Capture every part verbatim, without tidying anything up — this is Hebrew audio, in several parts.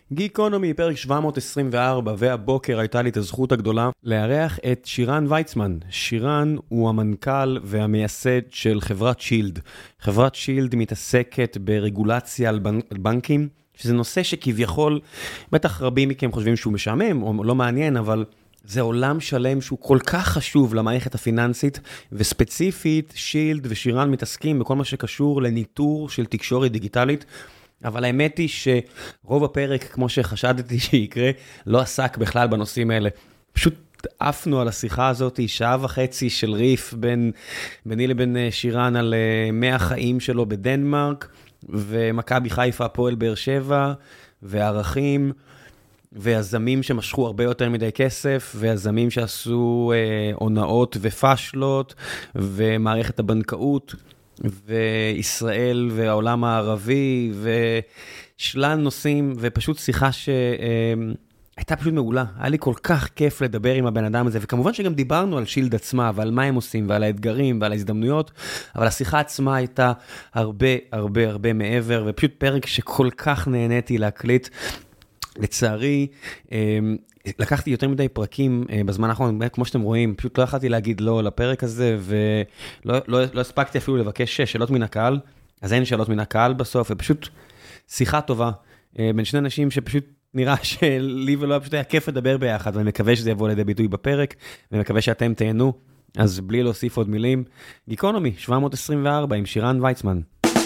גיקונומי, פרק שבע מאות עשרים וארבע, והבוקר הייתה לי את הזכות הגדולה לארח את שירן ויצמן. שירן הוא המנכ"ל והמייסד של חברת שילד. חברת שילד מתעסקת ברגולציה על בנקים, שזה נושא שכביכול, בטח רבים מכם חושבים שהוא משעמם או לא מעניין, אבל זה עולם שלם שהוא כל כך חשוב למערכת הפיננסית, וספציפית שילד ושירן מתעסקים בכל מה שקשור לניטור של תקשורת דיגיטלית, אבל האמת היא שרוב הפרק, כמו שחשדתי שיקרה, לא עסק בכלל בנושאים האלה. פשוט עפנו על השיחה הזאת, שעה וחצי של ריף בין, ביני לבין שירן על מאה החיים שלו בדנמרק, ומכבי חיפה, הפועל באר שבע, וערכים, ויזמים שמשכו הרבה יותר מדי כסף, ויזמים שעשו אה, הונאות ופשלות, ומערכת הבנקאות, וישראל והעולם הערבי, ושלל נושאים, ופשוט שיחה שהייתה פשוט מעולה. היה לי כל כך כיף לדבר עם הבן אדם הזה, וכמובן שגם דיברנו על שילד עצמה, ועל מה הם עושים, ועל האתגרים, ועל ההזדמנויות, אבל השיחה עצמה הייתה הרבה, הרבה, הרבה מעבר, ופשוט פרק שכל כך נהניתי להקליט. לצערי, לקחתי יותר מדי פרקים בזמן האחרון, כמו שאתם רואים, פשוט לא יכולתי להגיד לא לפרק הזה, ולא לא, לא הספקתי אפילו לבקש שאלות מן הקהל, אז אין שאלות מן הקהל בסוף, ופשוט שיחה טובה, בין שני אנשים שפשוט נראה שלי ולא פשוט היה כיף לדבר ביחד, ואני מקווה שזה יבוא לידי ביטוי בפרק, ומקווה שאתם תהנו, אז בלי להוסיף עוד מילים, גיקונומי, שבע מאות עשרים וארבע, עם שירן ויצמן.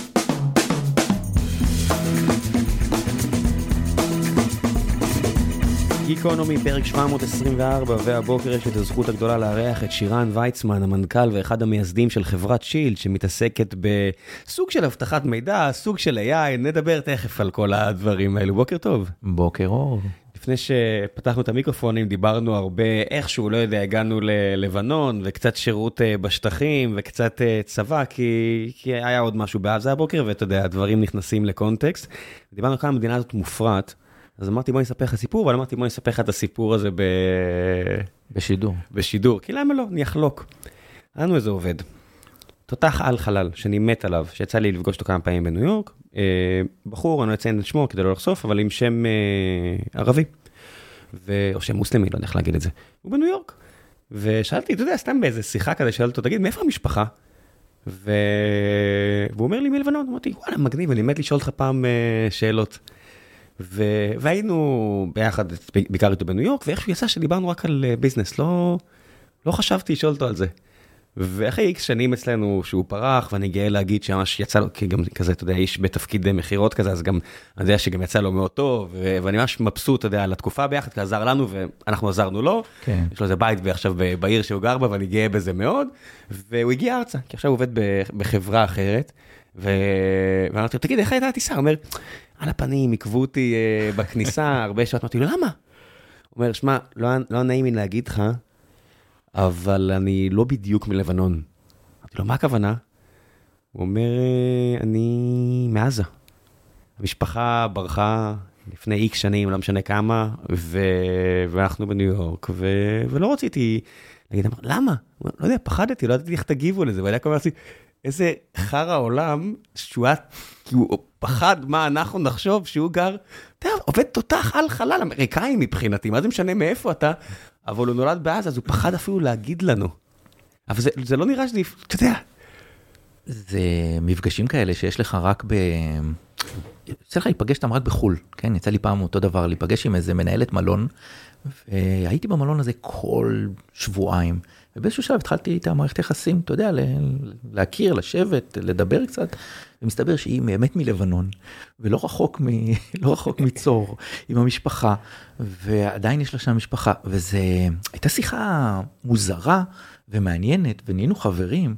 גיקונומי, פרק שבע מאות עשרים וארבע, והבוקר יש את הזכות הגדולה לארח את שירן ויצמן, המנכ"ל ואחד המייסדים של חברת שילד, שמתעסקת בסוג של הבטחת מידע, סוג של איי איי, נדבר תכף על כל הדברים האלו. בוקר טוב. בוקר אור. לפני שפתחנו את המיקרופונים, דיברנו הרבה, איכשהו, לא יודע, הגענו ללבנון, וקצת שירות בשטחים, וקצת צבא, כי, כי היה עוד משהו בעזה הבוקר, ואתה יודע, הדברים נכנסים לקונטקסט. דיברנו כמה המדינה הזאת מופרט, אז אמרתי, בוא נספר לך סיפור, אבל אמרתי, בוא נספר לך את הסיפור הזה ב... בשידור. בשידור, כי למה לא? אני אחלוק. לנו איזה עובד. תותח על חלל, שאני מת עליו, שיצא לי לפגוש אותו כמה פעמים בניו יורק. אה, בחור, אני לא אציין את שמו כדי לא לחשוף, אבל עם שם אה, ערבי. ו... או שם מוסלמי, לא יודע איך להגיד את זה. הוא בניו יורק. ושאלתי, אתה יודע, סתם באיזה שיחה כזה, שאלתי אותו, תגיד, מאיפה המשפחה? ו... והוא אומר לי, מלבנון. אמרתי, וואלה, מגניב, אני מת לשאול אותך פעם אה, שאלות. ו... והיינו ביחד, בעיקר איתו בניו יורק, ואיכשהו יצא שדיברנו רק על ביזנס, לא, לא חשבתי לשאול אותו על זה. ואחרי איקס שנים אצלנו שהוא פרח, ואני גאה להגיד שממש יצא לו, כי גם כזה, אתה יודע, איש בתפקיד מחירות כזה, אז גם, אני יודע שגם יצא לו מאוד טוב, ו... ואני ממש מבסוט, אתה יודע, על התקופה ביחד, כי עזר לנו, ואנחנו עזרנו לו. כן. יש לו איזה בית עכשיו בעיר שהוא גר בה, ואני גאה בזה מאוד, והוא הגיע ארצה, כי עכשיו הוא עובד בחברה אחרת, ו... ואמרתי לו, תגיד, איך הייתה הטיסה? הוא אומר, על הפנים, עקבו אותי uh, בכניסה, הרבה שעות, אמרתי לו, למה? הוא אומר, שמה, לא, לא נעים לי להגיד לך, אבל אני לא בדיוק מלבנון. אמרתי לו, מה הכוונה? הוא אומר, אני מעזה. המשפחה ברחה לפני איקס שנים, לא משנה כמה, ו... ואנחנו בניו יורק, ו... ולא רציתי להגיד, אמר, למה? אומר, לא יודע, פחדתי, לא ידעתי איך תגיבו לזה, ואני אמרתי, איזה חר העולם, שהוא היה, כי הוא פחד מה אנחנו נחשוב שהוא גר, אתה יודע, עובד תותח על חלל, אמריקאי מבחינתי, מה זה משנה מאיפה אתה, אבל הוא נולד בעזה, אז הוא פחד אפילו להגיד לנו. אבל זה, זה לא נראה שזה, אתה יודע. זה מפגשים כאלה שיש לך רק ב... יצא לך להיפגש אותם רק בחול, כן? יצא לי פעם אותו דבר, להיפגש עם איזה מנהלת מלון, והייתי במלון הזה כל שבועיים, ובאיזשהו שלב התחלתי איתה מערכת יחסים, אתה יודע, להכיר, לשבת, לדבר קצת, ומסתבר שהיא באמת מלבנון, ולא רחוק, מ... לא רחוק מצור, עם המשפחה, ועדיין יש לה שם משפחה, וזה הייתה שיחה מוזרה ומעניינת, ונהיינו חברים,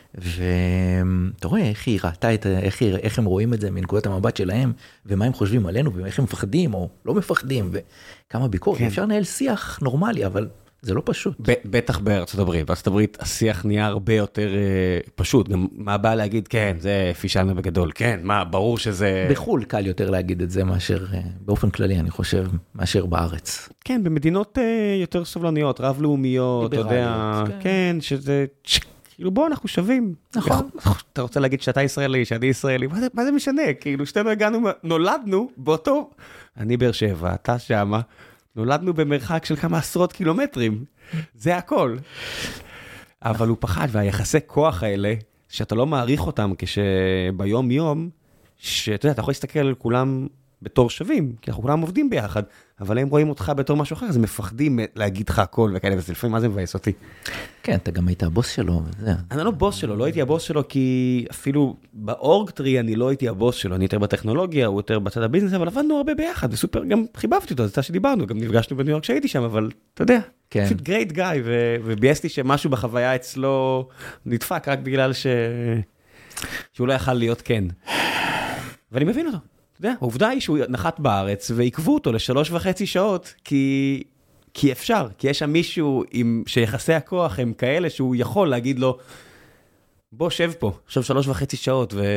ואתה רואה איך היא ראתה את, איך, היא, איך הם רואים את זה מנקודת המבט שלהם, ומה הם חושבים עלינו, ואיך הם מפחדים או לא מפחדים, וכמה ביקורת. כן. אפשר לנהל שיח נורמלי, אבל זה לא פשוט. בטח בארצות הברית. בארצות הברית השיח נהיה הרבה יותר פשוט. גם מה בא להגיד, כן, זה פישלנו בגדול. כן, מה, ברור שזה... בחול קל יותר להגיד את זה מאשר, באופן כללי, אני חושב, מאשר בארץ. כן, במדינות יותר סובלניות, רב-לאומיות, אתה יודע, כן, שזה... כאילו בוא, אנחנו שווים. נכון. אתה רוצה להגיד שאתה ישראלי, שאני ישראלי, מה זה, מה זה משנה? כאילו שתינו הגענו, נולדנו באותו, אני באר שבע, אתה שמה, נולדנו במרחק של כמה עשרות קילומטרים. זה הכל. אבל הוא פחד, והיחסי כוח האלה, שאתה לא מעריך אותם כשביום יום, שאתה יודע, אתה יכול להסתכל על כולם בתור שווים, כי אנחנו כולם עובדים ביחד, אבל הם רואים אותך בתור משהו אחר, אז הם מפחדים להגיד לך הכל וכאלה, וזה לפעמים מה זה מבאס אותי. כן, אתה גם היית הבוס שלו, וזה. אני לא בוס שלו, לא הייתי הבוס שלו, כי אפילו באורג טרי אני לא הייתי הבוס שלו, אני יותר בטכנולוגיה, הוא יותר בצד הביזנס, אבל עבדנו הרבה ביחד, וסופר, גם חיבבתי אותו, זה צד שדיברנו, גם נפגשנו בניו יורק שהייתי שם, אבל אתה יודע, פשוט גרייט גאי, ובייסתי שמשהו בחוויה אצלו נדפק, רק בגלל ש... שהוא לא יכל להיות כן. ואני מבין אותו. אתה יודע, העובדה היא שהוא נחת בארץ, ועקבו אותו לשלוש וחצי שעות, כי, כי אפשר, כי יש שם מישהו עם, שיחסי הכוח הם כאלה, שהוא יכול להגיד לו, בוא שב פה, עכשיו שלוש וחצי שעות, ו...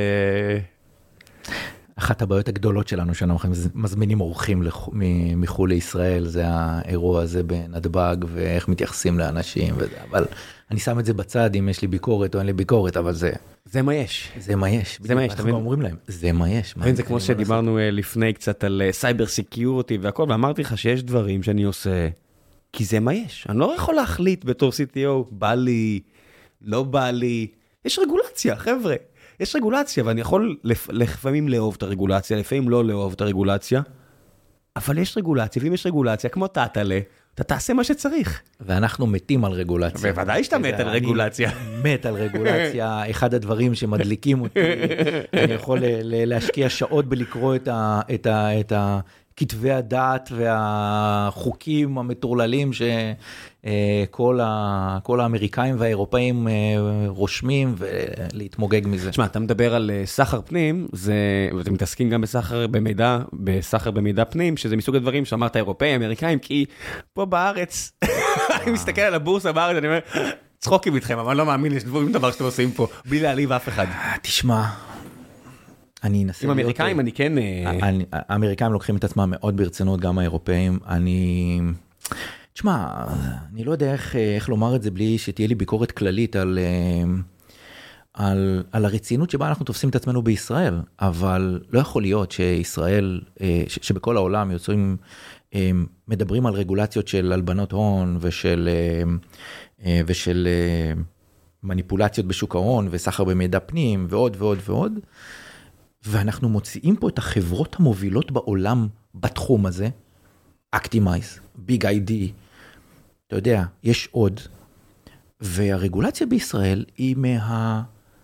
אחת הבעיות הגדולות שלנו, שאנחנו מזמינים אורחים מחול לישראל, זה האירוע הזה בנתב"ג, ואיך מתייחסים לאנשים, וזה, אבל אני שם את זה בצד, אם יש לי ביקורת או אין לי ביקורת, אבל זה... זה מה יש. זה מה יש. זה מה יש. אנחנו אומרים להם, זה מה יש. זה כמו שדיברנו לפני קצת על סייבר סקיוריטי והכל, ואמרתי לך שיש דברים שאני עושה, כי זה מה יש. אני לא יכול להחליט בתור סי טי או, בא לי, לא בא לי. יש רגולציה, חבר'ה. יש רגולציה, ואני יכול לפעמים לאהוב את הרגולציה, לפעמים לא לאהוב את הרגולציה, אבל יש רגולציה, ואם יש רגולציה, כמו תעתלה, אתה תעשה מה שצריך. ואנחנו מתים על רגולציה. בוודאי שאתה מת על רגולציה. אני מת על רגולציה, אחד הדברים שמדליקים אותי, אני יכול להשקיע שעות בלקרוא את כתבי הדעת והחוקים המטורללים שכל האמריקאים והאירופאים רושמים ולהתמוגג מזה. תשמע, אתה מדבר על סחר פנים, ואתם מתעסקים גם בסחר במידע, בסחר במידע פנים, שזה מסוג הדברים שאמרת אירופאים, אמריקאים, כי פה בארץ, אני מסתכל על הבורסה בארץ, אני אומר, צחוקים איתכם, אבל אני לא מאמין לשום דבר שאתם עושים פה, בלי להעליב אף אחד. תשמע, אני אנסה... עם אמריקאים אני כן... האמריקאים לוקחים את עצמם מאוד ברצינות, גם האירופאים. אני... תשמע, אני לא יודע איך, איך לומר את זה בלי שתהיה לי ביקורת כללית על, על, על הרצינות שבה אנחנו תופסים את עצמנו בישראל, אבל לא יכול להיות שישראל, ש, שבכל העולם יוצאים, מדברים על רגולציות של הלבנות הון ושל, ושל מניפולציות בשוק ההון וסחר במידע פנים ועוד ועוד ועוד, ואנחנו מוציאים פה את החברות המובילות בעולם בתחום הזה, Actimize, Big איי די, אתה יודע, יש עוד, והרגולציה בישראל היא מה...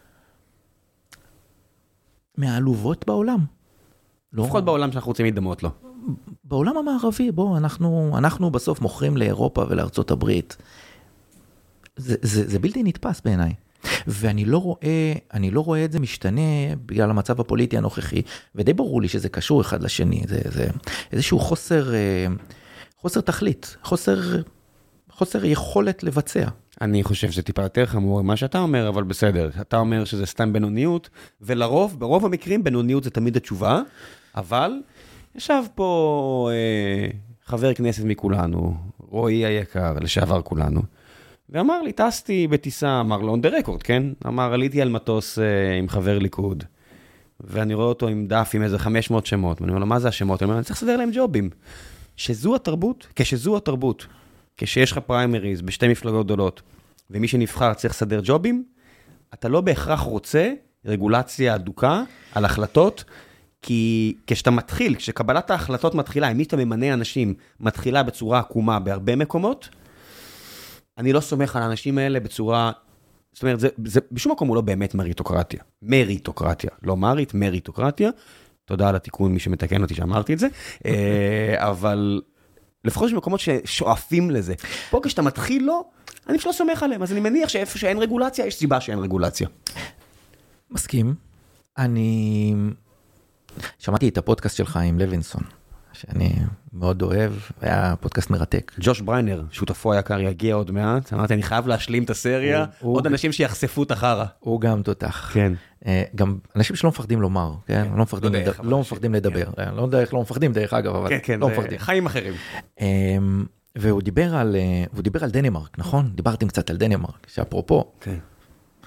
מהעלובות בעולם. לפחות בעולם שאנחנו רוצים להידמות לו. בעולם המערבי, בוא, אנחנו, אנחנו בסוף מוכרים לאירופה ולארצות הברית. זה, זה, זה בלתי נתפס בעיניי. ואני לא רואה, אני לא רואה את זה משתנה בגלל המצב הפוליטי הנוכחי, ודי ברור לי שזה קשור אחד לשני, זה, זה איזשהו חוסר, חוסר תכלית, חוסר, חוסר יכולת לבצע. אני חושב שזה טיפה יותר חמור מה שאתה אומר, אבל בסדר, אתה אומר שזה סתם בינוניות, ולרוב, ברוב המקרים בינוניות זה תמיד התשובה, אבל ישב פה אה, חבר כנסת מכולנו, רועי היקר, לשעבר כולנו, ואמר לי, טסתי בטיסה, אמר לו, on the record, כן? אמר, עליתי על מטוס אה, עם חבר ליכוד, ואני רואה אותו עם דף עם איזה חמש מאות שמות, ואני אומר לו, מה זה השמות? אני אומר, אני צריך לסדר להם ג'ובים. שזו התרבות, כשזו התרבות, כשיש לך פריימריז בשתי מפלגות גדולות, ומי שנבחר צריך לסדר ג'ובים, אתה לא בהכרח רוצה רגולציה אדוקה על החלטות, כי כשאתה מתחיל, כשקבלת ההחלטות מתחילה, אם מי שאתה ממנה אנשים, מתחילה בצורה עקומה בהרבה מקומות, אני לא סומך על האנשים האלה בצורה, זאת אומרת, זה, זה, בשום מקום הוא לא באמת מריטוקרטיה. מריטוקרטיה. לא מרית, מריטוקרטיה. תודה על התיקון, מי שמתקן אותי שאמרתי את זה. אבל לפחות יש מקומות ששואפים לזה. פה כשאתה מתחיל לא, אני פשוט לא סומך עליהם. אז אני מניח שאיפה שאין רגולציה, יש סיבה שאין רגולציה. מסכים. אני שמעתי את הפודקאסט שלך עם לוינסון. שאני מאוד אוהב, היה פודקאסט מרתק. ג'וש בריינר, שותפו היקר, יגיע עוד מעט. אמרתי, אני חייב להשלים את הסריה, עוד אנשים שיחשפו את החרה. הוא גם תותח. כן. גם אנשים שלא מפחדים לומר, כן? לא מפחדים לדבר. לא יודע איך לא מפחדים דרך אגב, אבל לא מפחדים. חיים אחרים. והוא דיבר על דנמרק, נכון? דיברתם קצת על דנמרק, שאפרופו,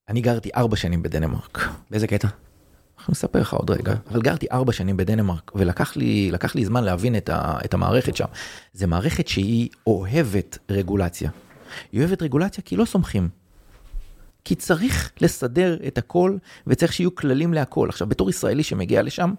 אני גרתי ארבע שנים בדנמרק. באיזה קטע? אנחנו נספר לך עוד רגע, אבל גרתי ארבע שנים בדנמרק, ולקח לי, לקח לי זמן להבין את, ה, את המערכת שם. זה מערכת שהיא אוהבת רגולציה. היא אוהבת רגולציה כי לא סומכים. כי צריך לסדר את הכל, וצריך שיהיו כללים להכל. עכשיו, בתור ישראלי שמגיע לשם,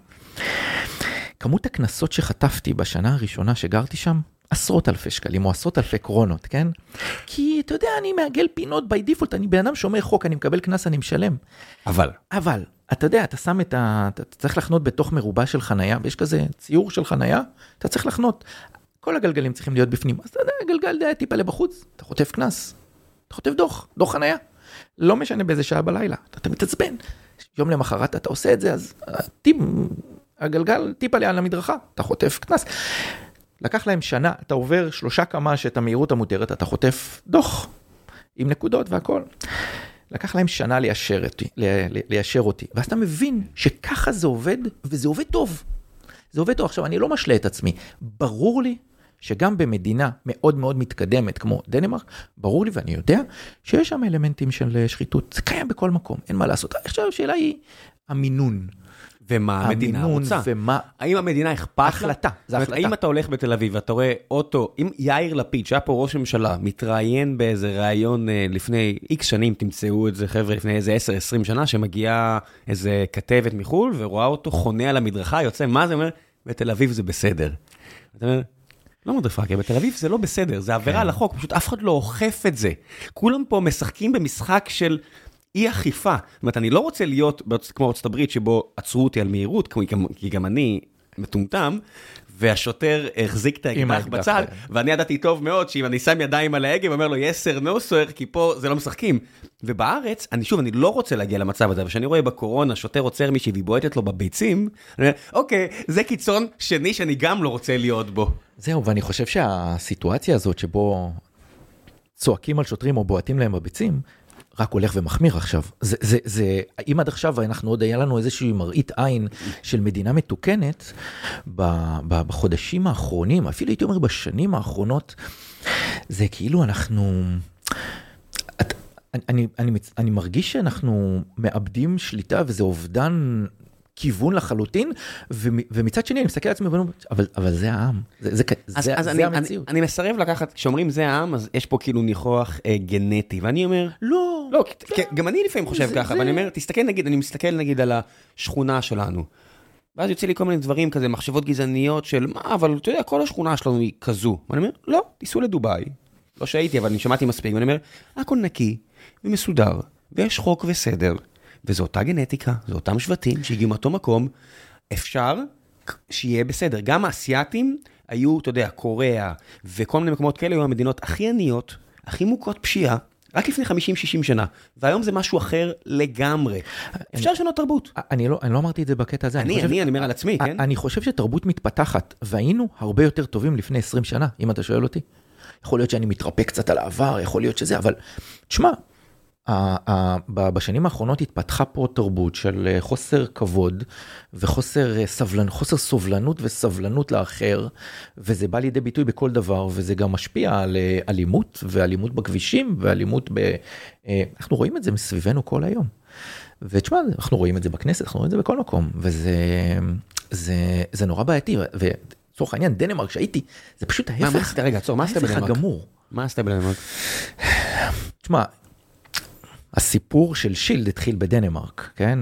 כמות הכנסות שחטפתי בשנה הראשונה שגרתי שם, עשרות אלפי שקלים, או עשרות אלפי קרונות, כן? כי, אתה יודע, אני מעגל פינות by default, אני בן אדם שומר חוק, אני מקבל כנס, אני משלם. אבל. אבל, אתה יודע, אתה שם את ה... אתה צריך לחנות בתוך מרובה של חנייה, ויש כזה ציור של חנייה, אתה צריך לחנות. כל הגלגלים צריכים להיות בפנים. אז אתה יודע, גלגל דה, טיפה לבחוץ, אתה חוטף כנס, אתה חוטף דוח, דוח חנייה. לא משנה באיזה שעה בלילה, אתה, אתה מתעצבן. יום למחרת אתה עושה את זה, אז טיפ, הגלגל טיפה ליד למדרכה, אתה חוטף כנס. לקח להם שנה, אתה עובר שלושה קמ"ש את המהירות המותרת, אתה חוטף דוח, עם נקודות והכל. לקח להם שנה ליישר אותי, ליישר אותי, ואז אתה מבין שככה זה עובד, וזה עובד טוב. זה עובד טוב. עכשיו, אני לא משלה את עצמי. ברור לי שגם במדינה מאוד מאוד מתקדמת, כמו דנמרק, ברור לי ואני יודע, שיש שם אלמנטים של שחיתות. זה קיים בכל מקום, אין מה לעשות. עכשיו, השאלה היא המינון. ומה המדינה רוצה. ומה... האם המדינה אכפת לה? החלטה, זה החלטה. האם אתה הולך בתל אביב ואתה רואה אוטו, אם יאיר לפיד, שהיה פה ראש ממשלה, מתראיין באיזה ראיון לפני איקס שנים, תמצאו את זה חבר'ה, לפני איזה עשר עשרים שנה, שמגיעה איזה כתבת מחול, ורואה אותו חונה על המדרכה, יוצא, מה זה אומר? בתל אביב זה בסדר. אתה אומר, לא מודרפקר, בתל אביב זה לא בסדר, זה עבירה על החוק, פשוט אף אחד לא אוכף את זה. כולם פה משחקים במשחק של אי אכיפה. זאת אומרת, אני לא רוצה להיות כמו ארצות הברית, שבו עצרו אותי על מהירות, כי גם אני מטומטם, והשוטר החזיק את האקדח בצד, ואני ידעתי טוב מאוד, שאם אני שם ידיים על ההגה, ואומר לו, yes sir, no sir, כי פה זה לא משחקים. ובארץ, אני שוב, אני לא רוצה להגיע למצב הזה, ושאני רואה בקורונה, שוטר עוצר מישהי, והיא בועטת לו בביצים, אני אומר, אוקיי, זה קיצון שני שאני גם לא רוצה להיות בו. זהו, ואני חושב שהסיטואציה הזאת, שבו צועקים על שוטרים או בועטים להם בביצים, רק הולך ומחמיר עכשיו. זה, זה, זה, אם עד עכשיו אנחנו עוד היה לנו איזושהי מראית עין של מדינה מתוקנת, ב, ב, בחודשים האחרונים, אפילו הייתי אומר בשנים האחרונות, זה כאילו אנחנו, את, אני, אני, אני מרגיש שאנחנו מאבדים שליטה, וזה אובדן כיוון לחלוטין, ומצד שני אני מסתכל על עצמי ואומר, אבל, אבל זה העם, זה, זה, אז, זה, אז זה אני, המציאות. אני, אני מסרב לקחת, כשאומרים זה העם, אז יש פה כאילו ניחוח אה, גנטי, ואני אומר, לא, לא, לא. גם אני לפעמים חושב זה, ככה, זה... ואני אומר, תסתכל נגיד, אני מסתכל נגיד על השכונה שלנו, ואז יוצא לי כל מיני דברים כזה, מחשבות גזעניות של, מה, אבל אתה יודע, כל השכונה שלנו היא כזו, ואני אומר, לא, תיסעו לדוביי, לא שהייתי, אבל אני שמעתי מספיק, ואני אומר, הכל נקי ומסודר, ויש חוק וסדר, וזו אותה גנטיקה, זו אותם שבטים שהגיעו מאותו מקום, אפשר שיהיה בסדר. גם האסייתים היו, אתה יודע, קוריאה, וכל מיני מקומות כאלה היו המדינות הכי עניות, הכי מוכות פשיעה, רק לפני חמישים שישים שנה, והיום זה משהו אחר לגמרי. אפשר לשנות תרבות. אני לא, אני לא אמרתי את זה בקטע הזה. אני, אני, אני אומר על עצמי, כן? אני חושב שתרבות מתפתחת, והיינו הרבה יותר טובים לפני עשרים שנה, אם אתה שואל אותי. יכול להיות שאני מתרפא קצת על העבר, יכול להיות שזה, אבל תשמע, בשנים האחרונות התפתחה פה תרבות של חוסר כבוד וחוסר סבלנות, חוסר סובלנות וסבלנות לאחר, וזה בא לידי ביטוי בכל דבר, וזה גם משפיע על אלימות, ואלימות בכבישים, ואלימות ב... אנחנו רואים את זה מסביבנו כל היום. ותשמע, אנחנו רואים את זה בכנסת, אנחנו רואים את זה בכל מקום, וזה זה, זה נורא בעייתי, וצורך העניין, דנמרק שהייתי, זה פשוט ההפך. מה עשית? רגע, צור, מה עשית בדנמרק? ההפך הגמור. מה עשית בדנמרק? תשמע, הסיפור של שילד התחיל בדנמרק, כן?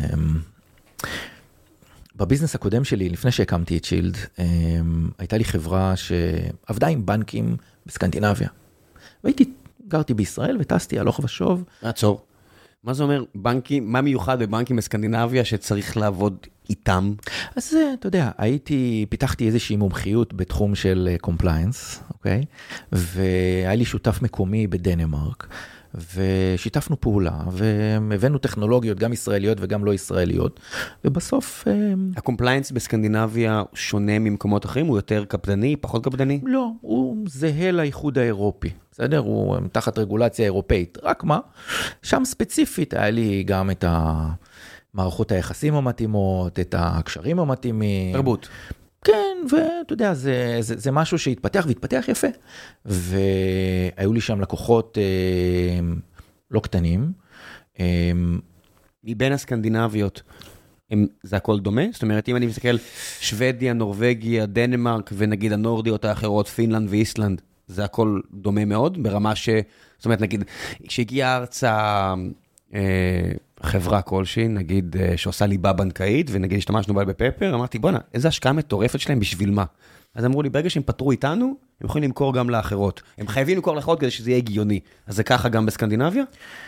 בביזנס הקודם שלי, לפני שהקמתי את שילד, הייתה לי חברה שעבדה עם בנקים בסקנדינביה. והייתי, גרתי בישראל וטסתי הלוך ושוב. עצור. מה זה אומר בנקים, מה מיוחד בבנקים בסקנדינביה שצריך לעבוד איתם? אז אתה יודע, הייתי, פיתחתי איזושהי מומחיות בתחום של קומפליינס, אוקיי? והיה לי שותף מקומי בדנמרק. ושיתפנו פעולה, והבאנו טכנולוגיות גם ישראליות וגם לא ישראליות, ובסוף... הקומפליינס בסקנדינביה שונה ממקומות אחרים? הוא יותר קפדני, פחות קפדני? לא, הוא זהה לאיחוד האירופי, בסדר? הוא תחת רגולציה אירופאית, רק מה? שם ספציפית היה לי גם את המערכות היחסים המתאימות, את הקשרים המתאימים. תרבות. כן, ואתה יודע, זה, זה, זה משהו שהתפתח והתפתח יפה. והיו לי שם לקוחות אה, לא קטנים, מבין הסקנדינביות, הם, זה הכל דומה? זאת אומרת, אם אני מסתכל, שוודיה, נורווגיה, דנמרק, ונגיד הנורדיות האחרות, פינלנד ואיסלנד, זה הכל דומה מאוד, ברמה ש... זאת אומרת, נגיד, כשהגיעה ארצה אה, חברה כלשהי, נגיד, אה, שעושה ליבה בנקאית, ונגיד, השתמשנו בה בפפר, אמרתי, בוא'נה, איזו השקעה מטורפת שלהם בשביל מה? אז אמרו לי, ברגע שהם פתרו איתנו, הם יכולים למכור גם לאחרות. הם חייבים למכור לאחרות כדי שזה יהיה הגיוני. אז זה ככה גם בסקנדינביה?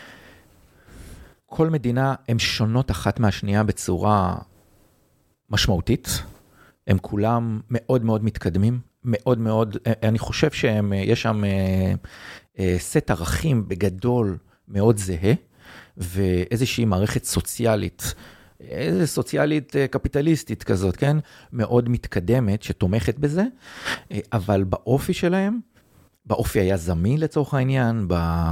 כל מדינה הן שונות אחת מהשנייה בצורה משמעותית. הם כולם מאוד מאוד מתקדמים, מאוד מאוד, אני חושב שיש שם סט ערכים בגדול מאוד זהה, ואיזושהי מערכת סוציאלית, איזו סוציאלית קפיטליסטית כזאת, כן? מאוד מתקדמת, שתומכת בזה, אבל באופי שלהם, באופי היזמי לצורך העניין,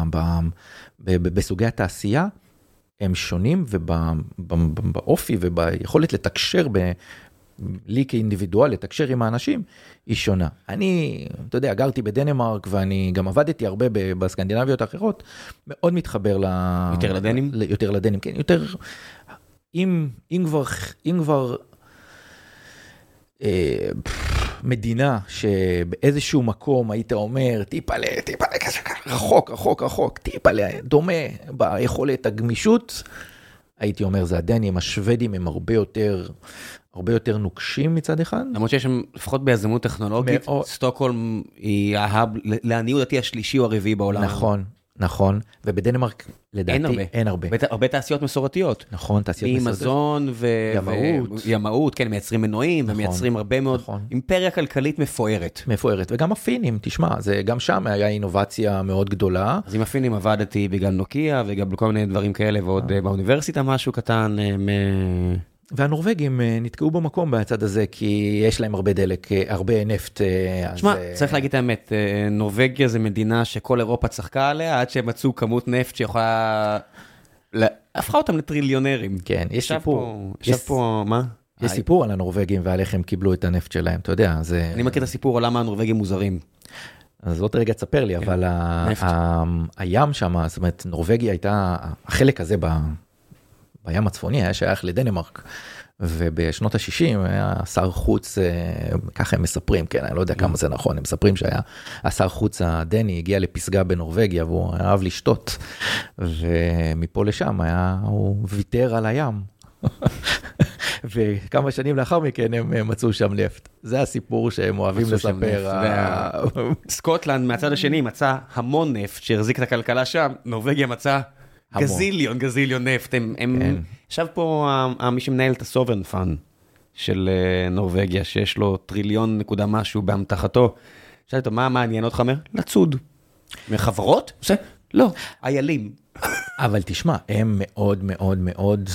בסוגי התעשייה, הם שונים, ובאופי וביכולת לתקשר, לי כאינדיבידואל, לתקשר עם האנשים, היא שונה. אני, אתה יודע, גרתי בדנמרק, ואני גם עבדתי הרבה בסקנדינביות האחרות, מאוד מתחבר ל... יותר לדנים? יותר לדנים, כן, יותר... אם, אם כבר, אם כבר אה, מדינה שבאיזשהו מקום היית אומר, טיפלה, טיפלה, כזה, רחוק, רחוק, רחוק, טיפלה, דומה ביכולת הגמישות, הייתי אומר, זה הדנים, השוודים הם הרבה יותר, הרבה יותר נוקשים מצד אחד. למרות שיש שם, לפחות ביזמות טכנולוגית, סטוקהולם היא ההאב, לעניות דעתי השלישי או הרביעי בעולם. נכון. נכון, ובדנמרק לדעתי אין הרבה. הרבה תעשיות מסורתיות. נכון, תעשיות מסורתיות. מזון ימאות. וימאות, כן, מייצרים מנועים, ומייצרים הרבה מאוד, אימפריה כלכלית מפוארת. מפוארת, וגם הפינים, תשמע, גם שם היה אינובציה מאוד גדולה. אז עם הפינים עבדתי בגלל נוקיה, וגם בכל מיני דברים כאלה, ועוד באוניברסיטה משהו קטן. והנורווגים נתקעו במקום בצד הזה, כי יש להם הרבה דלק, הרבה נפט. תשמע, צריך להגיד את האמת, נורווגיה זה מדינה שכל אירופה צחקה עליה, עד שהם מצאו כמות נפט שיכולה... הפכה אותם לטריליונרים. כן, יש סיפור. יש פה, מה? יש סיפור על הנורווגים ועל איך הם קיבלו את הנפט שלהם, אתה יודע, זה... אני מכיר את הסיפור על למה הנורווגים מוזרים. אז עוד רגע תספר לי, אבל הים שם, זאת אומרת, נורווגיה הייתה, החלק הזה ב... בים הצפוני היה שייך לדנמרק, ובשנות ה-שישים היה שר חוץ, ככה הם מספרים, כן, אני לא יודע כמה זה נכון, הם מספרים שהיה, השר חוץ הדני הגיע לפסגה בנורווגיה, והוא אהב לשתות, ומפה לשם היה, הוא ויתר על הים, וכמה שנים לאחר מכן הם מצאו שם נפט. זה הסיפור שהם אוהבים לספר. סקוטלנד מהצד השני מצא המון נפט, שהחזיק את הכלכלה שם, נורווגיה מצא גזיליון, גזיליון נפט. עכשיו פה מי שמנהל את הסוברן פאנד של נורווגיה, שיש לו טריליון נקודה משהו באמתחתו. שאלתי אותו, מה מעניין אותך? אומר, לצוד. מחברות? לא, איילים. אבל תשמע, הם מאוד מאוד מאוד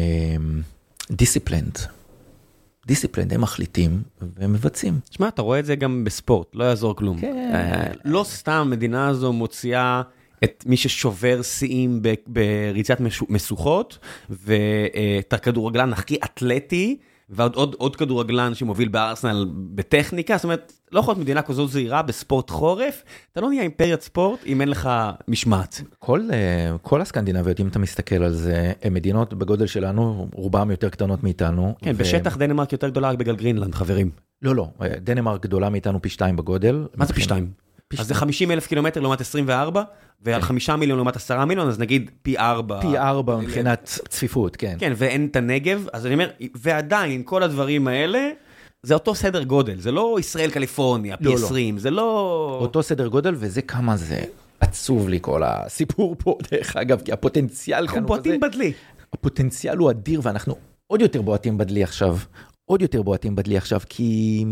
דיסציפלנד. דיסציפלנד, הם מחליטים ומבצעים. תשמע, אתה רואה את זה גם בספורט, לא יעזור כלום. לא סתם המדינה הזו מוציאה את מי ששובר שיאים בריצת משוכות, ואת הכדורגלן הכי אתלטי, ועוד עוד, עוד כדורגלן שמוביל בארסנל בטכניקה, זאת אומרת, לא יכול להיות מדינה כזו זהירה בספורט חורף, אתה לא נהיה אימפריית ספורט אם אין לך משמעת. כל, כל הסקנדינביות, אם אתה מסתכל על זה, הן מדינות בגודל שלנו, רובם יותר קטנות מאיתנו. כן, ו... בשטח דנמרק יותר גדולה רק בגלל גרינלנד, חברים. לא, לא, דנמרק גדולה מאיתנו פי שתיים בגודל. מה זה פי שתיים? אז זה חמישים אלף קילומטר לעומת עשרים וארבע, ועל חמישה מיליון לעומת עשרה מיליון, אז נגיד פי ארבע. פי ארבע מבחינת צפיפות, כן. כן, ואין את הנגב, אז אני אומר, ועדיין כל הדברים האלה, זה אותו סדר גודל, זה לא ישראל קליפורניה, פי עשרים, זה לא... אותו סדר גודל, וזה כמה זה עצוב לי כל הסיפור פה, דרך אגב, כי הפוטנציאל כאן... אנחנו בועטים בדלי. הפוטנציאל הוא אדיר, ואנחנו עוד יותר בועטים בדלי עכשיו, עוד יותר בועטים בדלי עכשיו, כי...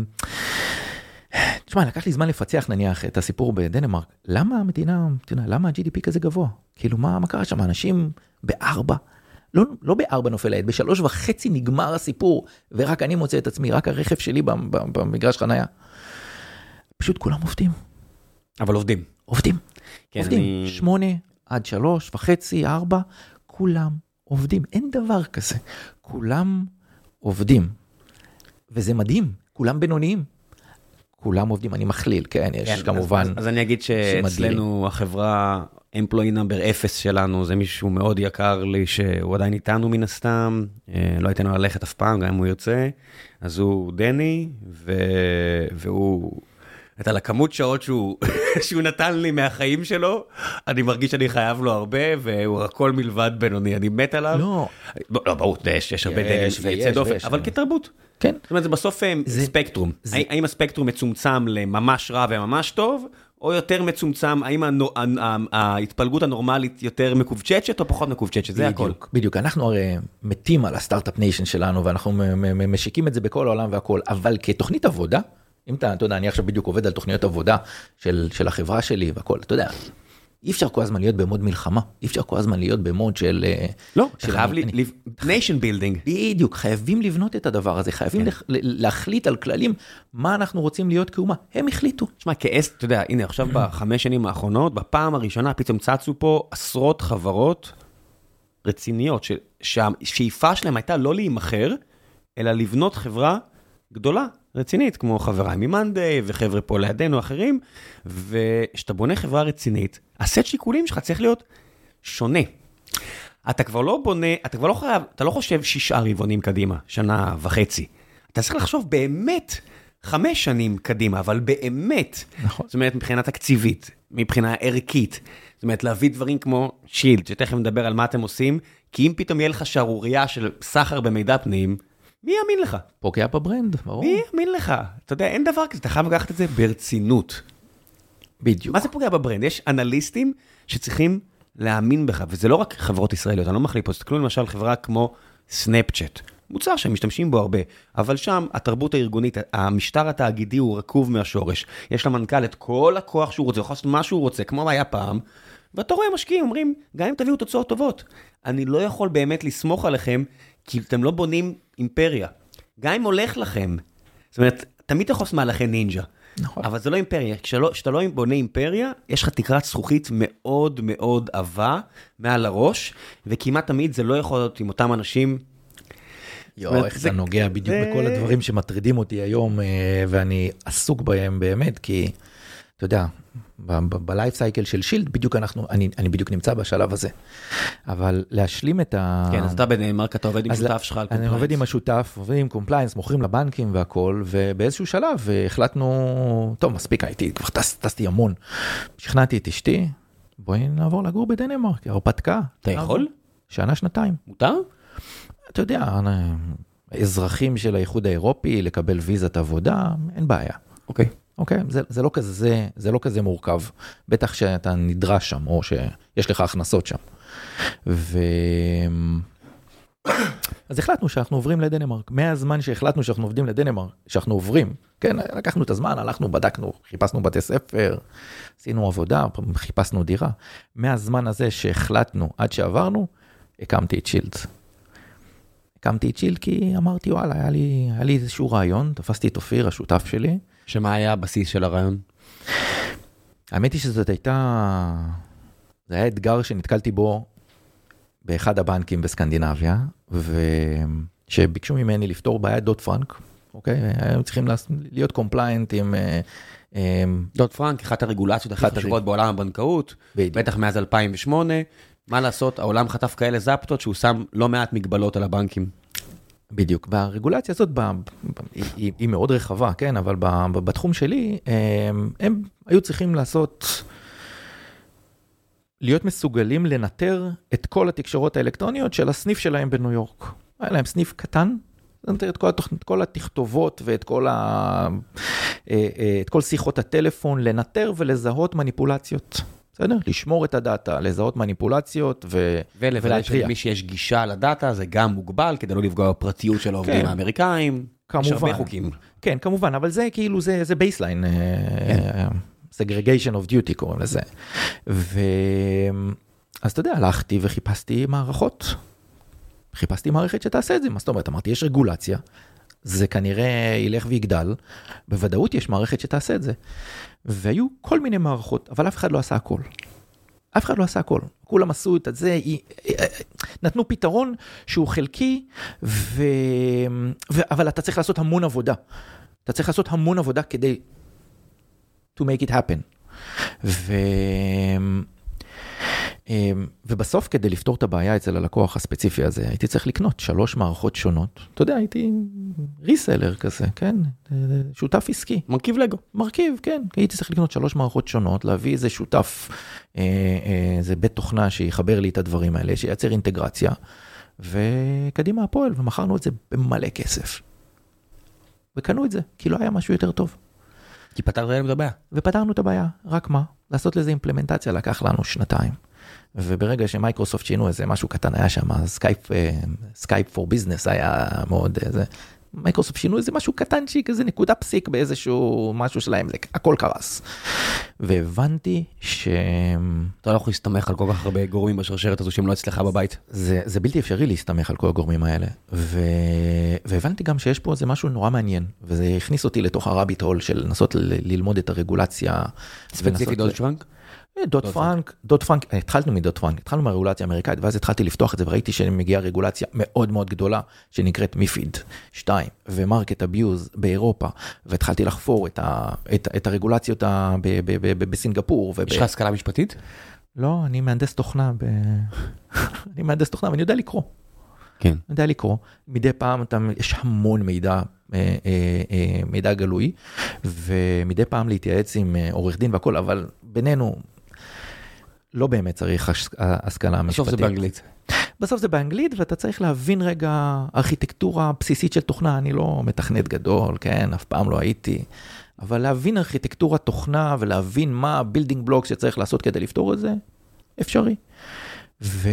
תשמע, לקח לי זמן לפצח נניח את הסיפור בדנמרק. למה המדינה, למה ה-ג'י די פי כזה גבוה? כאילו, מה, מה קרה שם? אנשים בארבע, לא, לא בארבע נופל העד, בשלוש וחצי נגמר הסיפור, ורק אני מוצא את עצמי, רק הרכב שלי במגרש חנייה. פשוט כולם עובדים. אבל עובדים. עובדים. כן, עובדים. אני... שמונה עד שלוש וחצי, ארבע, כולם עובדים. אין דבר כזה. כולם עובדים. וזה מדהים. כולם בינוניים. כולם עובדים, אני מכליל, כן, יש כן, כמובן. אז, אז אני אגיד שאצלנו החברה, אמפלואי נאמבר אפס שלנו, זה מישהו מאוד יקר לי, שהוא עדיין איתנו מן הסתם, לא הייתנו ללכת אף פעם, גם אם הוא ירצה, אז הוא דני, ו... והוא... את על הכמות שעות שהוא, שהוא נתן לי מהחיים שלו, אני מרגיש שאני חייב לו הרבה, והוא הכל מלבד בינוני, אני מת עליו. לא. לא, ברור, יש, יש הרבה דנים ויצא דופן, אבל כתרבות. כן. זאת אומרת, זה בסוף זה, ספקטרום. זה... האם הספקטרום מצומצם לממש רע וממש טוב, או יותר מצומצם, האם הנו, ההתפלגות הנורמלית יותר מקובצ'צ'ת או פחות מקובצ'צ'ת, זה הכל. בדיוק, אנחנו הרי מתים על הסטארט-אפ ניישן שלנו, ואנחנו משיקים את זה בכל העולם והכל, אבל כתוכנית עבודה, אם אתה, אתה יודע, אני עכשיו בדיוק עובד על תוכניות עבודה של, של החברה שלי והכל, אתה יודע, אי אפשר כל הזמן להיות במוד מלחמה, אי אפשר כל הזמן להיות במוד של... לא, חייב לי, nation building. בדיוק, חייבים לבנות את הדבר הזה, חייבים להחליט על כללים מה אנחנו רוצים להיות כאומה, הם החליטו. תשמע, כאס, אתה יודע, הנה עכשיו בחמש שנים האחרונות, בפעם הראשונה פתאום צצו פה עשרות חברות רציניות, שהשאיפה שלהם הייתה לא להימחר, אלא לבנות חברה גדולה, רצינית, כמו חברה ממנדי וחבר'ה פה לידינו אחרים, ושאתה בונה חברה רצינית, הסט שיקולים שלך צריך להיות שונה. אתה כבר לא בונה, אתה כבר לא חייב, אתה לא חושב שישה רבעונים קדימה, שנה וחצי. אתה צריך לחשוב באמת חמש שנים קדימה, אבל באמת, נכון. זאת אומרת, מבחינה תקציבית, מבחינה ערכית, זאת אומרת, להביא דברים כמו שילד, שתכף נדבר על מה אתם עושים, כי אם פתאום יהיה לך שערוריה של סחר במידע פנים, מי יאמין לך? פוגע בברנד, ברור. מי יאמין לך? אתה יודע, אין דבר כזה, אתה חייב לקחת את זה ברצינות. בדיוק. מה זה פוגע בברנד? יש אנליסטים שצריכים להאמין בך, וזה לא רק חברות ישראליות, אני לא מחליט פה, תסתכלו למשל חברה כמו סנאפצ'אט, מוצר שהם משתמשים בו הרבה, אבל שם התרבות הארגונית, המשטר התאגידי הוא רקוב מהשורש, יש למנכ"ל את כל הכוח שהוא רוצה, יכול לעשות מה שהוא רוצה, כמו היה פעם, ואתה רואה משקיעים, אומרים, גם אם תביאו תוצאות טובות, אני לא יכול באמת לסמוך עליכם, כי אתם לא בונים אימפריה. גם אם הולך לכם, זאת אומרת, תמיד אתה יכול לעשות מהלכי נינג'ה, נכון. אבל זה לא אימפריה. כשאתה לא בונה אימפריה, יש לך תקרת זכוכית מאוד מאוד עבה מעל הראש, וכמעט תמיד זה לא יכול להיות עם אותם אנשים. יו, איך זה נוגע בדיוק בכל הדברים שמטרידים אותי היום, ואני עסוק בהם באמת, כי אתה יודע, בלייף סייקל של שילד, בדיוק אנחנו, אני, אני בדיוק נמצא בשלב הזה. אבל להשלים את ה... כן, אז אתה בדנמרק, אתה עובד עם שותף שלך על קומפליינס. אני עובד עם השותף, עובד עם קומפליינס, מוכרים לבנקים והכל, ובאיזשהו שלב החלטנו, טוב, מספיק, הייתי, כבר טס, טסתי המון. שכנעתי את אשתי, בואי נעבור לגור בדנמרק, הרפתקה. אתה יכול? שנה, שנתיים. מותר? אתה יודע, אזרחים של האיחוד האירופי, לקבל ויזת עבודה, אין בעיה. אוקיי. אוקיי, זה, זה לא כזה, זה לא כזה מורכב, בטח שאתה נדרש שם, או שיש לך הכנסות שם. ו... אז החלטנו שאנחנו עוברים לדנמרק, מהזמן שהחלטנו שאנחנו עובדים לדנמרק, שאנחנו עוברים, כן, לקחנו את הזמן, הלכנו, בדקנו, חיפשנו בתי ספר, עשינו עבודה, חיפשנו דירה, מהזמן הזה שהחלטנו עד שעברנו, הקמתי את שילד. הקמתי את שילד כי אמרתי, וואלה, היה לי, היה לי איזשהו רעיון, תפסתי את אופיר, השותף שלי, שמה היה הבסיס של הרעיון? האמת היא שזאת הייתה, זה היה אתגר שנתקלתי בו באחד הבנקים בסקנדינביה, ושביקשו ממני לפתור בעיית דוט פרנק, אוקיי? היו צריכים להיות קומפליינט עם... דוט פרנק, אחת הרגולציות הכי חשובות בעולם הבנקאות, בטח מאז אלפיים ושמונה, מה לעשות? העולם חטף כאלה זפטות שהוא שם לא מעט מגבלות על הבנקים. בדיוק, והרגולציה הזאת היא, היא מאוד רחבה, כן, אבל בתחום שלי, הם, הם היו צריכים לעשות, להיות מסוגלים לנטר את כל התקשורות האלקטרוניות של הסניף שלהם בניו יורק. היה להם סניף קטן, לנטר את כל, את כל התכתובות ואת כל, ה, את כל שיחות הטלפון, לנטר ולזהות מניפולציות. בסדר? לשמור את הדאטה, לזהות מניפולציות ו... ולוודא שמי שיש גישה לדאטה זה גם מוגבל, כדי לא לפגוע בפרטיות של העובדים כן. האמריקאים. כמובן. יש הרבה חוקים. כן, כמובן, אבל זה כאילו, זה, זה baseline, כן. segregation of duty קוראים לזה. ו... אז אתה יודע, הלכתי וחיפשתי מערכות. חיפשתי מערכת שתעשה את זה. מה זאת אומרת? אמרתי, יש רגולציה, זה כנראה ילך ויגדל, בוודאות יש מערכת שתעשה את זה. והיו כל מיני מערכות, אבל אף אחד לא עשה הכל. אף אחד לא עשה הכל. כולם עשו את זה, נתנו פתרון שהוא חלקי, ו... ו... אבל אתה צריך לעשות המון עבודה. אתה צריך לעשות המון עבודה כדי to make it happen. ו... ובסוף כדי לפתור את הבעיה אצל הלקוח הספציפי הזה, הייתי צריך לקנות שלוש מערכות שונות. אתה יודע, הייתי ריסלר כזה, כן? שותף עסקי. מרכיב לגו. מרכיב, כן. הייתי צריך לקנות שלוש מערכות שונות, להביא איזה שותף, איזה בית תוכנה שיחבר לי את הדברים האלה, שייצר אינטגרציה, וקדימה הפועל, ומכרנו את זה במלא כסף. וקנו את זה, כי לא היה משהו יותר טוב. כי פתרנו להם את הבעיה. ופתרנו את הבעיה, רק מה? לעשות לזה אימפלמנטציה לקח לנו שנתיים. וברגע שמייקרוסופט שינו איזה משהו קטן היה שם, סקייפ, סקייפ פור ביזנס היה מאוד איזה, מייקרוסופט שינו איזה משהו קטן שהיא כזה נקודה פסיק באיזשהו משהו שלהם, זה הכל קרס. והבנתי ש... אתה לא יכול להסתמך על כל כך הרבה גורמים בשרשרת הזו שהם לא אצלך בבית. זה, זה בלתי אפשרי להסתמך על כל הגורמים האלה. ו... והבנתי גם שיש פה איזה משהו נורא מעניין, וזה הכניס אותי לתוך הרביט הול של לנסות ל... ללמוד את הרגולציה. ספציפית דוד פרנק? דוד פרנק, דוד פרנק, התחלנו מדוד פרנק, התחלנו מהרגולציה האמריקאית, ואז התחלתי לפתוח את זה, וראיתי שמגיעה רגולציה מאוד מאוד גדולה, שנקראת מיפיד שתיים, ומרקט אביוז באירופה, והתחלתי לחפור את, ה, את, את הרגולציות ה, ב, ב, ב, ב, בסינגפור. יש לך השכלה משפטית? לא, אני מהנדס תוכנה, ב... אני מהנדס תוכנה, ואני יודע לקרוא. כן. אני יודע לקרוא. מדי פעם יש המון מידע, מידע גלוי, ומדי פעם להתייעץ עם עורך דין והכל, אבל בינינו, לא באמת צריך השכלה משפטית. בסוף זה באנגלית. בסוף זה באנגלית, ואתה צריך להבין רגע ארכיטקטורה בסיסית של תוכנה, אני לא מתכנת גדול, כן, אף פעם לא הייתי, אבל להבין ארכיטקטורה תוכנה, ולהבין מה הבילדינג בלוק שצריך לעשות כדי לפתור את זה, אפשרי. ו...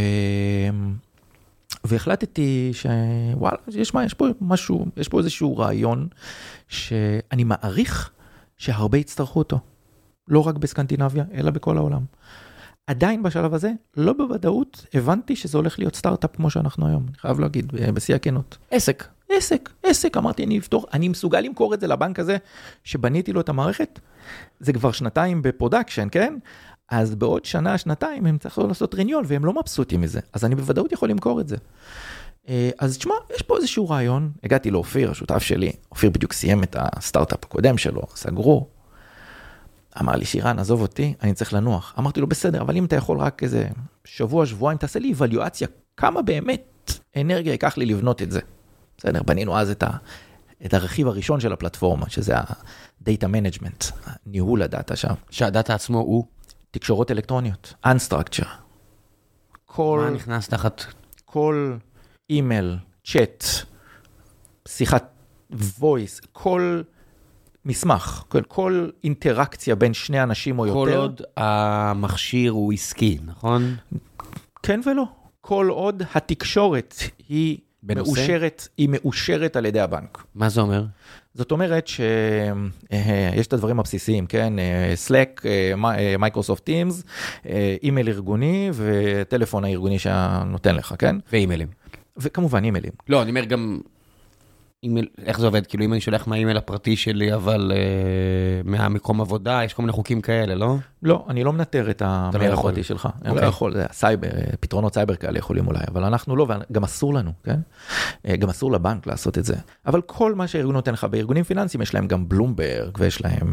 והחלטתי שוואלה, יש מה, יש פה משהו, יש פה איזשהו רעיון, שאני מעריך שהרבה יצטרכו אותו. לא רק בסקנדינביה, אלא בכל העולם. עדיין בשלב הזה, לא בוודאות, הבנתי שזה הולך להיות סטארט-אפ כמו שאנחנו היום. אני חייב להגיד, בשיא הכנות. עסק. עסק, עסק. אמרתי, אני אפתור, אני מסוגל למכור את זה לבנק הזה, שבניתי לו את המערכת. זה כבר שנתיים בפרודקשן, כן? אז בעוד שנה, שנתיים, הם צריכים לעשות רניול, והם לא מבסוטים מזה. אז אני בוודאות יכול למכור את זה. אז תשמע, יש פה איזשהו רעיון. הגעתי לאופיר, השותף שלי. אופיר בדיוק סיים את הסטארט-אפ הקודם שלו, סגרו. אמר לי, שירן, עזוב אותי, אני צריך לנוח. אמרתי לו, בסדר, אבל אם אתה יכול רק איזה שבוע, שבועיים, תעשה לי אבליואציה, כמה באמת אנרגיה ייקח לי לבנות את זה. בסדר, בנינו אז את, ה, את הרכיב הראשון של הפלטפורמה, שזה ה-Data Management, ניהול הדאטה שם. שהדאטה עצמו הוא? תקשורות אלקטרוניות, Unstructure. כל, מה נכנס תחת? כל אימייל, צ'אט, שיחת voice, כל... מסמך, כל, כל אינטראקציה בין שני אנשים או יותר. כל עוד המכשיר הוא עסקי, נכון? כן ולא. כל עוד התקשורת היא מאושרת, היא מאושרת על ידי הבנק. מה זה אומר? זאת אומרת שיש את הדברים הבסיסיים, כן? Slack, Microsoft Teams, אימייל ארגוני וטלפון הארגוני שנותן לך, כן? ואימיילים. וכמובן אימיילים. לא, אני אומר גם... אימייל, איך זה עובד? כאילו אם אני שולח מהאימייל הפרטי שלי, אבל uh, מהמקום עבודה, יש כל מיני חוקים כאלה, לא? לא, אני לא מנטר את המייל הפרטי שלך. אני לא יכול, זה סייבר, פתרונות סייבר כאלה יכולים אולי, אבל אנחנו לא, וגם אסור לנו, כן? גם אסור לבנק לעשות את זה. אבל כל מה שהארגון נותן לך, בארגונים פיננסיים יש להם גם בלומברג, ויש להם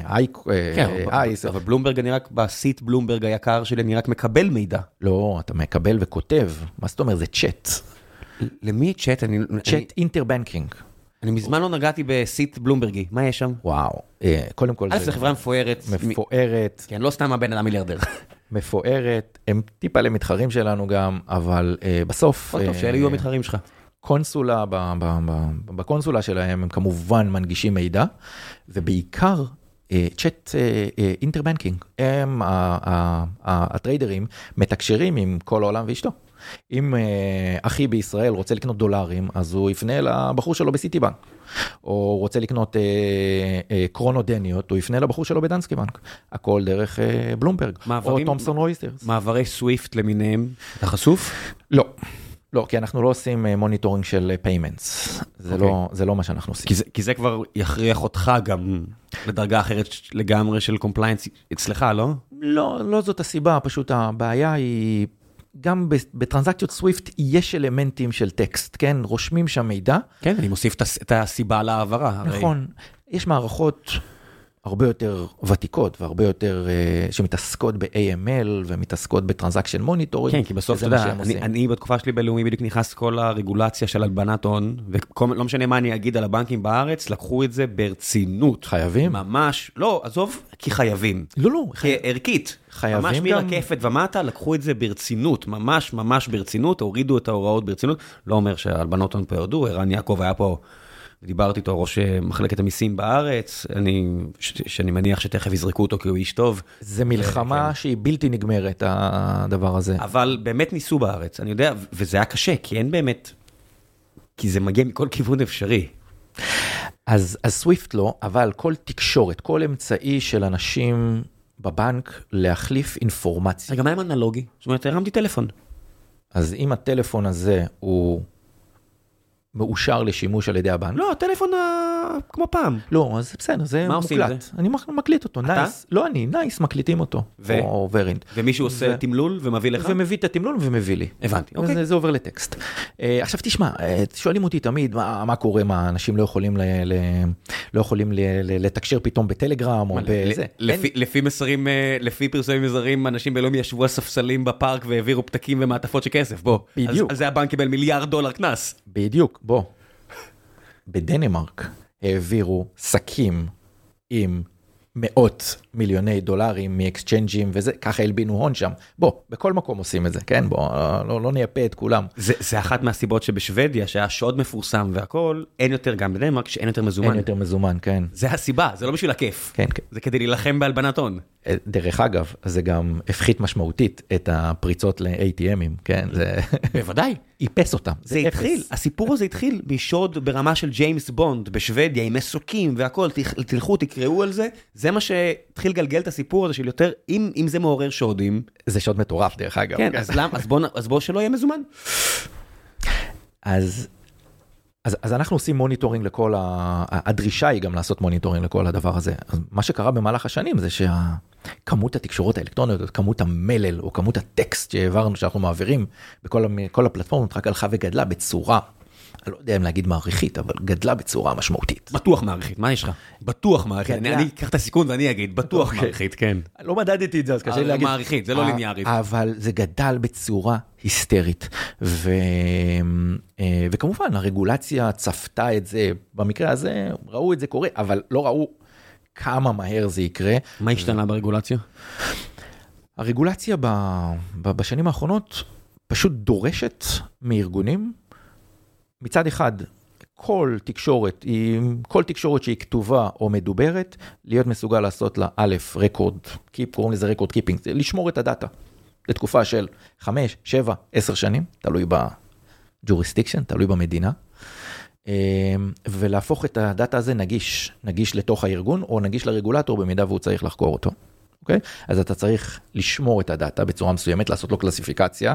אייס. אבל בלומברג, אני רק, בסיט בלומברג היקר שלי, אני רק מקבל מידע. לא, אתה מקבל וכותב. מה זאת אומרת? זה צ'אט. למי צ'אט? צ'אט אינטרבנקינג. אני מזמן לא נגעתי בסיט בלומברגי. מה יש שם? וואו. קודם כל זה... זו חברה מפוארת. מפוארת. כן, לא סתם הבן אדם מיליארדר. מפוארת. הם טיפה למתחרים שלנו גם, אבל בסוף... טוב, שאלה יהיו המתחרים שלך. קונסולה, בקונסולה שלהם הם כמובן מנגישים מידע, ובעיקר צ'אט אינטרבנקינג. הם, הטריידרים, מתקשרים עם כל העולם ואשתו. אם uh, אחי בישראל רוצה לקנות דולרים, אז הוא יפנה לבחור שלו בסיטי בנק. או רוצה לקנות uh, uh, קרונודניות, הוא יפנה לבחור שלו בדנסקי בנק. הכל דרך uh, בלומברג. מעברים, או תומסון רויסטרס. מעברי סוויפט למיניהם. אתה חשוף? לא. לא, כי אנחנו לא עושים מוניטורינג של פיימנטס. זה, okay. לא, זה לא מה שאנחנו עושים. כי זה, כי זה כבר יכריח אותך גם לדרגה אחרת לגמרי של קומפליינס אצלך, לא? לא, לא זאת הסיבה. פשוט הבעיה היא... גם בטרנזקציות סוויפט יש אלמנטים של טקסט, כן? רושמים שם מידע. כן, אני מוסיף את הסיבה להעברה. נכון. יש מערכות, הרבה יותר ותיקות, והרבה יותר uh, שמתעסקות ב-איי אם אל, ומתעסקות בטרנזקשן מוניטורינג. כן, כי בסוף, אתה יודע, אני, אני בתקופה שלי בלאומי בדיוק נכנס כל הרגולציה של הלבנת הון, ולא משנה מה אני אגיד על הבנקים בארץ, לקחו את זה ברצינות. חייבים? ממש, לא, עזוב, כי חייבים. לא, לא. ערכית. חייבים ממש גם... מרקפת ומטה, לקחו את זה ברצינות, ממש ממש ברצינות, הורידו את ההוראות ברצינות, לא אומר שהלבנות הון פה ירדו, ערן יעקב היה פה, דיברתי איתו, ראש מחלקת המיסים בארץ, אני, ש, שאני מניח שתכף יזרקו אותו כי הוא איש טוב. זה מלחמה שהיא בלתי נגמרת, הדבר הזה. אבל באמת ניסו בארץ, אני יודע, וזה היה קשה, כי אין באמת, כי זה מגיע מכל כיוון אפשרי. אז, אז סוויפט לא, אבל כל תקשורת, כל אמצעי של אנשים בבנק להחליף אינפורמציה. גם מה עם אנלוגי? זאת אומרת, הרמתי טלפון. אז אם הטלפון הזה הוא מאושר לשימוש על ידי הבנק. לא, הטלפון כמו פעם. לא, אז בסדר, זה מוקלט. אני מקליט אותו, נייס. לא אני, נייס, מקליטים אותו. או ורינט. ומישהו עושה תמלול ומביא לך? ומביא את התמלול ומביא לי. הבנתי, אוקיי. זה עובר לטקסט. עכשיו תשמע, שואלים אותי תמיד, מה קורה, מה אנשים לא יכולים לא יכולים לתקשר פתאום בטלגרם או בזה. לפי מסרים, לפי פרסומים מזרים, אנשים בלאומי ישבו הספסלים בפארק והעבירו פתקים ומעטפות של כסף, בוא. בדיוק. על זה הבנק קיבל מיליארד דולר קנס. בדיוק, בוא. בדנמרק העבירו שקים עם מאות מיליוני דולרים מאקסצ'יינג'ים וזה, ככה הלבינו הון שם. בוא, בכל מקום עושים את זה, כן? בוא, לא, לא נייפה את כולם. זה, זה אחת מהסיבות שבשוודיה, שהיה שוד מפורסם והכל, אין יותר גם בדנמרק, שאין יותר מזומן. אין יותר מזומן, כן. זה הסיבה, זה לא בשביל הכיף. כן, כן. זה כדי להילחם בהלבנת הון. דרך אגב, זה גם הפחית משמעותית את הפריצות ל-איי טי אמים, כן? זה... בוודאי. איפס אותם. זה, זה התחיל, הסיפור הזה התחיל משוד ברמה של ג'יימס בונד בשוודיה, עם מסוקים והכל, תלכו, תקראו על זה, זה מה שהתחיל גלגל את הסיפור הזה של יותר, אם, אם זה מעורר שודים. זה שוד מטורף דרך אגב. כן, אז למה, אז בוא, אז בוא שלא יהיה מזומן. אז... אז, אז אנחנו עושים מוניטורינג לכל, ה... הדרישה היא גם לעשות מוניטורינג לכל הדבר הזה. אז מה שקרה במהלך השנים זה שכמות התקשורות האלקטרוניות, כמות המלל או כמות הטקסט שהעברנו, שאנחנו מעבירים בכל כל הפלטפורמות, רק הלכה וגדלה בצורה, אני לא יודע אם להגיד מעריכית, אבל גדלה בצורה משמעותית. בטוח מעריכית, מה יש לך? בטוח מעריכית. אני, אני אקח את הסיכון ואני אגיד, בטוח מעריכית, כן. לא מדדתי את זה, אז קשה לי להגיד. מעריכית, זה לא ליניארית. אבל זה גדל בצורה היסטרית. ו... וכמובן, הרגולציה צפתה את זה, במקרה הזה ראו את זה קורה, אבל לא ראו כמה מהר זה יקרה. מה השתנה ברגולציה? הרגולציה ב... בשנים האחרונות פשוט דורשת מארגונים, מצד אחד, כל תקשורת, כל תקשורת שהיא כתובה או מדוברת, להיות מסוגל לעשות לה א', רקורד, קוראים לזה רקורד קיפינג, לשמור את הדאטה, לתקופה של חמש, שבע, עשר שנים, תלוי בג'וריסטיקשן, תלוי במדינה, ולהפוך את הדאטה הזה נגיש, נגיש לתוך הארגון, או נגיש לרגולטור במידה והוא צריך לחקור אותו. אוקיי? אז אתה צריך לשמור את הדאטה בצורה מסוימת, לעשות לו קלסיפיקציה,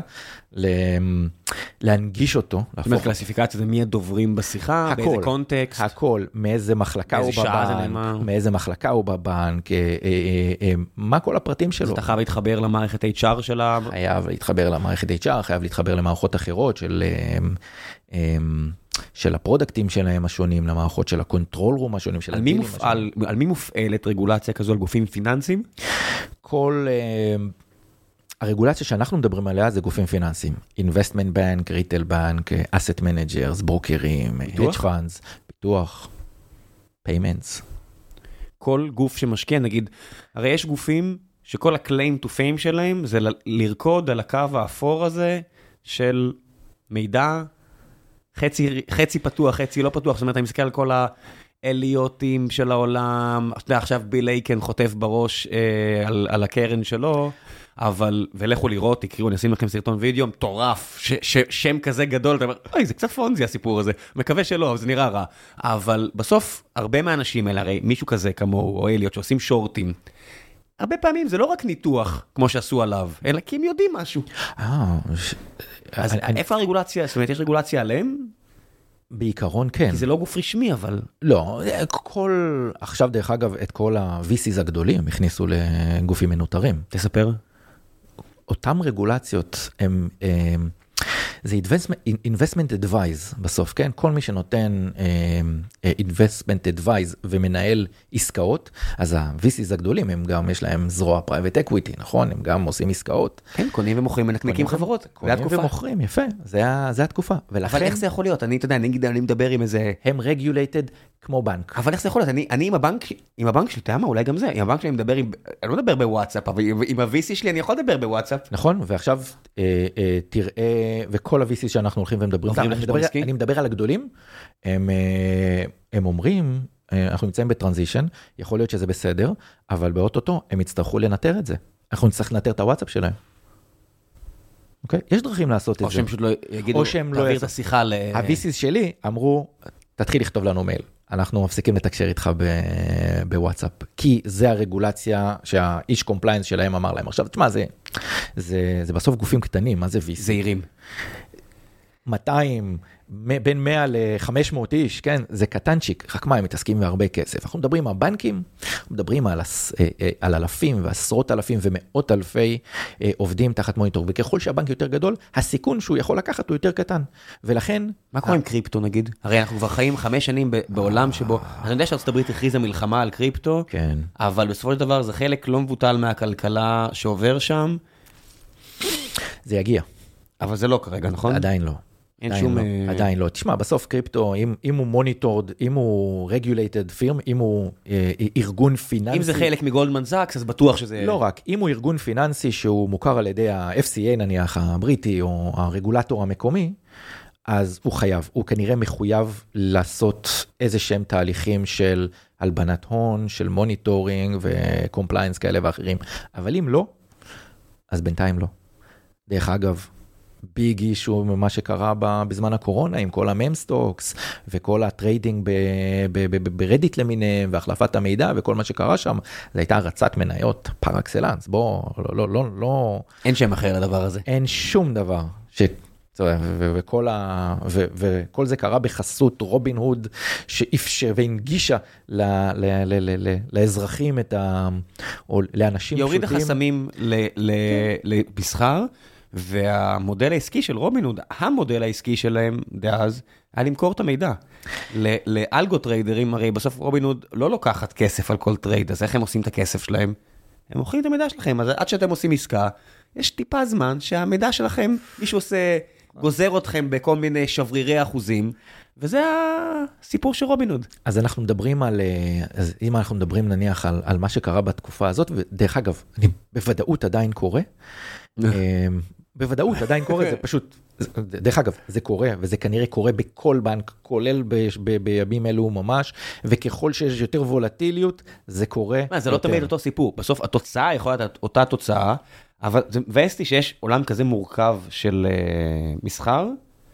להנגיש אותו. זאת אומרת, קלסיפיקציה זה מי הדוברים בשיחה, באיזה קונטקסט. הכל, מאיזה מחלקה הוא בבנק, מאיזה מחלקה הוא בבנק, מה כל הפרטים שלו. אז אתה חייב להתחבר למערכת אייץ' אר שלה? חייב להתחבר למערכת אייץ' אר, חייב להתחבר למערכות אחרות של... של הפרודקטים שלהם השונים, למערכות של הקונטרול רום השונים, של הדילים השונים. על מי מופעלת רגולציה כזו על גופים פיננסיים? כל הרגולציה שאנחנו מדברים עליה זה גופים פיננסיים. Investment Bank, Retail Bank, Asset Managers, ברוקרים, Hedge Funds, ביטוח, Payments. כל גוף שמשקיע, נגיד, הרי יש גופים שכל ה-claim to fame שלהם זה לרקוד על הקו האפור הזה של מידע, חצי, חצי פתוח, חצי לא פתוח, זאת אומרת, אני מסתכל על כל האליוטים של העולם, עכשיו ביל אייקן חוטף בראש אה, על, על הקרן שלו, אבל, ולכו לראות, תקראו, אני אשים לכם סרטון וידאו, מטורף, ש, ש, שם כזה גדול, אתה אומר, אוי, זה קצת פונזי הסיפור הזה, מקווה שלא, אבל זה נראה רע. אבל בסוף, הרבה מהאנשים האלה, הרי מישהו כזה כמוהו, או אליוט, שעושים שורטים, הרבה פעמים זה לא רק ניתוח, כמו שעשו עליו, אלא כי הם יודעים משהו. אה, אז איפה הרגולציה? זאת אומרת, יש רגולציה עליהם? בעיקרון כן. כי זה לא גוף רשמי, אבל... לא, כל... עכשיו דרך אגב, את כל ה-וי סי'ס הגדולים הכניסו לגופים מנותרים. תספר. אותם רגולציות, הם... זה investment, investment advice בסוף, כן? כל מי שנותן uh, investment advice ומנהל עסקאות, אז ה-וי סי'ס הגדולים, הם גם, יש להם זרוע private equity, נכון? הם גם עושים עסקאות. כן, קונים ומוכרים, מנקנקים חברות. קונים ומוכרים, יפה, זה, זה התקופה. ולכן, אבל איך זה יכול להיות? אני, אתה יודע, אני, אני מדבר עם איזה... הם regulated כמו בנק. אבל איך זה יכול להיות? אני, אני עם הבנק, עם הבנק שלי, תאמה, אולי גם זה, עם הבנק שלי אני מדבר עם, אני לא מדבר בוואטסאפ, אבל עם ה-וי סי שלי אני יכול לדבר בוואטסאפ. נכון, ועכשיו אה, אה, תראה, וכל ה-וי סי שאנחנו הולכים ומדברים, אני מדבר, אני מדבר על הגדולים, הם, אה, הם אומרים, אה, אנחנו נמצאים בטרנזישן, יכול להיות שזה בסדר, אבל באוטוטו הם יצטרכו לנטר את זה. אנחנו נצטרך לנטר את הוואטסאפ שלהם. אוקיי? יש דרכים לעשות את זה. או שהם פשוט לא יגידו, תעביר את השיחה ל... ה-וי סי'ס שלי אמרו, תתחיל לכתוב לנו מייל. אנחנו מפסיקים לתקשר איתך בוואטסאפ, כי זה הרגולציה שהאיש קומפליינס שלהם אמר להם. עכשיו, תשמע, זה, זה, זה בסוף גופים קטנים, מה זה וי סי? זהירים. מאתיים, בין מאה ל-חמש מאות איש, כן? זה קטנצ'יק, רק מה, הם מתעסקים בהרבה כסף. אנחנו מדברים על בנקים, אנחנו מדברים על, על אלפים ועשרות אלפים ומאות אלפי עובדים תחת מוניטור, וככל שהבנק יותר גדול, הסיכון שהוא יכול לקחת הוא יותר קטן. ולכן... מה קורה עם קריפטו נגיד? הרי אנחנו כבר חיים חמש שנים בעולם שבו, אני יודע שארצות הברית הכריזה מלחמה על קריפטו, כן. אבל בסופו של דבר זה חלק לא מבוטל מהכלכלה שעובר שם. זה יגיע. אבל זה לא כרגע, נכון? עדיין לא. אין שום... לא, עדיין לא. תשמע, בסוף קריפטו, אם, אם הוא מוניטורד, אם הוא רגולייטד פירם, אם הוא אה, ארגון פיננסי... אם זה חלק מגולדמן זאקס, אז בטוח שזה... לא רק, אם הוא ארגון פיננסי שהוא מוכר על ידי ה-אף סי איי נניח, הבריטי, או הרגולטור המקומי, אז הוא חייב, הוא כנראה מחויב לעשות איזה שהם תהליכים של הלבנת הון, של מוניטורינג וקומפליינס כאלה ואחרים. אבל אם לא, אז בינתיים לא. דרך אגב, ביג אישו ממה שקרה בזמן הקורונה, עם כל הממסטוקס, וכל הטריידינג ברדיט למיניהם, והחלפת המידע, וכל מה שקרה שם, זה הייתה הרצת מניות פר אקסלנס. בוא, לא, לא, לא, לא... אין שם אחר לדבר הזה. אין שום דבר ש... וכל, ה... ו... וכל זה קרה בחסות רובין הוד, שאפשר והנגישה ל... ל... ל... ל... לאזרחים את ה... או לאנשים פשוטים. יוריד החסמים ל... ל... למסחר, והמודל העסקי של רובין הוד, המודל העסקי שלהם דאז, היה למכור את המידע. לאלגו טריידרים, הרי בסוף רובין הוד לא לוקחת כסף על כל טרייד, אז איך הם עושים את הכסף שלהם? הם מוכרים את המידע שלכם, אז עד שאתם עושים עסקה, יש טיפה זמן שהמידע שלכם, מישהו עושה, גוזר אתכם בכל מיני שברירי אחוזים, וזה הסיפור של רובין הוד. אז אנחנו מדברים על, אז אם אנחנו מדברים נניח על, על מה שקרה בתקופה הזאת, ודרך אגב, אני בוודאות עדיין קורה, בוודאות עדיין קורה, זה פשוט, דרך אגב, זה קורה, וזה כנראה קורה בכל בנק, כולל ב, ב, בימים אלו ממש, וככל שיש יותר וולטיליות, זה קורה. מה, זה לא תמיד אותו סיפור, בסוף התוצאה יכולה להיות אותה תוצאה, אבל זה מבאס לי שיש עולם כזה מורכב של uh, מסחר,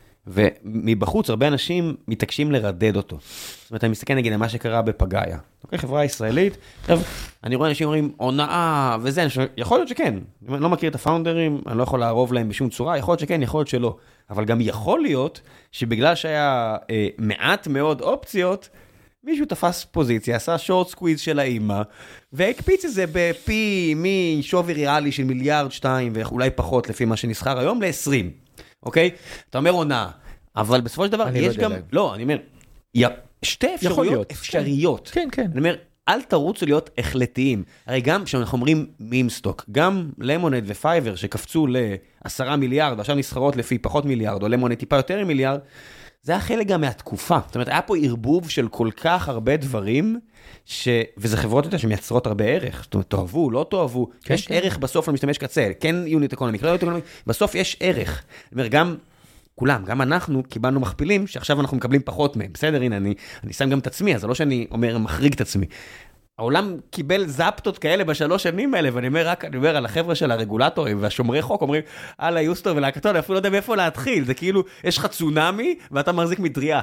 ומבחוץ הרבה אנשים מתעקשים לרדד אותו. זאת אומרת, אני מסתכל נגיד על מה שקרה בפגאיה. אוקיי, חברה ישראלית, עכשיו, אני רואה אנשים אומרים, הונאה וזה, יכול להיות שכן. אני לא מכיר את הפאונדרים, אני לא יכול לערוב להם בשום צורה, יכול להיות שכן, יכול להיות שלא. אבל גם יכול להיות שבגלל שהיה אה, מעט מאוד אופציות, מישהו תפס פוזיציה, עשה שורט סקוויז של האימא, והקפיץ את זה בפי משווי ריאלי של מיליארד שתיים, ואולי פחות לפי מה שנסחר היום, ל-עשרים. אוקיי? אתה אומר עונה, אבל בסופו של דבר יש גם, לא, אני אומר, שתי אפשרויות אפשריות. כן, כן. אני אומר, אל תרוצו להיות החלטיים. הרי גם כשאנחנו אומרים מימסטוק, גם למונד ופייבר שקפצו לעשרה מיליארד, ועכשיו נסחרות לפי פחות מיליארד, או למונד טיפה יותר מיליארד, זה היה חלק גם מהתקופה. זאת אומרת, היה פה ערבוב של כל כך הרבה דברים, ש... וזה חברות יותר שמייצרות הרבה ערך. זאת אומרת, תאהבו, לא תאהבו. כן, יש כן. ערך בסוף למשתמש קצה. כן יוניט אקונומי, לא יוניט אקונומי. בסוף יש ערך. זאת אומרת, גם כולם, גם אנחנו קיבלנו מכפילים, שעכשיו אנחנו מקבלים פחות מהם. בסדר, הנה, אני, אני שם גם את עצמי, אז זה לא שאני אומר, מחריג את עצמי. העולם קיבל זפטות כאלה בשלוש שנים האלה, ואני אומר רק, אני אומר על החבר'ה של הרגולטורים והשומרי חוק, אומרים, הלאה יוסטור ולהקטון, אפילו לא יודע מאיפה להתחיל, זה כאילו, יש לך צונמי, ואתה מחזיק מטריה.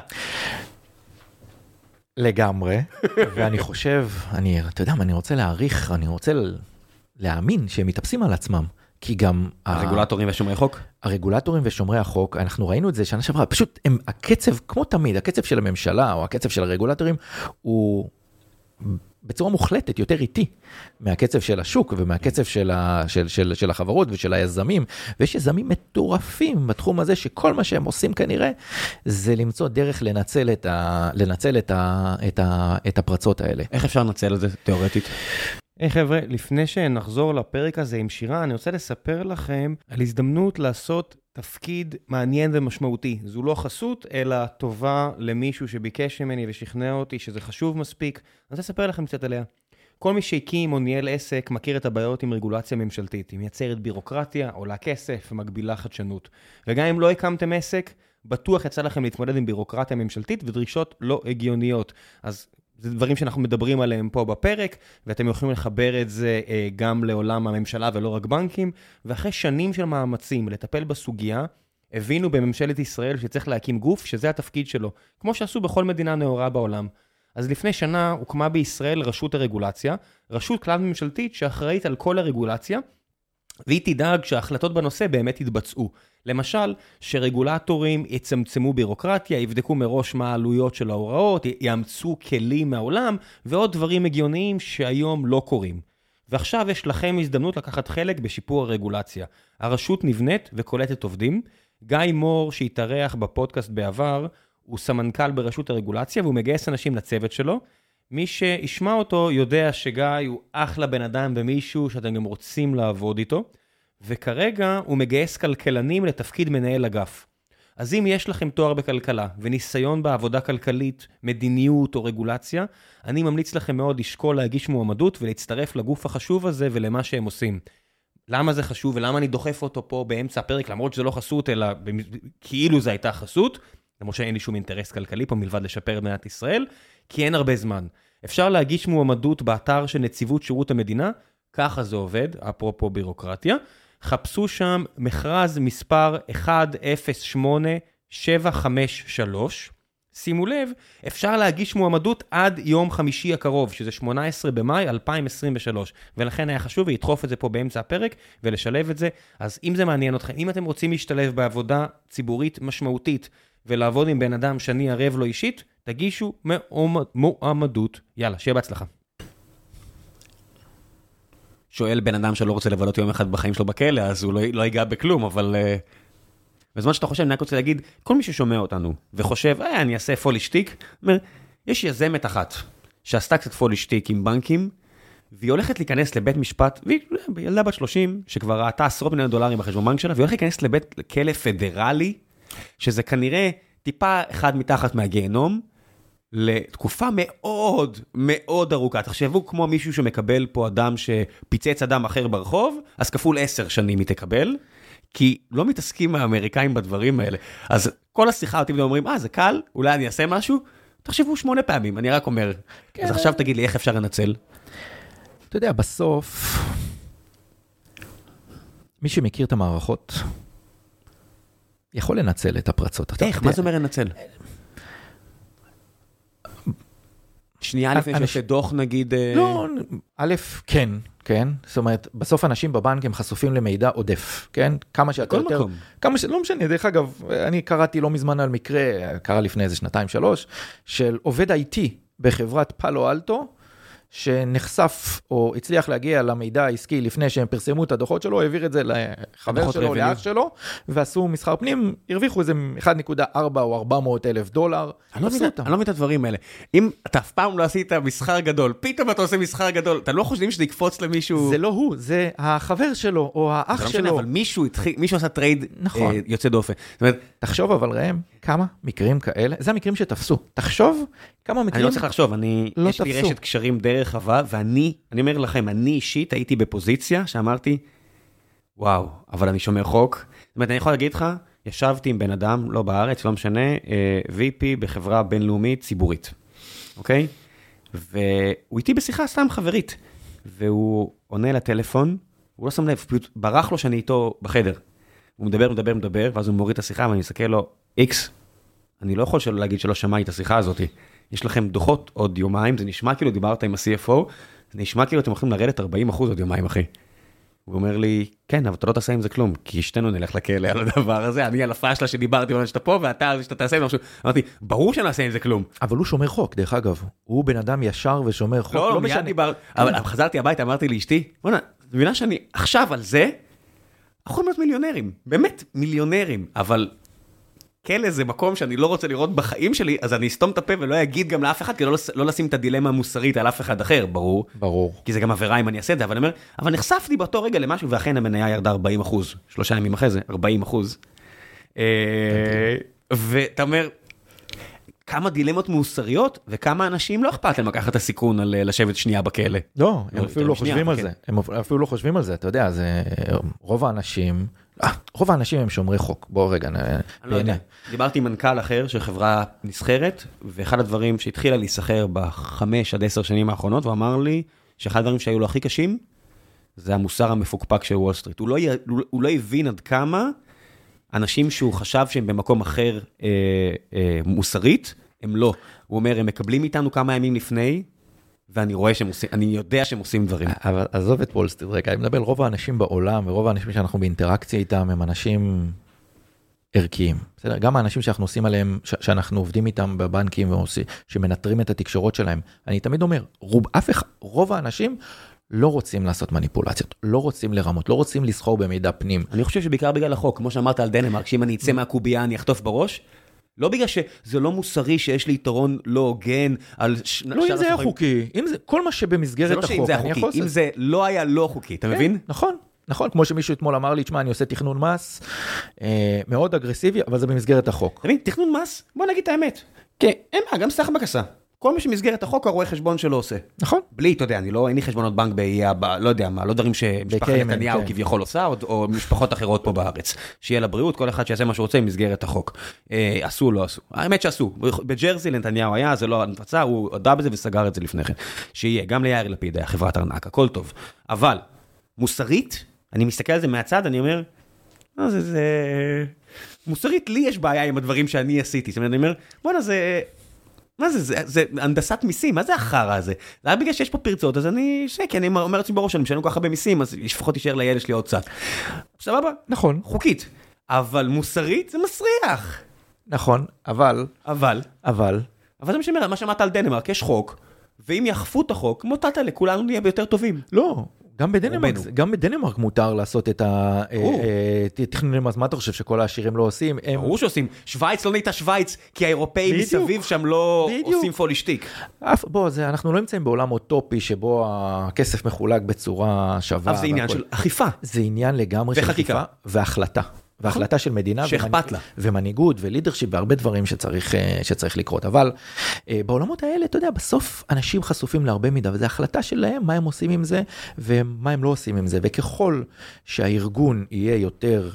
לגמרי, ואני חושב, אני, אתה יודע מה, אני רוצה להעריך, אני רוצה להאמין שהם מתאפסים על עצמם, כי גם... הרגולטורים ושומרי חוק? הרגולטורים ושומרי החוק, אנחנו ראינו את זה שנה שעברה, פשוט הם, הקצב, כמו תמיד, הקצב של הממשלה, או הקצב של הרגולטורים, הוא... בצורה מוחלטת, יותר איטי, מהקצב של השוק ומהקצב של, ה, של, של, של החברות ושל היזמים, ויש יזמים מטורפים בתחום הזה, שכל מה שהם עושים כנראה, זה למצוא דרך לנצל את, ה, לנצל את, ה, את, ה, את הפרצות האלה. איך אפשר לנצל את זה תיאורטית? היי חבר'ה, לפני שנחזור לפרק הזה עם שירן, אני רוצה לספר לכם על הזדמנות לעשות תפקיד מעניין ומשמעותי. זו לא חסות, אלא טובה למישהו שביקש ממני ושכנע אותי שזה חשוב מספיק. אני רוצה לספר לכם קצת עליה. כל מי שהקים או ניהל עסק מכיר את הבעיות עם רגולציה ממשלתית. היא מייצרת בירוקרטיה, עולה כסף ומגבילה חדשנות. וגם אם לא הקמתם עסק, בטוח יצא לכם להתמודד עם בירוקרטיה ממשלתית ודרישות לא הגיוניות. אז זה דברים שאנחנו מדברים עליהם פה בפרק, ואתם יכולים לחבר את זה גם לעולם הממשלה ולא רק בנקים, ואחרי שנים של מאמצים לטפל בסוגיה, הבינו בממשלת ישראל שצריך להקים גוף שזה התפקיד שלו, כמו שעשו בכל מדינה נאורה בעולם. אז לפני שנה הוקמה בישראל רשות הרגולציה, רשות כלל ממשלתית שאחראית על כל הרגולציה, והיא תדאג שההחלטות בנושא באמת יתבצעו. למשל, שרגולטורים יצמצמו בירוקרטיה, יבדקו מראש מה העלויות של ההוראות, יאמצו כלים מהעולם, ועוד דברים הגיוניים שהיום לא קורים. ועכשיו יש לכם הזדמנות לקחת חלק בשיפור הרגולציה. הרשות נבנית וקולטת עובדים. גיא מור, שהתארח בפודקאסט בעבר, הוא סמנכ"ל ברשות הרגולציה, והוא מגייס אנשים לצוות שלו. מי שישמע אותו יודע שגיא הוא אחלה בן אדם במישהו שאתם גם רוצים לעבוד איתו, וכרגע הוא מגייס כלכלנים לתפקיד מנהל אגף. אז אם יש לכם תואר בכלכלה וניסיון בעבודה כלכלית, מדיניות או רגולציה, אני ממליץ לכם מאוד לשקול להגיש מועמדות ולהצטרף לגוף החשוב הזה ולמה שהם עושים. למה זה חשוב ולמה אני דוחף אותו פה באמצע הפרק, למרות שזה לא חסות, אלא כאילו זה הייתה חסות, למרות שאין לי שום אינטרס כלכלי פה מלבד לשפר את מדינת ישראל, כי אין הרבה זמן. אפשר להגיש מועמדות באתר של נציבות שירות המדינה, ככה זה עובד, אפרופו בירוקרטיה. חפשו שם מכרז מספר אחת אפס שמונה שבע חמש שלוש. שימו לב, אפשר להגיש מועמדות עד יום חמישי הקרוב, שזה שמונה עשרה במאי אלפיים עשרים ושלוש. ולכן היה חשוב לדחוף את זה פה באמצע הפרק ולשלב את זה. אז אם זה מעניין אתכם, אם אתם רוצים להשתלב בעבודה ציבורית משמעותית, ולעבוד עם בן אדם שאני ערב לו אישית, תגישו מועמדות. יאללה, שיהיה בהצלחה. שואל בן אדם שלא רוצה לבלות יום אחד בחיים שלו בכלא, אז הוא לא, לא ייגע בכלום, אבל... בזמן שאתה חושב, אני רק רוצה להגיד, כל מי ששומע אותנו וחושב, אה, אני אעשה פולישטיק, אומר, יש יזמת אחת שעשתה קצת פולישטיק עם בנקים, והיא הולכת להיכנס לבית משפט, והיא ילדה בת שלושים, שכבר ראתה עשרות מיליון דולרים בחשבון בנק שלה, והיא הולכת להיכנס לבית כלא פדרלי, שזה כנראה טיפה אחד מתחת מהגיהנום, לתקופה מאוד מאוד ארוכה. תחשבו כמו מישהו שמקבל פה אדם שפיצץ אדם אחר ברחוב, אז כפול עשר שנים היא תקבל, כי לא מתעסקים האמריקאים בדברים האלה. אז כל השיחה אותי אומרים, אה, זה קל, אולי אני אעשה משהו? תחשבו שמונה פעמים, אני רק אומר. כן. אז עכשיו תגיד לי, איך אפשר לנצל? אתה יודע, בסוף, מי שמכיר את המערכות, יכול לנצל את הפרצות. איך? מה זה אומר לנצל? שנייה לפני שיש דוח נגיד... לא, א', כן, כן. זאת אומרת, בסוף אנשים בבנק הם חשופים למידע עודף, כן? כמה שאתה יותר... כמה ש... לא משנה, דרך אגב, אני קראתי לא מזמן על מקרה, קרה לפני איזה שנתיים שלוש, של עובד איי טי בחברת פאלו אלטו, שנחשף או הצליח להגיע למידע העסקי לפני שהם פרסמו את הדוחות שלו, העביר את זה לחבר שלו, לאח שלו, ועשו מסחר פנים, הרוויחו איזה אחת נקודה ארבע או ארבע מאות אלף דולר. אני לא מבין את הדברים האלה. אם אתה אף פעם לא עשית מסחר גדול, פתאום אתה עושה מסחר גדול, אתה לא חושבים שזה יקפוץ למישהו... זה לא הוא, זה החבר שלו או האח שלו. אבל מישהו עשה טרייד יוצא דופן. תחשוב אבל ראם, כמה מקרים כאלה, זה המקרים שתפסו. תחשוב כמה מקרים... אני לא צריך לחשוב, אני, יש לי רשת קשרים די רחבה, ואני, אני אומר לכם, אני אישית הייתי בפוזיציה שאמרתי, וואו, אבל אני שומר חוק. זאת אומרת, אני יכול להגיד לך, ישבתי עם בן אדם, לא בארץ, לא משנה, וי פי בחברה בינלאומית ציבורית. אוקיי? והוא איתי בשיחה סתם חברית, והוא עונה לטלפון, הוא לא שם לב, פשוט ברח לו שאני איתו בחדר. הוא מדבר, מדבר, מדבר, ואז הוא מוריד את השיחה, ואני מסתכל לו, איקס, אני לא יכול שלא להגיד שלא שמעי את השיחה הזאת. יש לכם דוחות עוד יומיים, זה נשמע כאילו דיברת עם ה-סי אף או, זה נשמע כאילו אתם הולכים לרדת ארבעים אחוז עוד יומיים, אחי. הוא אומר לי, כן, אבל אתה לא תעשה עם זה כלום, כי שתינו נלך לכלא על הדבר הזה, אני על הפאשלה שדיברתי על שאתה פה, ואתה על שאתה תעשה עם משהו. אמרתי, ברור שנעשה עם זה כלום. אבל הוא שומר חוק, דרך אגב. הוא בן אדם ישר ושומר חוק. לא, לא מיד דיבר, אבל חזרתי הביתה, אמרתי לאשתי, בוא'נה, מבינה שאני עכשיו על זה, יכולים להיות מיליונרים, באמת מיליונרים, אבל כלא זה מקום שאני לא רוצה לראות בחיים שלי, אז אני אסתום את הפה ולא אגיד גם לאף אחד, כי לא, לא לשים את הדילמה המוסרית על אף אחד אחר, ברור. ברור. כי זה גם עבירה אם אני אעשה את זה, אבל אני אומר, אבל נחשפתי באותו רגע למשהו, ואכן המניה ירדה ארבעים אחוז, שלושה ימים אחרי זה, ארבעים אחוז. ואתה אומר, כמה דילמות מוסריות, וכמה אנשים לא אכפת להם לקחת את הסיכון על לשבת שנייה בכלא. לא, הם אפילו לא חושבים על זה. הם אפילו לא חושבים על זה, אתה יודע, זה רוב האנשים, רוב האנשים הם שומרי חוק. בואו רגע, אני לא יודע. דיברתי עם מנכ"ל אחר של חברה נסחרת, ואחד הדברים שהתחילה להיסחר בחמש עד עשר שנים האחרונות, הוא אמר לי שאחד הדברים שהיו לו הכי קשים, זה המוסר המפוקפק של וול סטריט. הוא לא, הוא לא הבין עד כמה אנשים שהוא חשב שהם במקום אחר אה, אה, מוסרית, הם לא. הוא אומר, הם מקבלים איתנו כמה ימים לפני, ואני רואה שהם עושים, אני יודע שהם עושים דברים. אבל עזוב את וול סטריט, רגע, אני מדבר, רוב האנשים בעולם, ורוב האנשים שאנחנו באינטראקציה איתם, הם אנשים ערכיים. בסדר? גם האנשים שאנחנו עושים עליהם, שאנחנו עובדים איתם בבנקים, ועושים, שמנטרים את התקשורות שלהם. אני תמיד אומר, רוב, אף אחד, רוב האנשים לא רוצים לעשות מניפולציות, לא רוצים לרמות, לא רוצים לסחור במידע פנים. אני חושב שבעיקר בגלל החוק, כמו שאמרת על דנמרק, שאם אני אצא מהקובייה אני אחטוף בראש, לא בגלל שזה לא מוסרי שיש לי יתרון לא הוגן על... לא, אם זה היה חוקי, כל מה שבמסגרת החוק, אני יכול לעשות. אם זה לא היה לא חוקי, אתה מבין? נכון, נכון, כמו שמישהו אתמול אמר לי, תשמע, אני עושה תכנון מס, מאוד אגרסיבי, אבל זה במסגרת החוק. אתה מבין, תכנון מס, בוא נגיד את האמת. כן, אין מה, גם סך בקסה. כל מה שמסגרת החוק, הרואה חשבון שלו עושה. נכון. בלי, אתה יודע, אני לא, אין לי חשבונות בנק באייה, לא יודע מה, לא דברים שמשפחת נתניהו כביכול עושה, או משפחות אחרות פה בארץ. שיהיה לבריאות, כל אחד שיעשה מה שרוצה במסגרת החוק. עשו, לא עשו. האמת שעשו. בג'רזי לנתניהו היה, זה לא הנפצה, הוא הודע בזה וסגר את זה לפני כן. שיהיה, גם ליאיר לפיד היה חברת ארנק, הכל טוב. אבל, מוסרית, אני מסתכל על זה מהצד, אני אומר, זה, זה... מוסרית, לי יש בעיה עם הדברים שאני עשיתי. זאת אומרת, אני אומר, בוא'נה, זה... מה זה? זה, זה הנדסת מיסים, מה זה החרא הזה? זה היה בגלל שיש פה פרצות, אז אני, כי אני אומר לעצמי בראש, אני משלם כל כך הרבה מיסים, אז לפחות יישאר לילד שלי עוד קצת. סבבה? נכון. חוקית. אבל מוסרית זה מסריח. נכון, אבל... אבל... אבל... אבל זה משמר, מה שמעת על דנמרק, יש חוק, ואם יחפו את החוק, מוטטה לכולנו נהיה ביותר טובים. לא, גם בדנמרק, גם בדנמרק מותר לעשות את התכנוני מס. מה אתה חושב שכל העשירים לא עושים? ברור שעושים. שוויץ לא נהייתה שוויץ, כי האירופאים מסביב שם לא עושים פולישטיק. בוא, אנחנו לא נמצאים בעולם אוטופי שבו הכסף מחולק בצורה שווה. אבל זה עניין של אכיפה. זה עניין לגמרי של אכיפה והחלטה. והחלטה של מדינה ומנהיגות ולידרשיפ והרבה דברים שצריך, שצריך לקרות. אבל בעולמות האלה, אתה יודע, בסוף אנשים חשופים להרבה מידע, וזו החלטה שלהם, מה הם עושים עם זה ומה הם לא עושים עם זה. וככל שהארגון יהיה יותר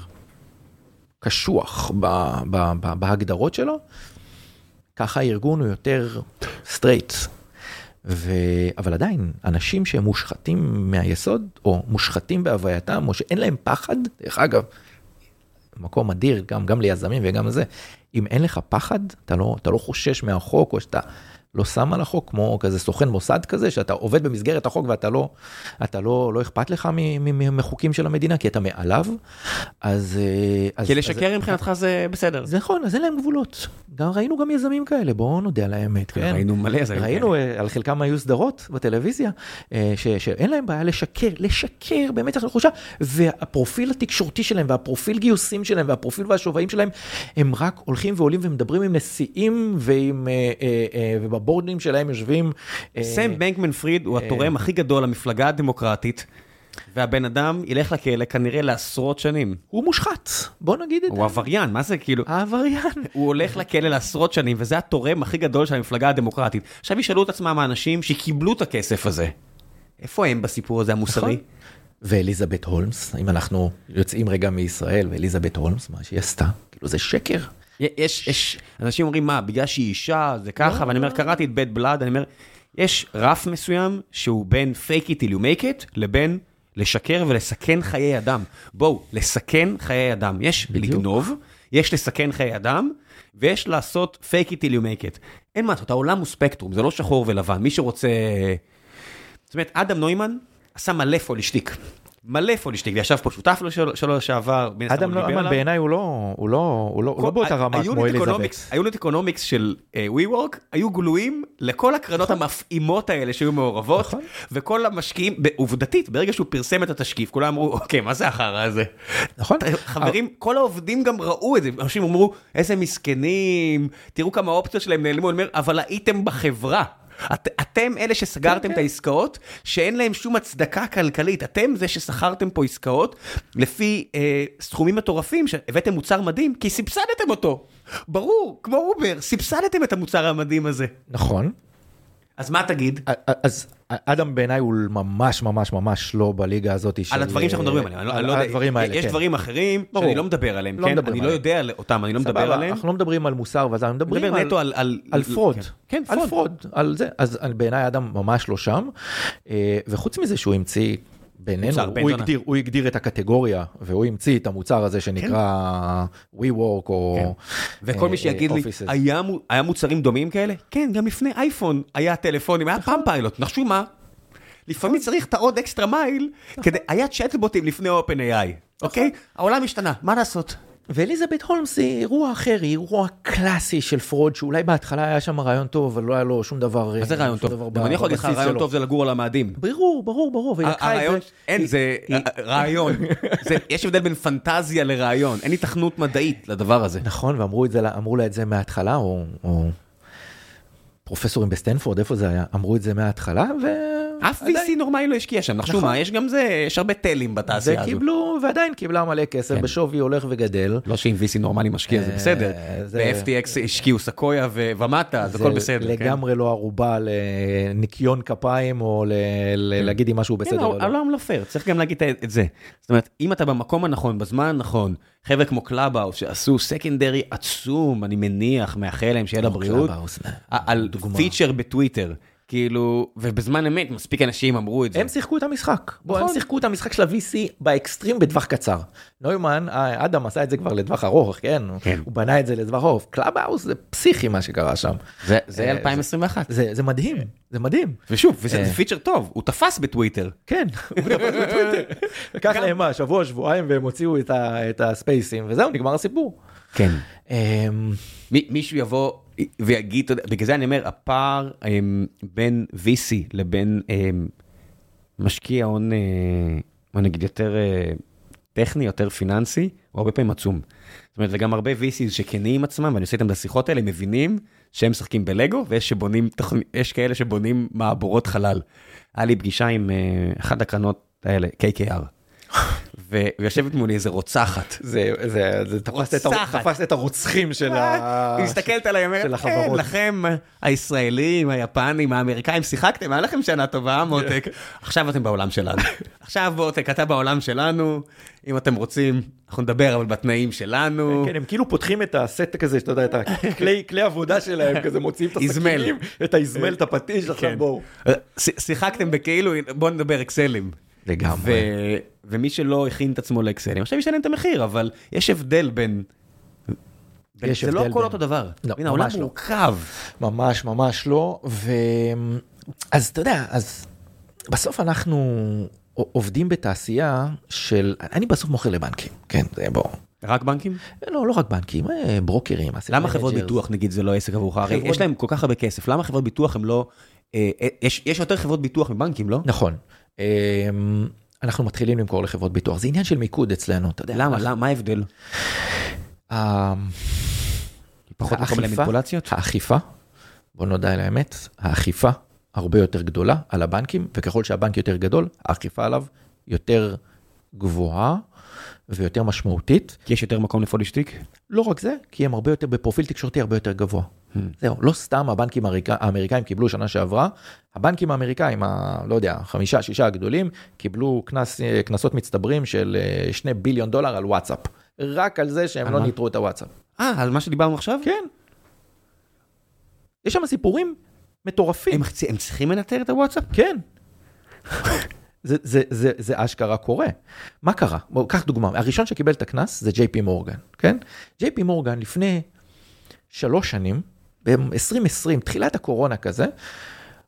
קשוח ב, ב, ב, בהגדרות שלו, ככה הארגון הוא יותר סטרייט. ו... אבל עדיין, אנשים שהם מושחתים מהיסוד, או מושחתים בהווייתם, או שאין להם פחד, דרך אגב, מקום אדיר, גם, גם ליזמים וגם לזה. אם אין לך פחד, אתה לא, אתה לא חושש מהחוק, או שאתה לא שם על החוק, כמו כזה סוכן מוסד כזה, שאתה עובד במסגרת החוק, ואתה לא, אתה לא, לא אכפת לך מחוקים של המדינה, כי אתה מעליו, אז... כי לשקר מבחינתך זה בסדר. זה נכון, אז אין להם גבולות. גם ראינו גם יזמים כאלה, בואו נודה על האמת. כן? ראינו מלא יזמים כאלה. ראינו, על חלקם היו סדרות בטלוויזיה, ש, שאין להם בעיה לשקר, לשקר, באמת צריך לחושה, והפרופיל התקשורתי שלהם, והפרופיל גיוסים שלהם, והפרופיל והשובעים שלהם, הם רק הולכים ועולים ומדברים עם נשיאים, ועם... בבורדים שלהם יושבים... סם בנקמן פריד הוא התורם הכי גדול למפלגה הדמוקרטית, והבן אדם ילך לכלא כנראה לעשרות שנים. הוא מושחת, בוא נגיד את זה. הוא עבריין, מה זה כאילו? העבריין. הוא הולך לכלא לעשרות שנים, וזה התורם הכי גדול של המפלגה הדמוקרטית. עכשיו ישאלו את עצמם האנשים שקיבלו את הכסף הזה. איפה הם בסיפור הזה המוסרי? ואליזבת הולמס, אם אנחנו יוצאים רגע מישראל, ואליזבת הולמס, מה שהיא עשתה, כאילו זה שקר. יש, יש, אנשים אומרים מה, בגלל שהיא אישה, זה ככה, ואני אומר, קראתי את Bad Blood, אני אומר, יש רף מסוים שהוא בין fake it till you make it, לבין לשקר ולסכן חיי אדם. בואו, לסכן חיי אדם. יש לגנוב, יש לסכן חיי אדם, ויש לעשות fake it till you make it. אין מה, העולם הוא ספקטרום, זה לא שחור ולבן. מי שרוצה... זאת אומרת, אדם נוימן עשה מלא פולישטיק. מלא פולישטיק, וישב פה שותף שלו לשעבר, אדם נוימן בעיניי הוא לא, הוא לא, הוא לא באותה רמה כמו אליזבת. היוניט אקונומיקס של WeWork היו גלויים לכל הקרנות המפעימות האלה שהיו מעורבות, וכל המשקיעים, עובדתית, ברגע שהוא פרסם את התשקיף, כולם אמרו, אוקיי, מה זה אחר הזה? נכון. חברים, כל העובדים גם ראו את זה, אנשים אמרו, איזה מסכנים, תראו כמה אופציות שלהם נעלמו, אני אומר, אבל הייתם בחברה. את, אתם אלה שסגרתם כן, את העסקאות, שאין להם שום הצדקה כלכלית. אתם זה ששכרתם פה עסקאות, לפי אה, סכומים מטורפים, שהבאתם מוצר מדהים, כי סבסדתם אותו. ברור, כמו אובר, סבסדתם את המוצר המדהים הזה. נכון. אז מה תגיד? אז אדם בעיניי הוא ממש ממש ממש לא בליגה הזאת. על הדברים שאנחנו מדברים עליהם. על הדברים האלה, יש דברים אחרים שאני לא מדבר עליהם, אני לא יודע אותם, אני לא מדבר עליהם. אנחנו לא מדברים על מוסר, אנחנו מדברים על פרוד. כן, על פרוד, על זה. אז בעיניי אדם ממש לא שם. וחוץ מזה שהוא המציא, בינינו, הוא הגדיר את הקטגוריה, והוא המציא את המוצר הזה שנקרא WeWork או... וכל מי שיגיד לי, היה מוצרים דומים כאלה? כן, גם לפני אייפון היה טלפונים, היה פעם פיילוט, נחשו מה? לפעמים צריך את העוד אקסטרה מייל, היה צ'אטבוטים לפני OpenAI, אוקיי? העולם השתנה, מה לעשות? ואליזבת הולמס היא אירוע אחר, היא אירוע קלאסי של פרוד, שאולי בהתחלה היה שם רעיון טוב, אבל לא היה לו שום דבר... מה זה רעיון טוב? גם אני יכול להגיד לך, רעיון טוב זה לגור על המאדים. ברור, ברור, ברור. הרעיון, אין, זה רעיון. יש הבדל בין פנטזיה לרעיון. אין התכנות מדעית לדבר הזה. נכון, ואמרו לה את זה מההתחלה, או פרופסורים בסטנפורד, איפה זה היה? אמרו את זה מההתחלה, ו... אף וי סי נורמלי לא השקיע שם, נחשו מה, יש גם זה, יש הרבה טלים בתעשייה הזו. וקיבלו, ועדיין קיבלה מלא כסף, בשווי הולך וגדל. לא שאם וי סי נורמלי משקיע, זה בסדר. ב-אף טי אקס השקיעו סקויה ומטה, זה הכל בסדר. זה לגמרי לא ערובה לניקיון כפיים, או להגיד אם משהו בסדר או לא. העולם לא פייר, צריך גם להגיד את זה. זאת אומרת, אם אתה במקום הנכון, בזמן הנכון, חבר'ה כמו קלאבהאוס, שעשו סקנדרי עצום, אני מניח, מאחל להם שיהיה לבריאות, על פיצ'ר בטוויטר. כאילו, ובזמן אמת, מספיק אנשים אמרו את זה. הם שיחקו את המשחק. בוא, הם שיחקו את המשחק של ה-וי סי באקסטרים בטווח קצר. נוימן, אדם עשה את זה כבר לטווח ארוך, כן? הוא בנה את זה לטווח ארוך. קלאבהאוס זה פסיכי מה שקרה שם. זה אלפיים עשרים ואחת. זה מדהים, זה מדהים. ושוב, וזה פיצ'ר טוב, הוא תפס בטוויטר. כן, הוא תפס בטוויטר. לקח להם מה, שבוע, שבועיים, והם הוציאו את הספייסים, וזהו, נגמר הסיפור. כן. מישהו יבוא ויגיד, בגלל זה אני אומר, הפער בין וי סי לבין משקיע הון, מה נגיד, יותר טכני, יותר פיננסי, הוא הרבה פעמים עצום. זאת אומרת, וגם הרבה וי סי שכנים עצמם, ואני עושה איתם בשיחות האלה, מבינים שהם משחקים בלגו, ויש שבונים, יש כאלה שבונים מעבורות חלל. היה לי פגישה עם אחת הקרנות האלה, קיי קיי אר. ויושבת מולי איזה רוצחת. זה, זה, זה תפס את הרוצחים של החברות. היא מסתכלת עליי, אומרת, כן, לכם, הישראלים, היפנים, האמריקאים, שיחקתם, היה לכם שנה טובה, מותק. עכשיו אתם בעולם שלנו. עכשיו מותק, אתה בעולם שלנו, אם אתם רוצים, אנחנו נדבר, אבל בתנאים שלנו. כן, הם כאילו פותחים את הסט כזה, שאתה יודע, את הכלי עבודה שלהם, כזה מוציאים את הסכינים, את האזמל, את הפטיש, עכשיו בואו. שיחקתם בכאילו, בואו נדבר אקסלים. לגמרי. ומי שלא הכין את עצמו לאקסלים, עכשיו ישלם את המחיר, אבל יש הבדל בין... זה לא הכל אותו דבר. הנה, העולם מורכב. ממש, ממש לא. אז אתה יודע, אז בסוף אנחנו עובדים בתעשייה של... אני בסוף מוכר לבנקים. כן, זה בוא. רק בנקים? לא, לא רק בנקים, ברוקרים. למה חברות ביטוח, נגיד, זה לא עסק עבורך? הרי יש להם כל כך הרבה כסף. למה חברות ביטוח הם לא... יש יותר חברות ביטוח מבנקים, לא? נכון. אנחנו מתחילים למכור לחברות ביטוח. זה עניין של מיקוד אצלנו, אתה יודע. למה? מה ההבדל? פחות מקום למניפולציות? האכיפה, בוא נודע על האמת, האכיפה הרבה יותר גדולה על הבנקים, וככל שהבנק יותר גדול, האכיפה עליו יותר גבוהה ויותר משמעותית. כי יש יותר מקום לפולישטיק? לא רק זה, כי הם הרבה יותר בפרופיל תקשורתי הרבה יותר גבוה. זהו, לא סתם הבנקים האמריקאים קיבלו שנה שעברה, הבנקים האמריקאים, לא יודע, חמישה, שישה הגדולים, קיבלו כנסות מצטברים של שני ביליון דולר על וואטסאפ. רק על זה שהם לא ניטרו את הוואטסאפ. אה, על מה שדיברנו עכשיו? כן. יש שם סיפורים מטורפים. הם צריכים לנטר את הוואטסאפ? כן. זה, זה, זה, זה אשכרה קורה. מה קרה? בוא, קח דוגמה. הראשון שקיבל את הכנס זה ג'יי פי מורגן, כן? ג'יי פי מורגן לפני שלוש שנים, ב-עשרים עשרים, תחילת הקורונה כזה,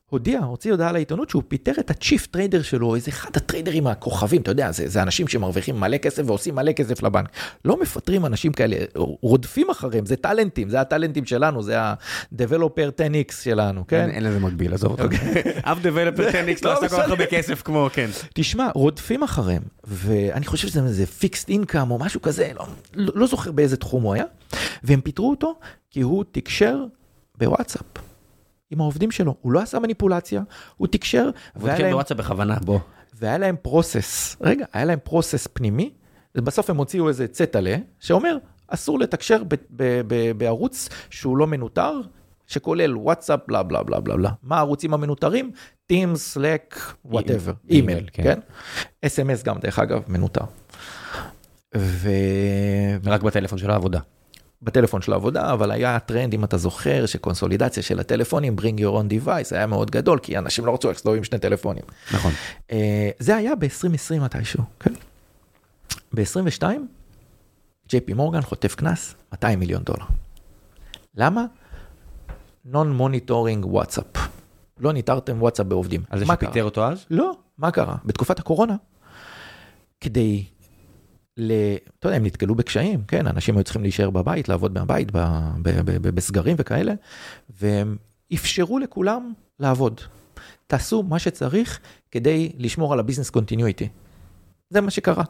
הודיע, הוציא הודעה לעיתונות שהוא פיטר את הצ'יפ טריידר שלו, איזה אחד הטריידרים הכוכבים, אתה יודע, זה, זה אנשים שמרוויחים מלא כסף ועושים מלא כסף לבנק. לא מפטרים אנשים כאלה, רודפים אחריהם, זה טלנטים, זה הטלנטים שלנו, זה ה-Developer טן אקס שלנו, כן? אין, אין לזה מקביל, עזוב אותו. אף Developer טן אקס לא עשה כל כך הרבה כסף כמו, כן. תשמע, רודפים אחריהם, ואני חושב שזה איזה fixed income או משהו כזה, לא, לא, לא זוכר באיזה תחום הוא היה, והם פיטרו אותו כי הוא תקשר בוואטסאפ. עם העובדים שלו, הוא לא עשה מניפולציה, הוא תקשר, הוא תקשר בוואטסאפ בכוונה, בוא. והיה להם פרוסס, רגע, היה להם פרוסס פנימי, ובסוף הם הוציאו איזה צטלה, שאומר, אסור לתקשר ב- ב- ב- בערוץ שהוא לא מנותר, שכולל וואטסאפ, בלה בלה בלה בלה בלה. מה הערוצים המנותרים? Teams, Slack, whatever, אימייל, כן? אס אם אס גם, דרך אגב, מנותר. ו... רק בטלפון של העבודה. בטלפון של העבודה, אבל היה הטרנד, אם אתה זוכר, שקונסולידציה של הטלפונים, bring your own device, היה מאוד גדול, כי אנשים לא רצו להסתובב עם שני טלפונים. נכון. זה היה ב-עשרים עשרים מתישהו, כן? ב-עשרים ושתיים, ג'יי פי מורגן חוטף כנס, מאתיים מיליון דולר. למה? Non-monitoring WhatsApp. לא ניתרתם וואטסאפ בעובדים. על זה שפיטר אותו אז? לא, מה קרה? בתקופת הקורונה, כדי... ל... אתה יודע, הם נתקלו בקשיים, כן, אנשים היו צריכים להישאר בבית, לעבוד מהבית, ב... ב... ב... בסגרים וכאלה, והם אפשרו לכולם לעבוד. תעשו מה שצריך כדי לשמור על הביזנס קונטיניויטי. זה מה שקרה.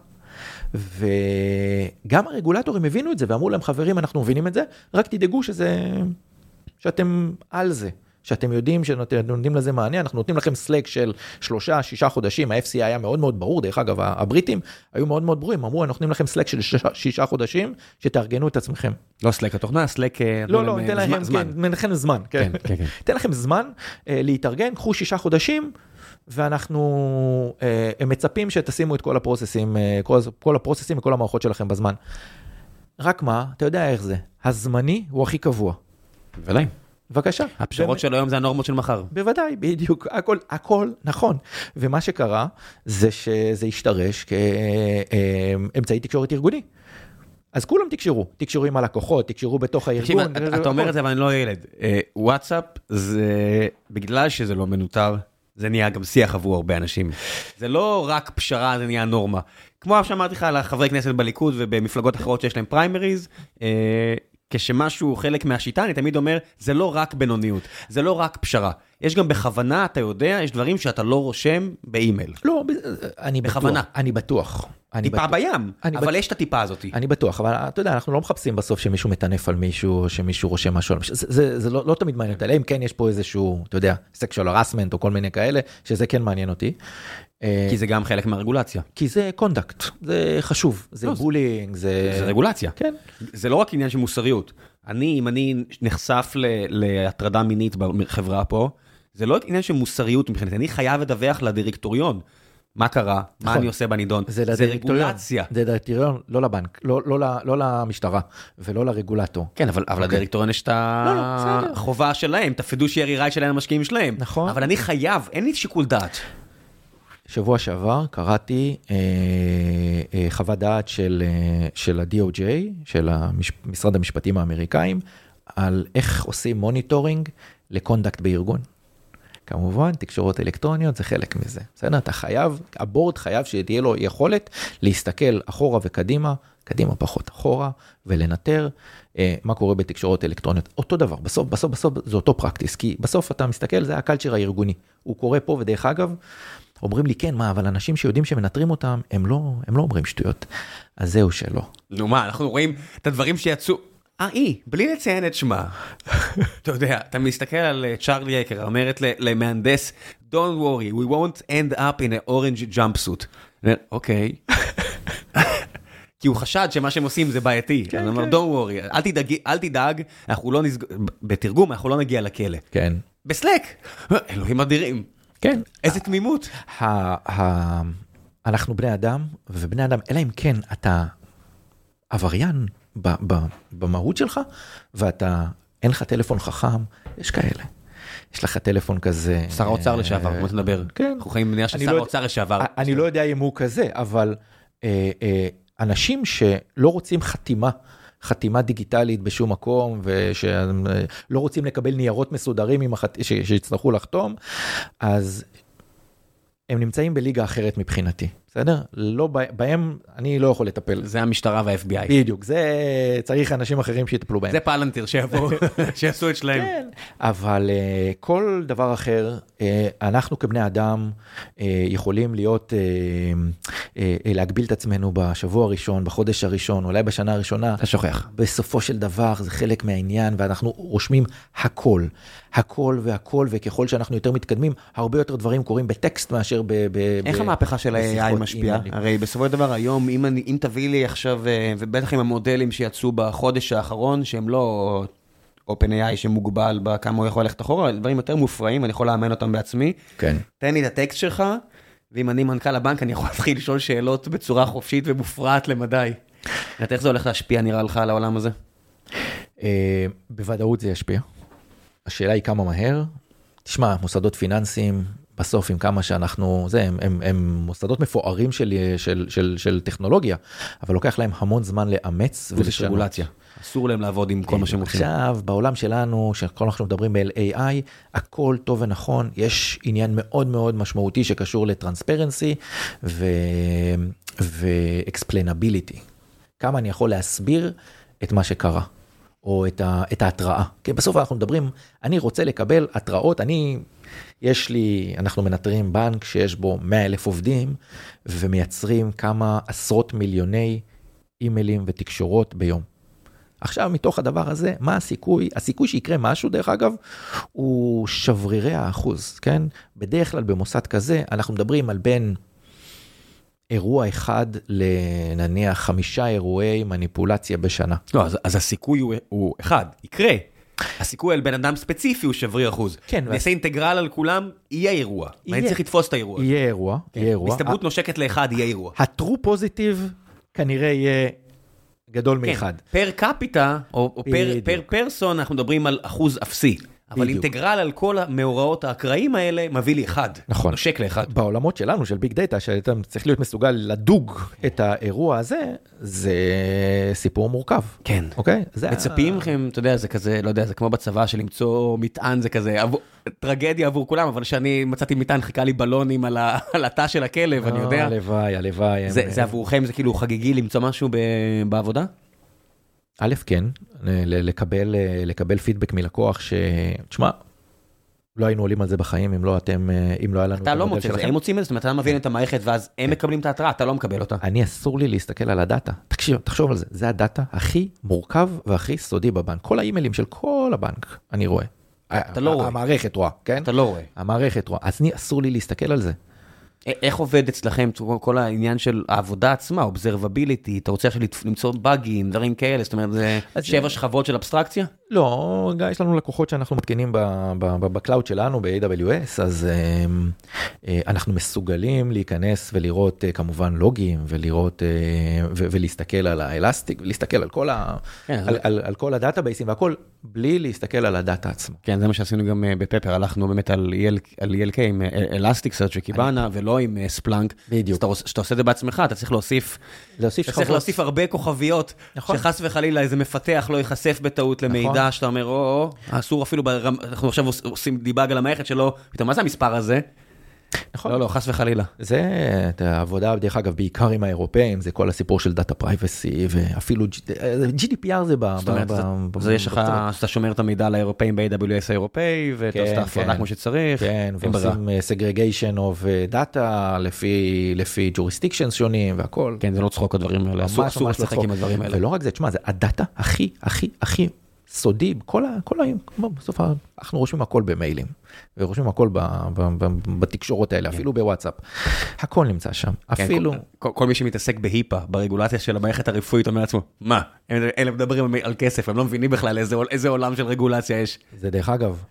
וגם הרגולטורים הבינו את זה, ואמרו להם, חברים, אנחנו מבינים את זה, רק תדאגו שזה... שאתם על זה. שאתם יודעים שנותנים לזה מענה, אנחנו נותנים לכם סלק של שלושה, שישה חודשים, ה-אף סי איי היה מאוד מאוד ברור, דרך אגב, הבריטים היו מאוד מאוד ברורים, אמרו, אנחנו נותנים לכם סלק של שישה, שישה חודשים, שתארגנו את עצמכם. לא סלק התוכנה, סלק... לא, לא, ניתן לכם זמן. כן, זמן, כן. כן, כן. ניתן לכם זמן להתארגן, קחו שישה חודשים, ואנחנו הם מצפים שתשימו את כל הפרוססים, כל הפרוססים וכל המערכות שלכם בזמן. רק מה, אתה יודע איך זה, הזמני הוא הכי קבוע. ולאי. בבקשה. הפשרות של היום זה הנורמות של מחר. בוודאי, בדיוק, הכל, הכל נכון. ומה שקרה זה שזה השתרש כאמצעי תקשורת ארגוני. אז כולם תקשרו, תקשרו עם הלקוחות, תקשרו בתוך הארגון. אתה אומר את זה, אבל אני לא ילד. וואטסאפ זה, בגלל שזה לא מנותר, זה נהיה גם שיח עבור הרבה אנשים. זה לא רק פשרה, זה נהיה נורמה. כמו שאמרתי לך על החברי כנסת בליכוד ובמפלגות אחרות שיש להם פריימריז, כשמשהו חלק מהשיטה, אני תמיד אומר, זה לא רק בינוניות, זה לא רק פשרה. יש גם בכוונה, אתה יודע, יש דברים שאתה לא רושם באימייל. לא, אני בכוונה. בטוח. אני בטוח. טיפה בים, אבל יש את הטיפה הזאת. אני בטוח, אבל אתה יודע, אנחנו לא מחפשים בסוף שמישהו מטנף על מישהו, שמישהו רושם משהו על מישהו. זה לא תמיד מעניין אותי, אם כן יש פה איזשהו, אתה יודע, sexual harassment או כל מיני כאלה, שזה כן מעניין אותי. כי זה גם חלק מהרגולציה. כי זה קונדקט, זה חשוב, זה בולינג, זה... זה רגולציה. כן. זה לא רק עניין של מוסריות. אני, אם אני נחשף להטרדה מינית בחברה פה, זה לא עניין של מוסריות מבחינת, אני חייב לדווח לדירקטוריון. מה קרה? מה אני עושה בנידון? זה רגולציה. זה דירקטוריון, לא לבנק, לא למשטרה ולא לרגולטור. כן, אבל לדירקטוריון יש את החובה שלהם, את הפידושיירי רייט שלהם המשקיעים שלהם. נכון. אבל אני חייב, אין לי שיקול דעת. שבוע שעבר קראתי אה, אה, חוות דעת של, אה, של ה-די או ג'יי, של המש, משרד המשפטים האמריקאים, על איך עושים מוניטורינג לקונדקט בארגון. כמובן, תקשורות אלקטרוניות זה חלק מזה. בסדר? אתה חייב, הבורד חייב שתהיה לו יכולת להסתכל אחורה וקדימה, קדימה פחות אחורה, ולנטר אה, מה קורה בתקשורות אלקטרוניות. אותו דבר, בסוף, בסוף, בסוף זה אותו פרקטיס, כי בסוף אתה מסתכל, זה הקלצ'ר הארגוני. הוא קורה פה, ודרך אגב, אומרים לי, כן, מה, אבל אנשים שיודעים שמנטרים אותם, הם לא, הם לא אומרים שטויות. אז זהו שלא. נו מה, אנחנו רואים את הדברים שיצאו, אה, אי, בלי לציין את שמה. אתה יודע, אתה מסתכל על צ'ארלי יקר, אומרת למהנדס, don't worry, we won't end up in an orange jumpsuit. אוקיי. כי הוא חשד שמה שהם עושים זה בעייתי. אני אומר, don't worry, אל תדאג, אנחנו לא נסג... בתרגום, אנחנו לא נגיע לכלא. כן. בסלק. אלוהים אדירים. כן. איזה תמימות. אנחנו בני אדם, ובני אדם, אלא אם כן אתה עבריין במהות שלך, ואתה, אין לך טלפון חכם, יש כאלה. יש לך טלפון כזה... שר האוצר לשעבר, כמו תדבר. כן. אנחנו חיים במדינה של שר האוצר לשעבר. אני לא יודע אם הוא כזה, אבל אנשים שלא רוצים חתימה, חתימה דיגיטלית בשום מקום, ושלא רוצים לקבל ניירות מסודרים שיצטרכו לחתום, אז הם נמצאים בליגה אחרת מבחינתי, בסדר? לא, בהם אני לא יכול לטפל. זה המשטרה וה-אף בי איי. בדיוק, זה צריך אנשים אחרים שיטפלו בהם. זה פלנטיר שיבואו, שיעשו את שלהם. כן, אבל uh, כל דבר אחר, uh, אנחנו כבני אדם uh, יכולים להיות, uh, uh, להגביל את עצמנו בשבוע הראשון, בחודש הראשון, אולי בשנה הראשונה. אתה שוכח. בסופו של דבר זה חלק מהעניין, ואנחנו רושמים הכל, הכל והכל, וככל שאנחנו יותר מתקדמים, הרבה יותר דברים קורים בטקסט מאשר ב... ב איך ב המהפכה של ה-איי איי משפיעה? הרי בסופו של דבר היום, אם, אני, אם תביא לי עכשיו, ובטח עם המודלים שיצאו בחודש האחרון, שהם לא OpenAI שמוגבל בכמה הוא יכול ללכת אחורה, דברים יותר מופרעים, אני יכול לאמן אותם בעצמי. כן. תן לי את הטקסט שלך, ואם אני מנכ"ל הבנק, אני יכול להתחיל לשאול שאלות בצורה חופשית ומופרעת למדי. איך זה הולך להשפיע, נראה לך, על העולם הזה? בוודאות זה ישפיע. השאלה היא כמה מהר. תשמע, מוסדות פיננסיים, בסוף עם כמה שאנחנו, זה, הם, הם, הם מוסדות מפוארים של, של, של, של טכנולוגיה, אבל לוקח להם המון זמן לאמץ ולשנות. רגולציה. אסור להם לעבוד עם כל מה שהם עושים. עכשיו, בעולם שלנו, שכל אנחנו מדברים ב-איי איי, הכל טוב ונכון, יש עניין מאוד מאוד משמעותי שקשור לטרנספרנסי ו-explainability. כמה אני יכול להסביר את מה שקרה. או את, ה, את ההתראה. כי בסוף אנחנו מדברים, אני רוצה לקבל התראות, אני, יש לי, אנחנו מנטרים בנק שיש בו מאה אלף עובדים, ומייצרים כמה עשרות מיליוני אימיילים ותקשורות ביום. עכשיו, מתוך הדבר הזה, מה הסיכוי? הסיכוי שיקרה משהו, דרך אגב, הוא שברירי האחוז, כן? בדרך כלל במוסד כזה, אנחנו מדברים על בין אירוע אחד לנניח חמישה אירועי מניפולציה בשנה. לא, אז, אז הסיכוי הוא, הוא אחד, יקרה. הסיכוי על בן אדם ספציפי הוא שברי אחוז. כן. נעשה אינטגרל על כולם, יהיה אירוע. יהיה. ואני צריך לתפוס את האירוע. יהיה אירוע, כן. יהיה אירוע. הסתברות נושקת לאחד, יהיה אירוע. הטרו פוזיטיב כנראה יהיה גדול כן. מאחד. פר קפיטה, או, או פר, פר פרסון, אנחנו מדברים על אחוז אפסי. אבל בדיוק. אינטגרל על כל המאורעות האקראיים האלה מביא לי אחד. נכון. נושק לאחד. בעולמות שלנו, של ביג דאטה, שאתה צריך להיות מסוגל לדוג את האירוע הזה, זה סיפור מורכב. כן. אוקיי? מצפים לכם, אתה יודע, זה כזה, לא יודע, זה כמו בצבא של למצוא מטען, זה כזה, עבור, טרגדיה עבור כולם, אבל שאני מצאתי מטען, חיכה לי בלונים על, ה, על התא של הכלב, אני יודע. הלוואי, הלוואי. זה, זה עבורכם, זה כאילו חגיגי למצוא משהו ב, בעבודה? א', כן, לקבל, לקבל פידבק מלקוח ש... תשמע, לא היינו עולים על זה בחיים אם לא אתם, אם לא היה לנו... אתה לא מוצא, הם מוצאים את זה, זאת אומרת, אתה מבין את המערכת ואז הם מקבלים את ההתראה, אתה לא מקבל אותה. אני אסור לי להסתכל על הדאטה. תקשיב, תחשוב על זה, זה הדאטה הכי מורכב והכי סודי בבנק. כל האימיילים של כל הבנק, אני רואה. אתה לא רואה. המערכת רואה, כן? אתה לא רואה. המערכת רואה. אז אני אסור לי להסתכל על זה. איך עובד אצלכם כל העניין של העבודה עצמה, observability, אתה רוצה עכשיו למצוא באגים, דברים כאלה, זאת אומרת, זה שבע שכבות של אבסטרקציה? לא, יש לנו לקוחות שאנחנו מתקינים בקלאוד שלנו, ב-איי דאבליו אס, אז אנחנו מסוגלים להיכנס ולראות כמובן לוגים, ולראות ולהסתכל על האלסטיק, ולהסתכל על כל הדאטאבייסים, והכל בלי להסתכל על הדאטה עצמו. כן, זה מה שעשינו גם בפפר, הלכנו באמת על אי אל קיי עם אלסטיק-סרצ' וקיבלנה, ולא עם ספלנק. בדיוק. כשאתה עושה את זה בעצמך, אתה צריך להוסיף, להוסיף אתה צריך להוסיף הרבה כוכביות, שחס וחלילה איזה מפתח לא ייחשף בטעות למידע, שאתה אומר, או, אסור אפילו, אנחנו עכשיו עושים דיבאג על המערכת שלו, פתאום, מה זה המספר הזה? נכון. לא, לא, חס וחלילה. זה, את העבודה, דרך אגב, בעיקר עם האירופאים, זה כל הסיפור של דאטה פרייבסי, ואפילו ג'י די פי אר זה ב... זאת אומרת, זה יש לך, אתה שומר את המידע לאירופאים ב-איי דאבליו אס האירופאי, ואתה עושה את ההפרדה כמו שצריך. כן, ועושים segregation of data לפי jurisdictions שונים והכל. כן, זה לא צחוק הדברים האלה, אסור לשחק עם הדברים האלה. ולא רק זה, תשמע, זה הדאטה הכי, הכי, הכי סודי, כל ה... בסוף אנחנו רושמים הכל במיילים, ורושמים הכל בתקשורות האלה, אפילו בוואטסאפ. הכל נמצא שם, אפילו... כל מי שמתעסק בהיפה, ברגולציה של המערכת הרפואית, אומר לעצמו, מה? אלה מדברים על כסף, הם לא מבינים בכלל איזה עולם של רגולציה יש. זה דרך אגב,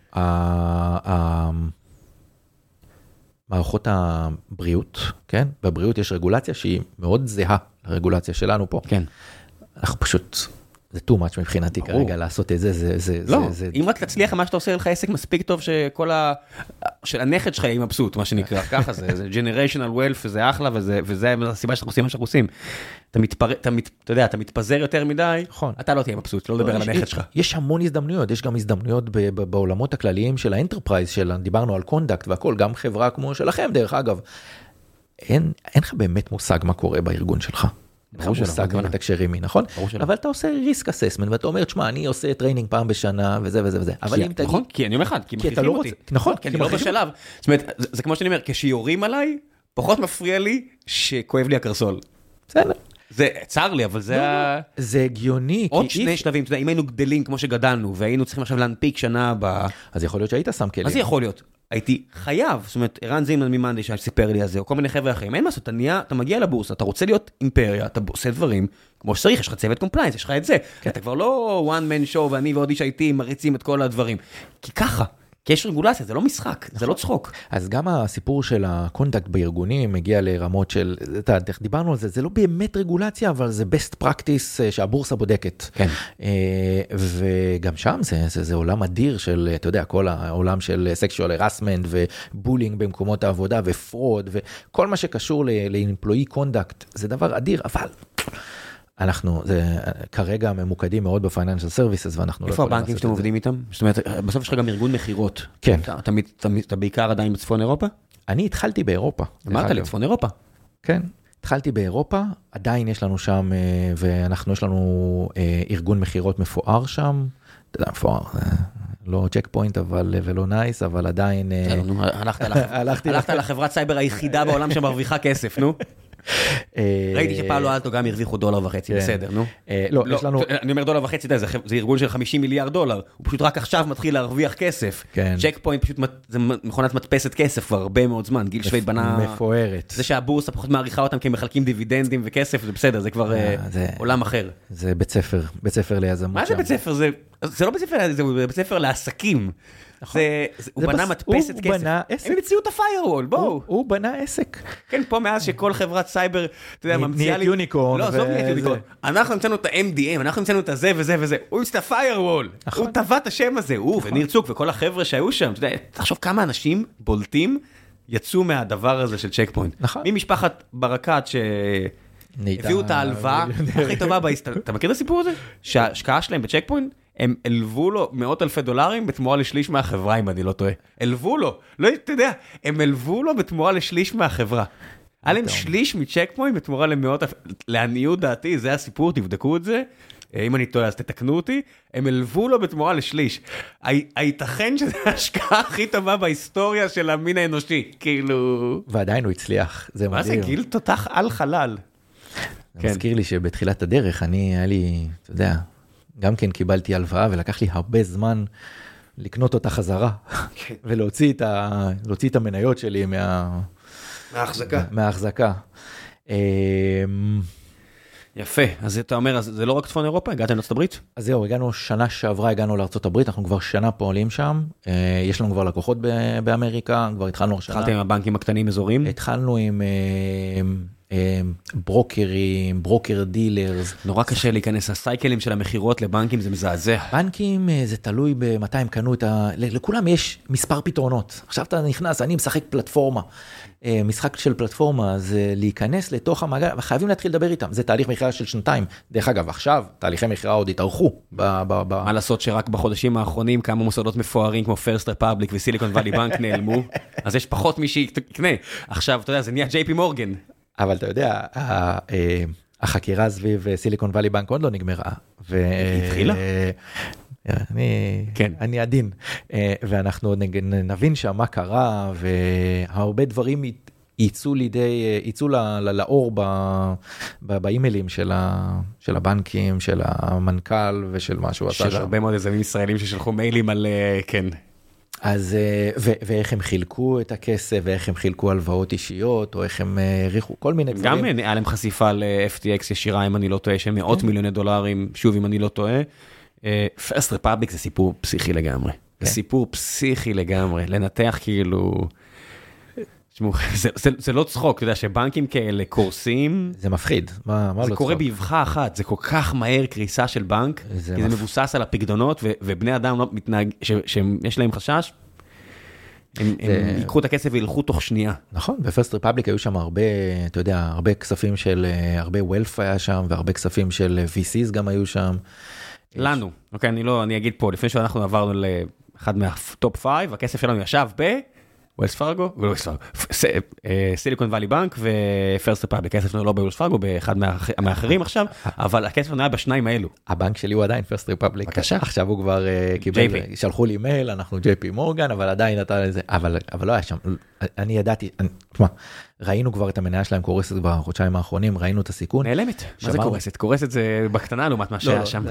מערכות הבריאות, כן? בבריאות יש רגולציה שהיא מאוד זהה לרגולציה שלנו פה. כן. אנחנו פשוט... זה too much מבחינתי כרגע לעשות את זה, זה, זה, לא, זה, אם רק תצליח מה שאתה עושה לך עסק מספיק טוב שכל ה... של הנכד שלך יהיה מבסוט, מה שנקרא, ככה זה, זה generational wealth, וזה אחלה, וזה, וזה הסיבה שאנחנו עושים מה שאנחנו עושים. אתה מתפר... אתה, מת... אתה יודע, אתה מתפזר יותר מדי, נכון. אתה לא תהיה מבסוט, לא לדבר על הנכד שלך. יש המון הזדמנויות, יש גם הזדמנויות ב- ב- בעולמות הכלליים של האנטרפרייז, של, דיברנו על קונדקט והכל, גם חברה כמו שלכם, דרך אגב. אין, אין לך באמת מושג מה קורה בארגון שלך. אין לך מושג מה מתקשר עם מי, נכון? אבל אתה עושה ריסק אססמנט, ואתה אומר, תשמע, אני עושה טריינינג פעם בשנה, וזה וזה וזה. אבל אם תגיד... נכון, כי אני אומר אחד, כי מכריחים אותי. נכון, כי אני לא בשלב. זאת אומרת, זה כמו שאני אומר, כשיורים עליי, פחות מפריע לי שכואב לי הקרסול. בסדר. זה צר לי, אבל זה... זה הגיוני. עוד שני שלבים, אתה יודע, אם היינו גדלים כמו שגדלנו, והיינו צריכים עכשיו להנפיק שנה הבאה... אז יכול להיות שהיית שם כלים. אז זה יכול להיות. הייתי חייב, זאת אומרת, ערן זימן ממנדי שסיפר לי על זה, או כל מיני חבר'ה אחרים, אין מה לעשות, אתה נהיה, אתה מגיע לבורסה, אתה רוצה להיות אימפריה, אתה עושה דברים, כמו שצריך, יש לך צוות קומפליינס, יש לך את זה, אתה כבר לא one man show, ואני ועוד איש הייתי מריצים את כל הדברים, כי ככה, כי יש רגולציה, זה לא משחק, זה לא צחוק. אז גם הסיפור של הקונטקט בארגונים מגיע לרמות של, אתה, דיברנו על זה, זה לא באמת רגולציה, אבל זה best practice שהבורסה בודקת. כן. וגם שם זה, זה, זה עולם אדיר של, אתה יודע, כל העולם של sexual harassment ובולינג במקומות העבודה ופרוד, וכל מה שקשור ל-employee conduct, זה דבר אדיר, אבל... אנחנו זה, כרגע ממוקדים מאוד בפייננשל סרוויסס, ואנחנו... איפה הבנקים שאתם עובדים איתם? זאת אומרת, בסוף יש לך גם ארגון מחירות. כן. אתה, אתה, אתה, אתה בעיקר עדיין בצפון אירופה? אני התחלתי באירופה. אמרת לי, צפון אירופה. כן. התחלתי באירופה, עדיין יש לנו שם, ואנחנו, יש לנו ארגון מחירות מפואר שם, אתה יודע, מפואר, לא צ'ק פוינט, אבל, ולא נייס, אבל עדיין... הלכת לחברת סייבר היחידה בעולם שמרוויחה כסף, נו. ראיתי שפעלו אלטו גם הרוויחו דולר וחצי, בסדר, נו. לא, יש לנו... אני אומר דולר וחצי, זה ארגון של חמישים מיליארד דולר, הוא פשוט רק עכשיו מתחיל להרוויח כסף. צ'ק פוינט פשוט, זה מכונת מדפסת כסף כבר הרבה מאוד זמן, גיל שוויד בנה... מפוארת. זה שהבורסה פחות מעריכה אותם כי הם מחלקים דיבידנדים וכסף, זה בסדר, זה כבר עולם אחר. זה בית ספר, בית ספר ליזמות. מה זה בית ספר? זה לא בית ספר, זה בית ספר לעסקים. הוא בנה מדפסת כסף. הם המציאו את הפיירוול, בואו. הוא בנה עסק. כן, פה מאז שכל חברת סייבר, אתה יודע, ממציאה לי... יוניקורן. לא, עזוב נהיית יוניקורן. אנחנו המצאנו את ה-אם די אם, אנחנו המצאנו את הזה וזה וזה. הוא המציא את הפיירוול. הוא טבע את השם הזה. הוא וניר צוק וכל החבר'ה שהיו שם. אתה יודע, תחשוב כמה אנשים בולטים יצאו מהדבר הזה של צ'ק פוינט. נכון. ממשפחת ברקת ש... הביאו את ההלוואה הכי טובה בהסתר... אתה מכיר את הסיפור הזה? שההשקעה שלהם בצ'ק פוינט, הם אלבו לו מאות אלפי דולרים בתמורה לשליש מהחברה, אם אני לא טועה. אלבו לו, לא, אתה יודע, הם אלבו לו בתמורה לשליש מהחברה. היה להם שליש מצ'ק פוינט בתמורה למאות, לעניות דעתי, זה הסיפור, תבדקו את זה. אם אני טועה, אז תתקנו אותי. הם אלבו לו בתמורה לשליש. הייתכן שזו ההשקעה הכי טובה בהיסטוריה של המין האנושי, כאילו... ועדיין הוא הצליח, זה מדהים. מה זה, גיל תותח על חלל. זה מזכיר לי שבתחילת הדרך, אני, היה לי, אתה יודע, גם כן קיבלתי הלוואה, ולקח לי הרבה זמן לקנות אותה חזרה, ולהוציא את ה, להוציא את המניות שלי מה... מההחזקה. מההחזקה. יפה, אז אתה אומר, אז זה לא רק צפון אירופה, הגעתם לארצות הברית? אז זהו, הגענו, שנה שעברה הגענו לארצות הברית, אנחנו כבר שנה פועלים שם, יש לנו כבר לקוחות באמריקה, כבר התחלנו השנה. התחלתם עם הבנקים הקטנים אזוריים? התחלנו עם... ברוקרים, ברוקר דילרס. נורא קשה להיכנס, הסייקלים של המחירות לבנקים זה מזעזע. בנקים זה תלוי במתי הם קנו את ה... לכולם יש מספר פתרונות. עכשיו אתה נכנס, אני משחק פלטפורמה. משחק של פלטפורמה זה להיכנס לתוך המעגל, וחייבים להתחיל לדבר איתם. זה תהליך מחירה של שנתיים. דרך אגב, עכשיו תהליכי מחירה עוד התארכו. מה לעשות שרק בחודשים האחרונים כמה מוסדות מפוארים כמו First Republic וסיליקון ואלי בנק נעלמו, אז יש פחות מי שיקנה. עכשיו, אתה יודע, זה נהיה ג'יי פי מורגן. אבל אתה יודע, החקירה סביב סיליקון ואלי בנק עוד לא נגמרה. התחילה? אני, כן. אני עדין. ואנחנו נבין שמה קרה, והרבה דברים ייצאו לידי, ייצאו לאור באימיילים של הבנקים, של המנכ"ל ושל משהו. של הרבה מאוד יזמים ישראלים ששלחו מיילים על, כן. אז, ו- ואיך הם חילקו את הכסף, ואיך הם חילקו הלוואות אישיות, או איך הם העריכו, כל מיני דברים. גם היה להם חשיפה ל-אף טי אקס ישירה, אם אני לא טועה, של מאות מיליוני דולרים, שוב, אם אני לא טועה. First Republic זה סיפור פסיכי לגמרי. זה סיפור פסיכי לגמרי. לנתח כאילו... תשמעו, זה, זה, זה לא צחוק, אתה יודע שבנקים כאלה קורסים. זה מפחיד, מה, מה זה לא קורה צחוק? באבחה אחת, זה כל כך מהר קריסה של בנק, זה כי זה מפ... מבוסס על הפקדונות, ו, ובני אדם לא מתנהג, ש, שיש להם חשש, הם, זה... הם ייקחו את הכסף וילכו תוך שנייה. נכון, בפרסט ריפבליק היו שם הרבה, אתה יודע, הרבה כספים של, הרבה וולף היה שם, והרבה כספים של וי סי'ס גם היו שם. לנו, אוקיי, אני לא, אני אגיד פה, לפני שאנחנו עברנו לאחד מהטופ פייב, הכסף שלנו ישב ב... ווילס פארגו, ווילס פארגו, סיליקון ואלי בנק ופרסט ריפבליק, הכסף שלנו לא בווילס פארגו, באחד מהאחרים עכשיו, אבל הכסף שלנו היה בשניים האלו. הבנק שלי הוא עדיין פרסט ריפבליק. בבקשה. עכשיו הוא כבר קיבל, שלחו לי מייל, אנחנו ג'יי פי מורגן, אבל עדיין אתה לזה, אבל לא היה שם, אני ידעתי, תשמע, ראינו כבר את המניה שלהם קורסת בחודשיים האחרונים, ראינו את הסיכון. נעלמת, מה זה קורסת? קורסת זה בקטנה לעומת מה שהיה שם.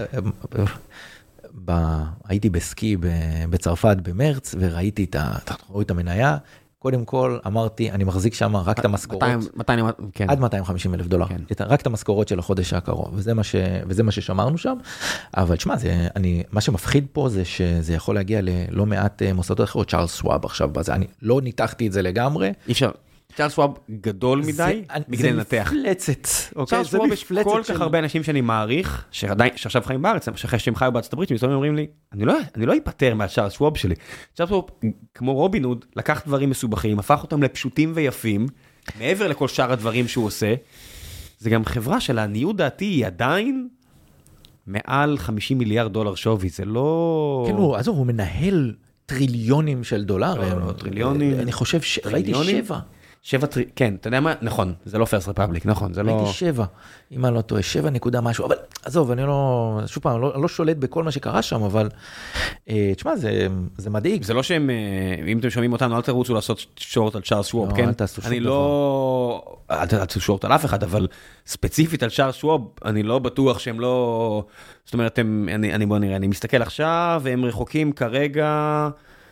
ב... הייתי בסקי בצרפת במרץ, וראיתי את, ה... את המניה, קודם כל אמרתי, אני מחזיק שם רק את המשכורות, מאתיים, כן. עד מאתיים וחמישים אלף דולר, כן. רק את המשכורות של החודש הקרוב, וזה מה, ש... וזה מה ששמרנו שם, אבל תשמע, זה... אני... מה שמפחיד פה זה שזה יכול להגיע ללא מעט מוסדות אחרות, צ'ארלס שוואב עכשיו בזה, אני לא ניתחתי את זה לגמרי. אי אפשר. צ'ארלס שוואב גדול מדי, בגלל לנתח. זה מפלצת. צ'ארלס שוואב יש כל כך הרבה אנשים שאני מעריך, שעכשיו חיים בארץ, שאחרי שהם חיו בארצות הברית, שמסתובבים אומרים לי, אני לא איפטר מהצ'ארלס שוואב שלי. צ'ארלס שוואב, כמו רובין הוד, לקח דברים מסובכים, הפך אותם לפשוטים ויפים, מעבר לכל שאר הדברים שהוא עושה. זה גם חברה של העניות דעתי, היא עדיין מעל חמישים מיליארד דולר שווי, זה לא... כן, הוא, עזוב, הוא מנהל טריליונים של דולרים. לא, טריליונים. אני חושב, ראיתי שבע. שבע, כן, אתה יודע מה? נכון, זה לא פרסט ריפבליק, נכון, זה לא... הייתי שבע, אם אני לא טועה, שבע נקודה משהו, אבל עזוב, אני לא, שוב פעם, אני לא שולט בכל מה שקרה שם, אבל, תשמע, זה מדאיג. זה לא שהם, אם אתם שומעים אותנו, אל תרוצו לעשות שורט על צ'ארלס שוואב, כן? אני לא, אל תעשו שורט על אף אחד, אבל ספציפית על צ'ארלס שוואב, אני לא בטוח שהם לא, זאת אומרת, אני בוא נראה, אני מסתכל עכשיו, והם רחוקים כרגע,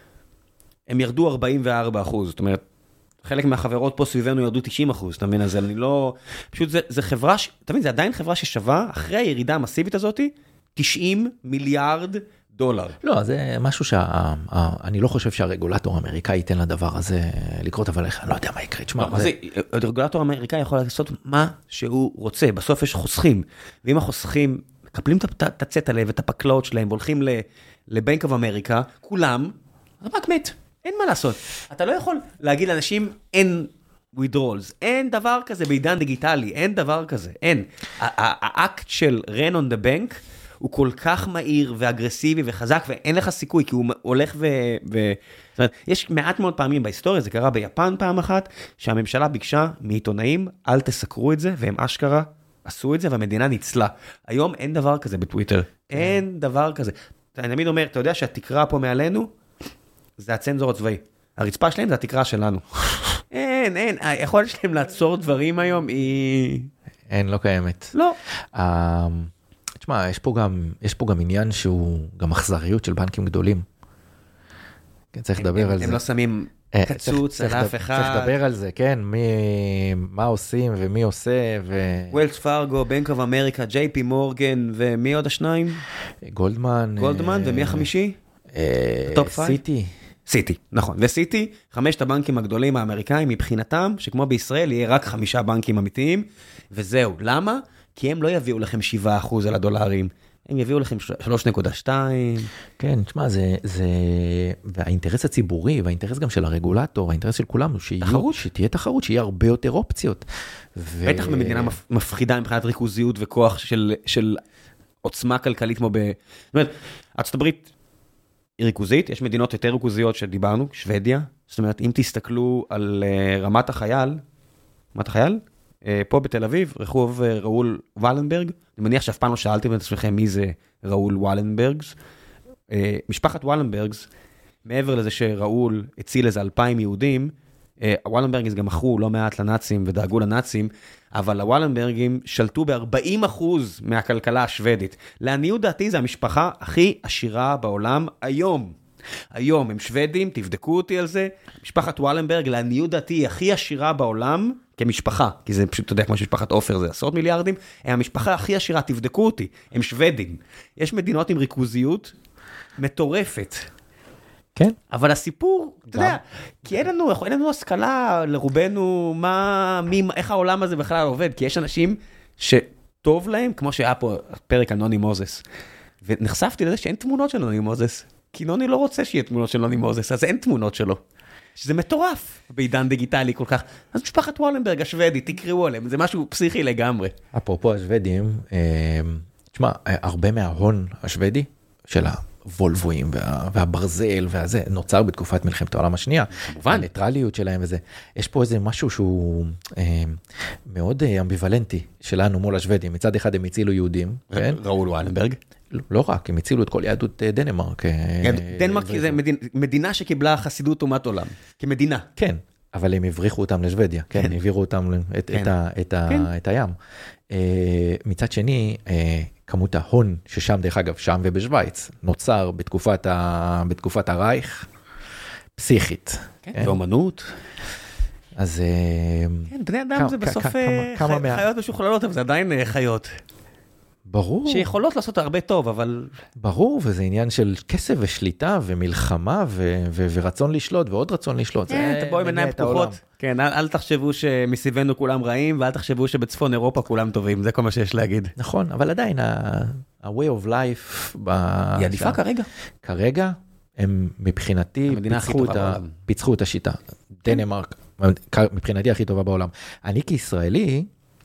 הם ירדו ארבעים וארבעה אחוז, זאת אומרת, חלק מהחברות פה סביבנו ירדו תשעים אחוז, אתה מבין? אז אני לא... פשוט זה, זה חברה, ש... אתה מבין, זה עדיין חברה ששווה, אחרי הירידה המסיבית הזאת, תשעים מיליארד דולר. לא, זה משהו שה... אני לא חושב שהרגולטור האמריקאי ייתן לדבר הזה לקרות, אבל אני לא יודע מה יקרה. תשמע, לא, זה... הרגולטור האמריקאי יכול לעשות מה שהוא רוצה, בסוף יש חוסכים, ואם החוסכים מקפלים את הצאת הלב, את הפקלאות שלהם, והולכים לבנק אוף אמריקה, כולם, הבנק מת. אין מה לעשות. אתה לא יכול להגיד לאנשים, אין withdrawals, אין דבר כזה בעידן דיגיטלי, אין דבר כזה, אין. האקט של run on the bank הוא כל כך מהיר ואגרסיבי וחזק, ואין לך סיכוי, כי הוא הולך ו... ו... זאת אומרת, יש מעט מאוד פעמים בהיסטוריה, זה קרה ביפן פעם אחת, שהממשלה ביקשה מעיתונאים, אל תסקרו את זה, והם אשכרה עשו את זה, והמדינה ניצלה. היום אין דבר כזה בטוויטר, אין דבר כזה. אני תמיד אומר, אתה יודע שהתקרה פה מעלינו, זה הצנזור הצבאי. הרצפה שלהם זה התקרה שלנו. אין, אין, היכולת שלהם לעצור דברים היום היא... אין, לא קיימת. לא. תשמע, יש פה גם, יש פה גם עניין שהוא גם אכזריות של בנקים גדולים. צריך לדבר על זה. הם לא שמים קצוץ על אף אחד. צריך לדבר על זה, כן, מה עושים ומי עושה. ווילס פארגו, בנק אוף אמריקה, ג'יי פי מורגן, ומי עוד השניים? גולדמן. גולדמן, ומי החמישי? טופ פייב? סיטי. סיטי, נכון. וסיטי, חמשת הבנקים הגדולים האמריקאים מבחינתם, שכמו בישראל יהיה רק חמישה בנקים אמיתיים, וזהו. למה? כי הם לא יביאו לכם שבעה אחוז על הדולרים, הם יביאו לכם שלוש נקודה שתיים. כן, תשמע, זה, זה, והאינטרס הציבורי, והאינטרס גם של הרגולטור, האינטרס של כולם, הוא שיהיו, שתהיה תחרות, שיהיה הרבה יותר אופציות. ו... בטח במדינה מפחידה מבחינת ריכוזיות וכוח של, של עוצמה כלכלית כמו ב... זאת אומרת, ארצות הברית היא ריכוזית, יש מדינות יותר ריכוזיות שדיברנו, שוודיה, זאת אומרת, אם תסתכלו על רמת החייל, רמת החייל, פה בתל אביב, רחוב ראול ולנברג, אני מניח שאף פעם לא שאלתם את עצמכם מי זה ראול ולנברגס. משפחת ולנברגס, מעבר לזה שראול הציל איזה אלפיים יהודים, הוולנברגים גם מכרו לא מעט לנאצים ודאגו לנאצים, אבל הוולנברגים שלטו ב-ארבעים אחוז מהכלכלה השוודית. לעניות דעתי זה המשפחה הכי עשירה בעולם היום. היום הם שוודים, תבדקו אותי על זה. משפחת וולנברג, לעניות דעתי, היא הכי עשירה בעולם כמשפחה, כי זה פשוט, אתה יודע, כמו שמשפחת אופר זה עשרות מיליארדים, הם המשפחה הכי עשירה, תבדקו אותי, הם שוודים. יש מדינות עם ריכוזיות מטורפת. כן. אבל הסיפור, אתה יודע, כי אין לנו, אין לנו השכלה לרובנו, מה, מי, איך העולם הזה בכלל עובד, כי יש אנשים שטוב להם, כמו שהיה פה פרק על נוני מוזס, ונחשפתי לזה שאין תמונות של נוני מוזס, כי נוני לא רוצה שיהיה תמונות של נוני מוזס, אז אין תמונות שלו. שזה מטורף בעידן דיגיטלי כל כך. אז משפחת וולנברג השוודי, תקראו עליהם, זה משהו פסיכי לגמרי. אפרופו השוודים, תשמע, הרבה מההון השוודי של הוולבואים והברזל והזה, נוצר בתקופת מלחמת העולם השנייה. כמובן. הניטרליות שלהם וזה. יש פה איזה משהו שהוא מאוד אמביוולנטי שלנו מול השוודים. מצד אחד הם הצילו יהודים. ראול וולנברג. לא רק, הם הצילו את כל יהדות דנמרק. דנמרק זה מדינה שקיבלה חסידות אומת עולם, כמדינה. כן, אבל הם הבריחו אותם לשוודיה, כן, העבירו אותם את הים. מצד שני, כמות ההון ששם, דרך אגב, שם ובשוויץ, נוצר בתקופת הרייך, פסיכית. ואומנות. אז... כן, בני אדם זה בסוף חיות משוכללות, אבל זה עדיין חיות. ברור. שיכולות לעשות הרבה טוב, אבל... ברור, וזה עניין של כסף ושליטה ומלחמה ו- ו- ורצון לשלוט ועוד רצון לשלוט. כן, תבואי מנהיים פתוחות. כן, אל, אל תחשבו שמסביבנו כולם רעים, ואל תחשבו שבצפון אירופה כולם טובים, זה כל מה שיש להגיד. נכון, אבל עדיין, ה-way of life... היא עדיפה כרגע. כרגע, הם מבחינתי פיצחו את השיטה. דנמרק, מבחינתי הכי טובה בעולם. אני כישראלי,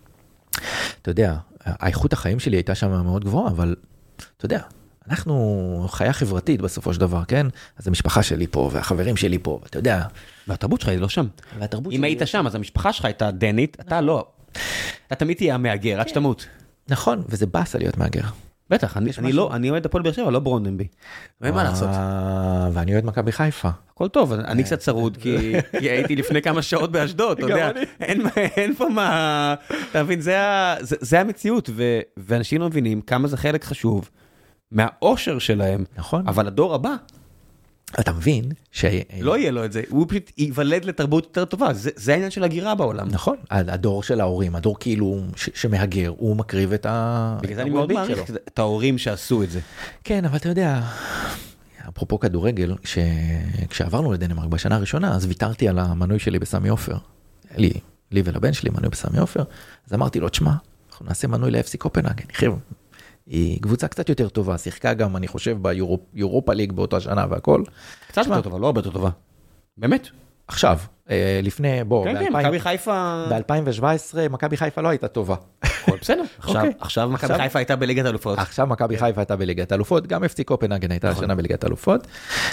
אתה יודע, האיכות החיים שלי הייתה שם מאוד גבוהה, אבל אתה יודע, אנחנו חיה חברתית בסופו של דבר, כן? אז המשפחה שלי פה, והחברים שלי פה, אתה יודע. והתרבות שלך היא לא שם. אם היית שם, אז המשפחה שלך הייתה דנית, אתה לא. אתה תמיד תהיה המאגר, עד שתמות. נכון, וזה באסה להיות מאגר. בטח, אני לא, אני אוהד הפועל באר שבע, לא ברונדנבי. אין מה לעשות. ואני אוהד מכבי חיפה. הכל טוב, אני קצת צרוד, כי הייתי לפני כמה שעות באשדוד, אתה יודע, אין פה מה, אתה מבין, זה המציאות, ואנשים לא מבינים כמה זה חלק חשוב מהאושר שלהם, נכון. אבל הדור הבא, אתה מבין ש... לא יהיה לו את זה, הוא פשוט ייוולד לתרבות יותר טובה, זה העניין של הגירה בעולם. נכון, הדור של ההורים, הדור כאילו שמהגר, הוא מקריב את ה... בגלל זה אני מאוד מעריך את ההורים שעשו את זה. כן, אבל אתה יודע, אפרופו כדורגל, כשעברנו לדנמרק בשנה הראשונה, אז ויתרתי על המנוי שלי בסמי עופר. לי, לי ולבן שלי מנוי בסמי עופר, אז אמרתי לו, תשמע, אנחנו נעשה מנוי ל-אף סי קופנהגן, חבר'ה. היא קבוצה קצת יותר טובה, שיחקה גם, אני חושב, ביורופה ליג באותה שנה והכל. קצת יותר טובה, לא הרבה יותר טובה. באמת? עכשיו, לפני, בוא, ב-אלפיים שבע עשרה, מכבי חיפה לא הייתה טובה. בסדר, עכשיו מכבי חיפה הייתה בליגת אלופות. עכשיו מכבי חיפה הייתה בליגת אלופות, גם אף סי קופנהגן הייתה השנה בליגת אלופות.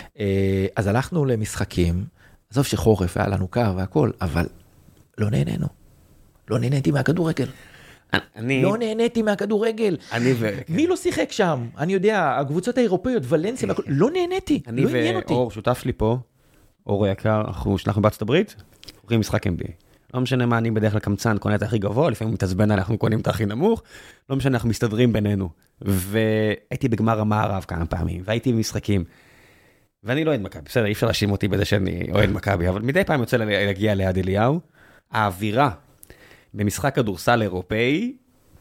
אז הלכנו למשחקים, עזוב שחורף היה לנו קר והכל, אבל לא נהנינו. לא נהניתי מהכדורגל. אני... לא נהניתי מהכדורגל. אני ו... מי לא שיחק שם? אני יודע, הקבוצות האירופאיות, ולנסיה, לא נהניתי, לא עניין אותי. אני ואור, שותף שלי פה, אור היקר, אנחנו שלחנו בארצות הברית, הולכים משחק אם בי. לא משנה מה, אני בדרך כלל קמצן, קונה את הכי גבוה, לפעמים מתעצבן עליי, אנחנו קונים את הכי נמוך, לא משנה, אנחנו מסתדרים בינינו. והייתי בגמר המערב כמה פעמים, והייתי במשחקים. ואני לא אוהד מכבי, בסדר, אי אפשר להאשים אותי בזה שאני אוהד מכבי, אבל מדי פעם יוצא להגיע ליד אליהו. האווירה במשחק כדורסל אירופאי,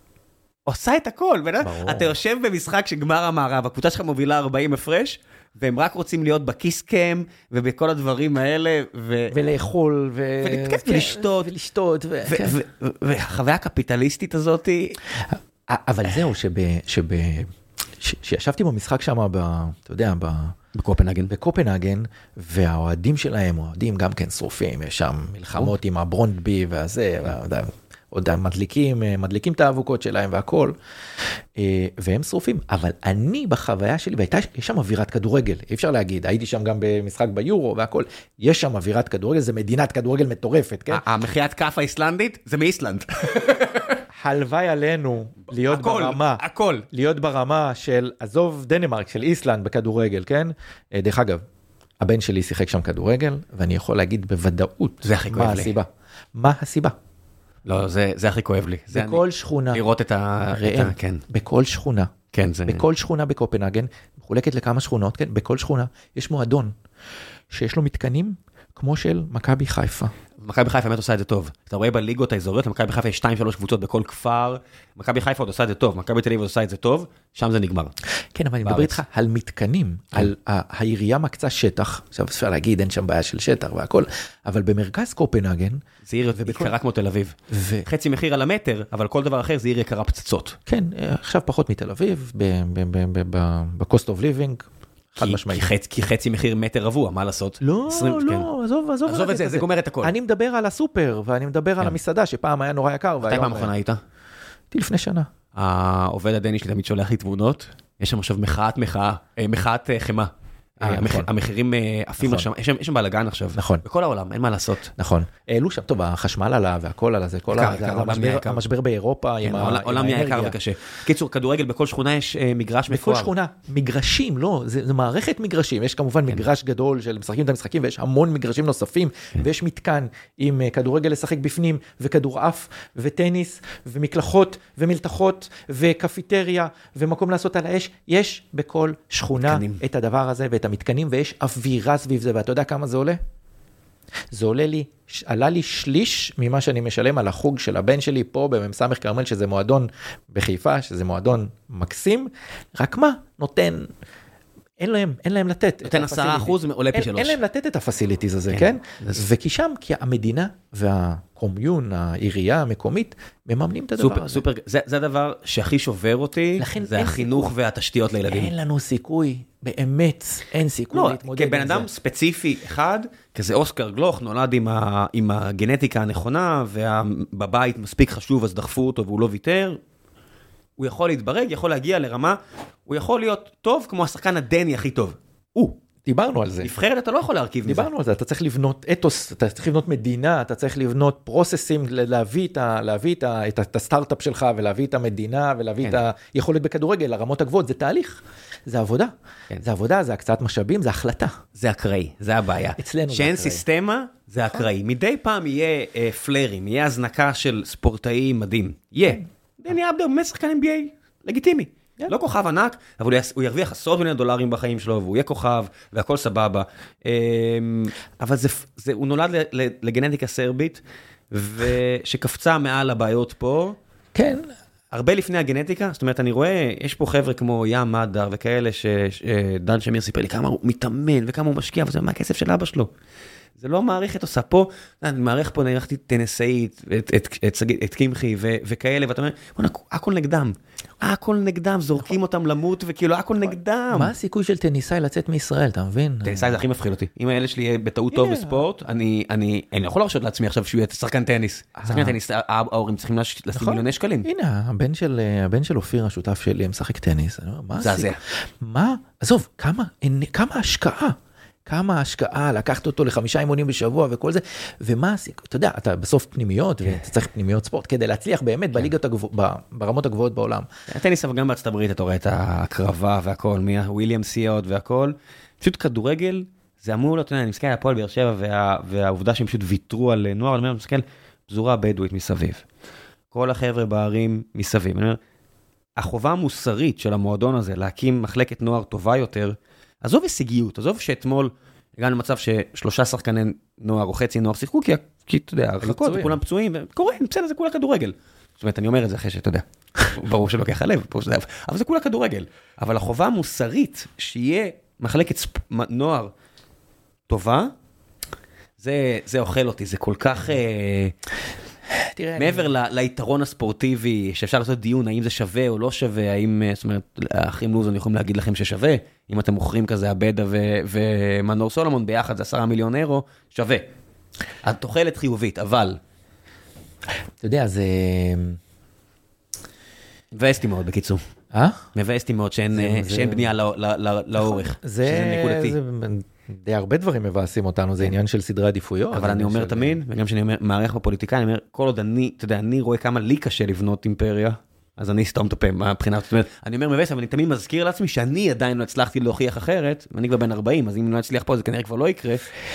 עושה את הכל, אתה יושב במשחק שגמר המערב, הקבוצה שלך מובילה ארבעים הפרש, והם רק רוצים להיות בקיסקם, ובכל הדברים האלה, ולאכול, ולשתות, ולשתות, והחוויה הקפיטליסטית הזאת, אבל זהו, שישבתי במשחק שם, אתה יודע, בקופנהגן. בקופנהגן, והאוהדים שלהם, אוהדים גם כן שרופים, יש שם מלחמות עם הברונדבי והזה, עוד מדליקים, מדליקים את האבוקות שלהם והכל, והם שרופים, אבל אני בחוויה שלי, והייתה, יש שם אווירת כדורגל, אי אפשר להגיד, הייתי שם גם במשחק ביורו והכל, יש שם אווירת כדורגל, זה מדינת כדורגל מטורפת, כן? המחיית כף האיסלנדית, זה מאיסלנד. הלוואי עלינו להיות הכל, ברמה, הכל. להיות ברמה של, עזוב דנמרק, של איסלנד בכדורגל, כן? דרך אגב, הבן שלי שיחק שם כדורגל, ואני יכול להגיד בוודאות, זה הכי כואב לי. הסיבה. מה הסיבה? לא, זה, זה הכי כואב לי. בכל אני, שכונה. לראות את ה... ראם, את ה כן. בכל שכונה. כן, זה... בכל שכונה בקופנהגן, מחולקת לכמה שכונות, כן? בכל שכונה יש מועדון, שיש לו מתקנים, כמו של מכבי חיפה. מכבי חיפה באמת עושה את זה טוב. אתה רואה בליגות האזוריות, למכבי חיפה יש שתיים שלוש קבוצות בכל כפר, מכבי חיפה עוד עושה את זה טוב, מכבי תל אביב עושה את זה טוב, שם זה נגמר. כן, אבל אני מדבר איתך על מתקנים, על העירייה מקצה שטח, עכשיו אפשר להגיד, אין שם בעיה של שטח והכל, אבל במרכז קופנהגן, זה עיר יקרה כמו תל אביב. חצי מחיר על המטר, אבל כל דבר אחר זה עיר יקרה פצצות. כן, עכשיו פחות מתל אביב, ב-cost of living, כי חצי מחיר מטר רבוע, מה לעשות? לא, לא, עזוב, עזוב. עזוב את זה, זה גומר את הכל. אני מדבר על הסופר, ואני מדבר על המסעדה, שפעם היה נורא יקר. מתי פעם אחרונה היית? הייתי לפני שנה. העובד הדני שלי תמיד שולח לי תמונות, יש שם עכשיו מחאת מחאה, מחאת חמה. המחירים עפים לשם, יש שם בלגן עכשיו. נכון. בכל העולם, אין מה לעשות. נכון. העלו שם, טוב, החשמל עלה והכל עלה, זה כל המשבר באירופה. העולם נהיה יקר וקשה. קיצור, כדורגל בכל שכונה יש מגרש מפואר. בכל שכונה, מגרשים, לא, זה מערכת מגרשים. יש כמובן מגרש גדול של משחקים את המשחקים, ויש המון מגרשים נוספים, ויש מתקן עם כדורגל לשחק בפנים, וכדורעף, וטניס, ומקלחות, ומלתחות, וקפיטריה, ומקום לעשות על האש. יש בכל שכונה את הדבר הזה ואת המתקנים, ויש אווירה סביב זה, ואתה יודע כמה זה עולה? זה עולה לי, עלה לי שליש ממה שאני משלם על החוג של הבן שלי פה במסמך כרמל, שזה מועדון בחיפה, שזה מועדון מקסים, רק מה? נותן, אין להם, אין להם לתת. נותן עשרה אחוז עולה פי שלוש. אין להם לתת את הפסיליטיז הזה, כן? וכי שם, כי המדינה והקומיון, העירייה המקומית, מממנים את הדבר הזה. סופר, זה הדבר שהכי שובר אותי, זה החינוך והתשתיות לילדים. אין לנו סיכוי, באמת, אין סיכוי להתמודד עם זה. כבן אדם ספציפי אחד, כזה אוסקר גלוך, נולד עם הגנטיקה הנכונה, ובבית מספיק חשוב, אז דחפו אותו והוא לא ויתר, הוא יכול להתברג, יכול להגיע לרמה, הוא יכול להיות טוב כמו השחקן הדני הכי טוב. הוא. דיברנו על זה. נבחרת אתה לא יכול להרכיב מזה. דיברנו על זה, אתה צריך לבנות אתוס, אתה צריך לבנות מדינה, אתה צריך לבנות פרוססים, להביא את, להביא את, את, את הסטארט-אפ שלך, ולהביא את המדינה, ולהביא כן. את היכולת בכדורגל, לרמות הגבוהות, זה תהליך, זה עבודה. כן. זה עבודה, זה הקצאת משאבים, זה החלטה. זה אקראי, זה הבעיה. אצלנו שאין סיסטמה, זה אקראי. מדי פעם יהיה אה, פלרים, יהיה הזנקה של ספורטאי מדהים. יהיה. דני אבדר, באמת שחקן אן בי איי, לגיטימי. לא כוכב ענק, אבל הוא ירוויח עשרות מיליון דולרים בחיים שלו, והוא יהיה כוכב, והכל סבבה. אבל הוא נולד לגנטיקה סרבית, ושקפצה מעל הבעיות פה. כן. הרבה לפני הגנטיקה, זאת אומרת, אני רואה, יש פה חבר'ה כמו ים מדר, וכאלה שדן שמיר סיפר לי כמה הוא מתאמן, וכמה הוא משקיע, וזה מה הכסף של אבא שלו. זה לא מערכת עושה פה, אני מערכת פה, נערכתי טנסאית, את קמחי וכאלה, ואתה אומר, הכל נגדם, הכל נגדם, זורקים אותם למות, וכאילו הכל נגדם. מה הסיכוי של טניסאי לצאת מישראל, אתה מבין? טניסאי זה הכי מפחיד אותי. אם הילד שלי יהיה בטעות טוב בספורט, אני לא יכול להרשות לעצמי עכשיו שהוא יהיה שחקן טניס. שחקן טניס, ההורים צריכים לשים מיליוני שקלים. הנה, הבן של אופיר, השותף שלי, משחק טניס. זה זה. מה? עזוב, כמה השקעה? כמה השקעה, לקחת אותו לחמישה אימונים בשבוע וכל זה, ומה, אתה יודע, אתה בסוף פנימיות, ואתה צריך פנימיות ספורט, כדי להצליח באמת בליגות הגבוהות, ברמות הגבוהות בעולם. הטניס, אבל גם בארצות הברית, אתה רואה את הקרבה והכל, מהוויליאם סיוט והכל, פשוט כדורגל, זה אמור, אתה יודע, אני מסתכל על הפועל באר שבע, והעובדה שהם פשוט ויתרו על נוער, אני אומר, מסתכל, פזורה בדואית מסביב. כל החבר'ה בערים מסביב. אני אומר, החובה המוסרית של המועדון הזה, להקים מחלקת נוער טובה יותר, עזוב הישגיות, עזוב שאתמול הגענו למצב ששלושה שחקני נוער או חצי נוער שיחקו, כי, כי אתה יודע, הרחקות, כולם פצועים, וקוראים, בסדר, זה כולה כדורגל. זאת אומרת, אני אומר את זה אחרי שאתה יודע, ברור שלוקח הלב, אבל זה כולה כדורגל. אבל החובה המוסרית שיהיה מחלקת נוער טובה, זה, זה אוכל אותי, זה כל כך... מעבר ליתרון הספורטיבי, שאפשר לעשות דיון, האם זה שווה או לא שווה, האם, זאת אומרת, האחים לוזון יכולים להגיד לכם ששווה, אם אתם מוכרים כזה הבדה ומנור סולומון ביחד, זה עשרה מיליון אירו, שווה. התוחלת חיובית, אבל... אתה יודע, זה... מבאסתי מאוד, בקיצור. אה? מבאסתי מאוד שאין בנייה לאורך. זה נקודתי. די הרבה דברים מבאסים אותנו, זה עניין של סדרי עדיפויות. אבל אני אומר תמיד, וגם שאני אומר, מערך בפוליטיקאים, אני אומר, כל עוד אני, אתה יודע, אני רואה כמה לי קשה לבנות אימפריה, אז אני אסתום את הפה מהבחינה. זאת אומרת, אני אומר מבאס, אבל אני תמיד מזכיר לעצמי שאני עדיין לא הצלחתי להוכיח אחרת, ואני כבר בן ארבעים, אז אם לא אצליח פה, זה כנראה כבר לא יקרה.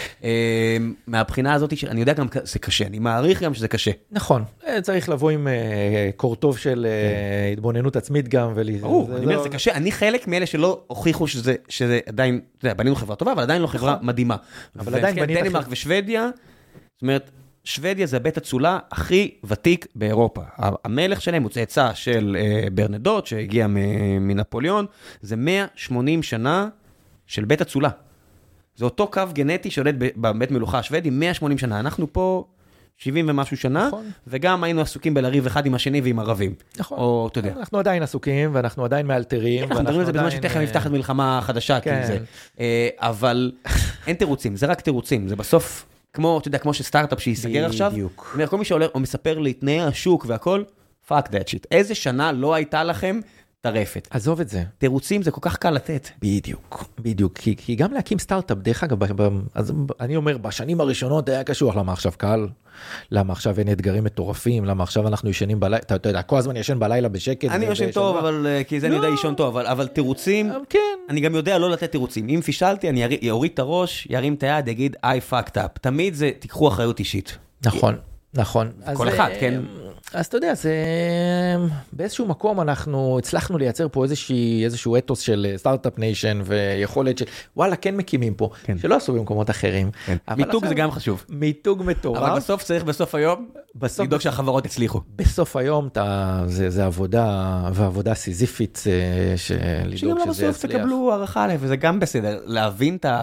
מהבחינה הזאת, אני יודע גם זה קשה, אני מעריך גם שזה קשה. נכון, צריך לבוא עם קורטוב של התבוננות עצמית גם. ברור, אני אומר, זה קשה. אני חלק מאלה שלא הוכיחו שזה עדיין, אתה יודע, בנינו חברה טובה, אבל עדיין לא חברה מדהימה. אבל עדיין בנית... דנמרק ושוודיה, זאת אומרת, שוודיה זה בית אצולה הכי ותיק באירופה. המלך שלהם הוא צאצא של ברנדוט, שהגיע מנפוליאון, זה מאה ושמונים שנה של בית אצולה. זה אותו קו גנטי שולט בבית מלוכה השוודי, מאה ושמונים שנה. אנחנו פה שבעים ומשהו שנה, נכון. וגם היינו עסוקים בלריב אחד עם השני ועם ערבים. נכון. או, אתה יודע. אנחנו עדיין עסוקים, ואנחנו עדיין מאלתרים. אנחנו מדברים על זה בזמן שתכף נפתחת מלחמה חדשה, כן. כי זה. אבל אין תירוצים, זה רק תירוצים. זה בסוף, כמו, אתה יודע, כמו שסטארט-אפ שיסגר עכשיו. בדיוק. כל מי שעולה או מספר לי תנאי השוק והכל, fuck that shit. איזה שנה לא הייתה לכם טרפת. עזוב את זה. תירוצים זה כל כך קל לתת. בדיוק, בדיוק. כי, כי גם להקים סטארט-אפ, דרך אגב, ב, ב, אז אני אומר, בשנים הראשונות היה קשוח, למה עכשיו קל? למה עכשיו אין אתגרים מטורפים? למה עכשיו אנחנו ישנים בלילה? אתה, אתה יודע, כל הזמן ישן בלילה בשקט. אני ישן טוב, אבל, כי זה לא. אני יודע ישון טוב, אבל, אבל תירוצים, כן. אני גם יודע לא לתת תירוצים. אם פישלתי, אני אוריד את הראש, ירים את היד, יגיד, I fucked up. תמיד זה, תיקחו אחריות אישית. נכון, נכון. כל אחד, כן. אז אתה יודע, זה באיזשהו מקום אנחנו הצלחנו לייצר פה איזושהי, איזשהו אתוס של סטארט-אפ ניישן ויכולת של, וואלה, כן מקימים פה, כן. שלא עשו במקומות אחרים. כן. מיתוג עכשיו, זה גם חשוב. מיתוג מטורף. אבל בסוף צריך בסוף היום, בסוף לדאוג שהחברות הצליחו. בסוף היום אתה, זה, זה עבודה, ועבודה סיזיפית, שלדאוג שזה יצליח. שגם בסוף תקבלו הערכה עליהם, וזה גם בסדר, להבין את ה...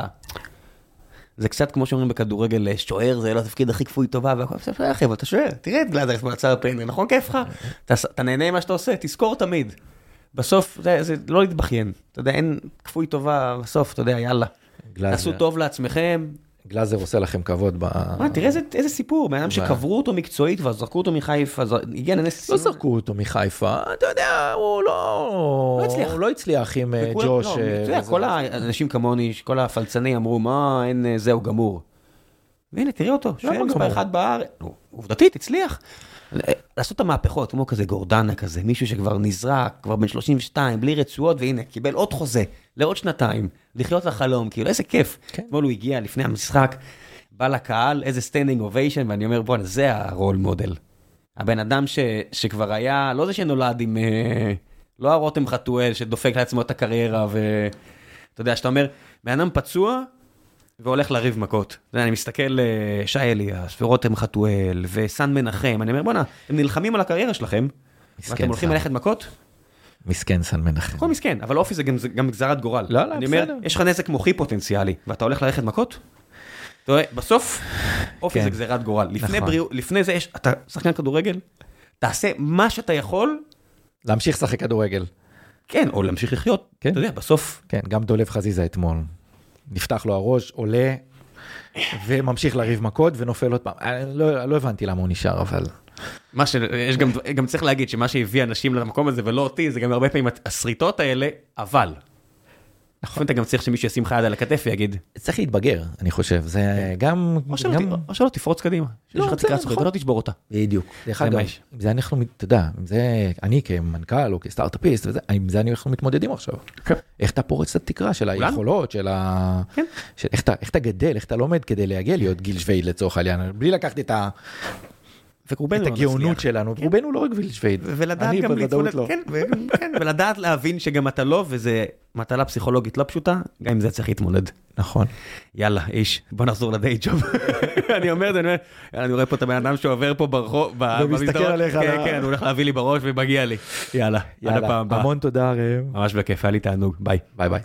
זה קצת כמו שאומרים בכדורגל, שוער זה לא התפקיד הכי כפוי טובה, והכל בסדר, אחי, אבל אתה שוער, תראה את גלאזר בצער פיינר, נכון כיף לך? אתה נהנה מה שאתה עושה, תזכור תמיד. בסוף, זה לא להתבכיין, אתה יודע, אין כפוי טובה, בסוף, אתה יודע, יאללה. תעשו טוב לעצמכם. גלאזר עושה לכם כבוד ב... מה, תראה איזה סיפור, מאדם שקברו אותו מקצועית, ואז זרקו אותו מחיפה, הגיע לנס... לא זרקו אותו מחיפה, אתה יודע, הוא לא הצליח עם ג'וש. אתה יודע, כל האנשים כמוני, כל הפלצני אמרו, מה, אין זהו גמור. והנה, תראה אותו, שואר מספר אחד בארץ. עובדתית, הצליח. לעשות את המהפכות, כמו כזה גורדנה כזה, מישהו שכבר נזרק, כבר בן שלושים ושתיים, בלי רצועות, והנה, קיבל עוד חוזה, לעוד שנתיים, לחיות לחלום, כאילו, איזה כיף. אתמול הוא הגיע לפני המשחק, בא לקהל, איזה סטנדינג אוביישן, ואני אומר, בוא, זה הרול מודל. הבן אדם שכבר היה, לא זה שנולד עם, לא הרותם חתואל, שדופק לעצמו את הקריירה, ואתה יודע, שאתה אומר, בן אדם פצוע, והולך לריב מכות. אני מסתכל שי אליאס, ורותם חתואל, וסן מנחם, אני אומר, בוא'נה, הם נלחמים על הקריירה שלכם, ואתם הולכים ללכת מכות? מסכן סן מנחם. הכל מסכן, אבל אופי זה גם גזרת גורל. לא, לא, בסדר. יש לך נזק מוחי פוטנציאלי, ואתה הולך ללכת מכות? אתה רואה, בסוף, אופי זה גזרת גורל. לפני זה יש, אתה שחקן כדורגל, תעשה מה שאתה יכול, להמשיך לשחק כדורגל. כן, או להמשיך לחיות, אתה יודע, בסוף. כן, גם דולב חזיזה אתמול. נפתח לו הראש, עולה, וממשיך לריב מכות, ונופל עוד פעם. לא, לא הבנתי למה הוא נשאר, אבל... מה ש... יש גם, גם צריך להגיד שמה שהביא אנשים למקום הזה, ולא אותי, זה גם הרבה פעמים הסריטות האלה, אבל... נכון. אתה גם צריך שמישהו ישים לך יד על הכתף ויגיד... צריך להתבגר, אני חושב. זה גם... או שלא תפרוץ קדימה. יש לך תקרה זכויות, לא תשבור אותה. בדיוק. דרך אגב, עם זה אנחנו, אתה יודע, עם זה, אני כמנכ"ל או כסטארט-אפיסט, עם זה אנחנו מתמודדים עכשיו. איך אתה פורץ את התקרה של היכולות, של ה... איך אתה גדל, איך אתה לומד כדי להגיע להיות גיל שווייד לצורך העניין, בלי לקחת את ה... את הגאונות שלנו, רובנו לא רק גיל שווייד. ולדעת גם להתמודד, כן, ולדעת להבין שגם אתה לא, וזה מטלה פסיכולוגית לא פשוטה, גם עם זה צריך להתמודד. נכון. יאללה, איש, בוא נחזור לדיי ג'וב. אני אומר, אני רואה פה את הבן אדם שעובר פה ברחוב, ומסתכל עליך. כן, כן, הוא הולך להביא לי בראש ומגיע לי. יאללה, עד הפעם הבאה. המון תודה, ראם. ממש בכיף, היה לי תענוג, ביי. ביי ביי.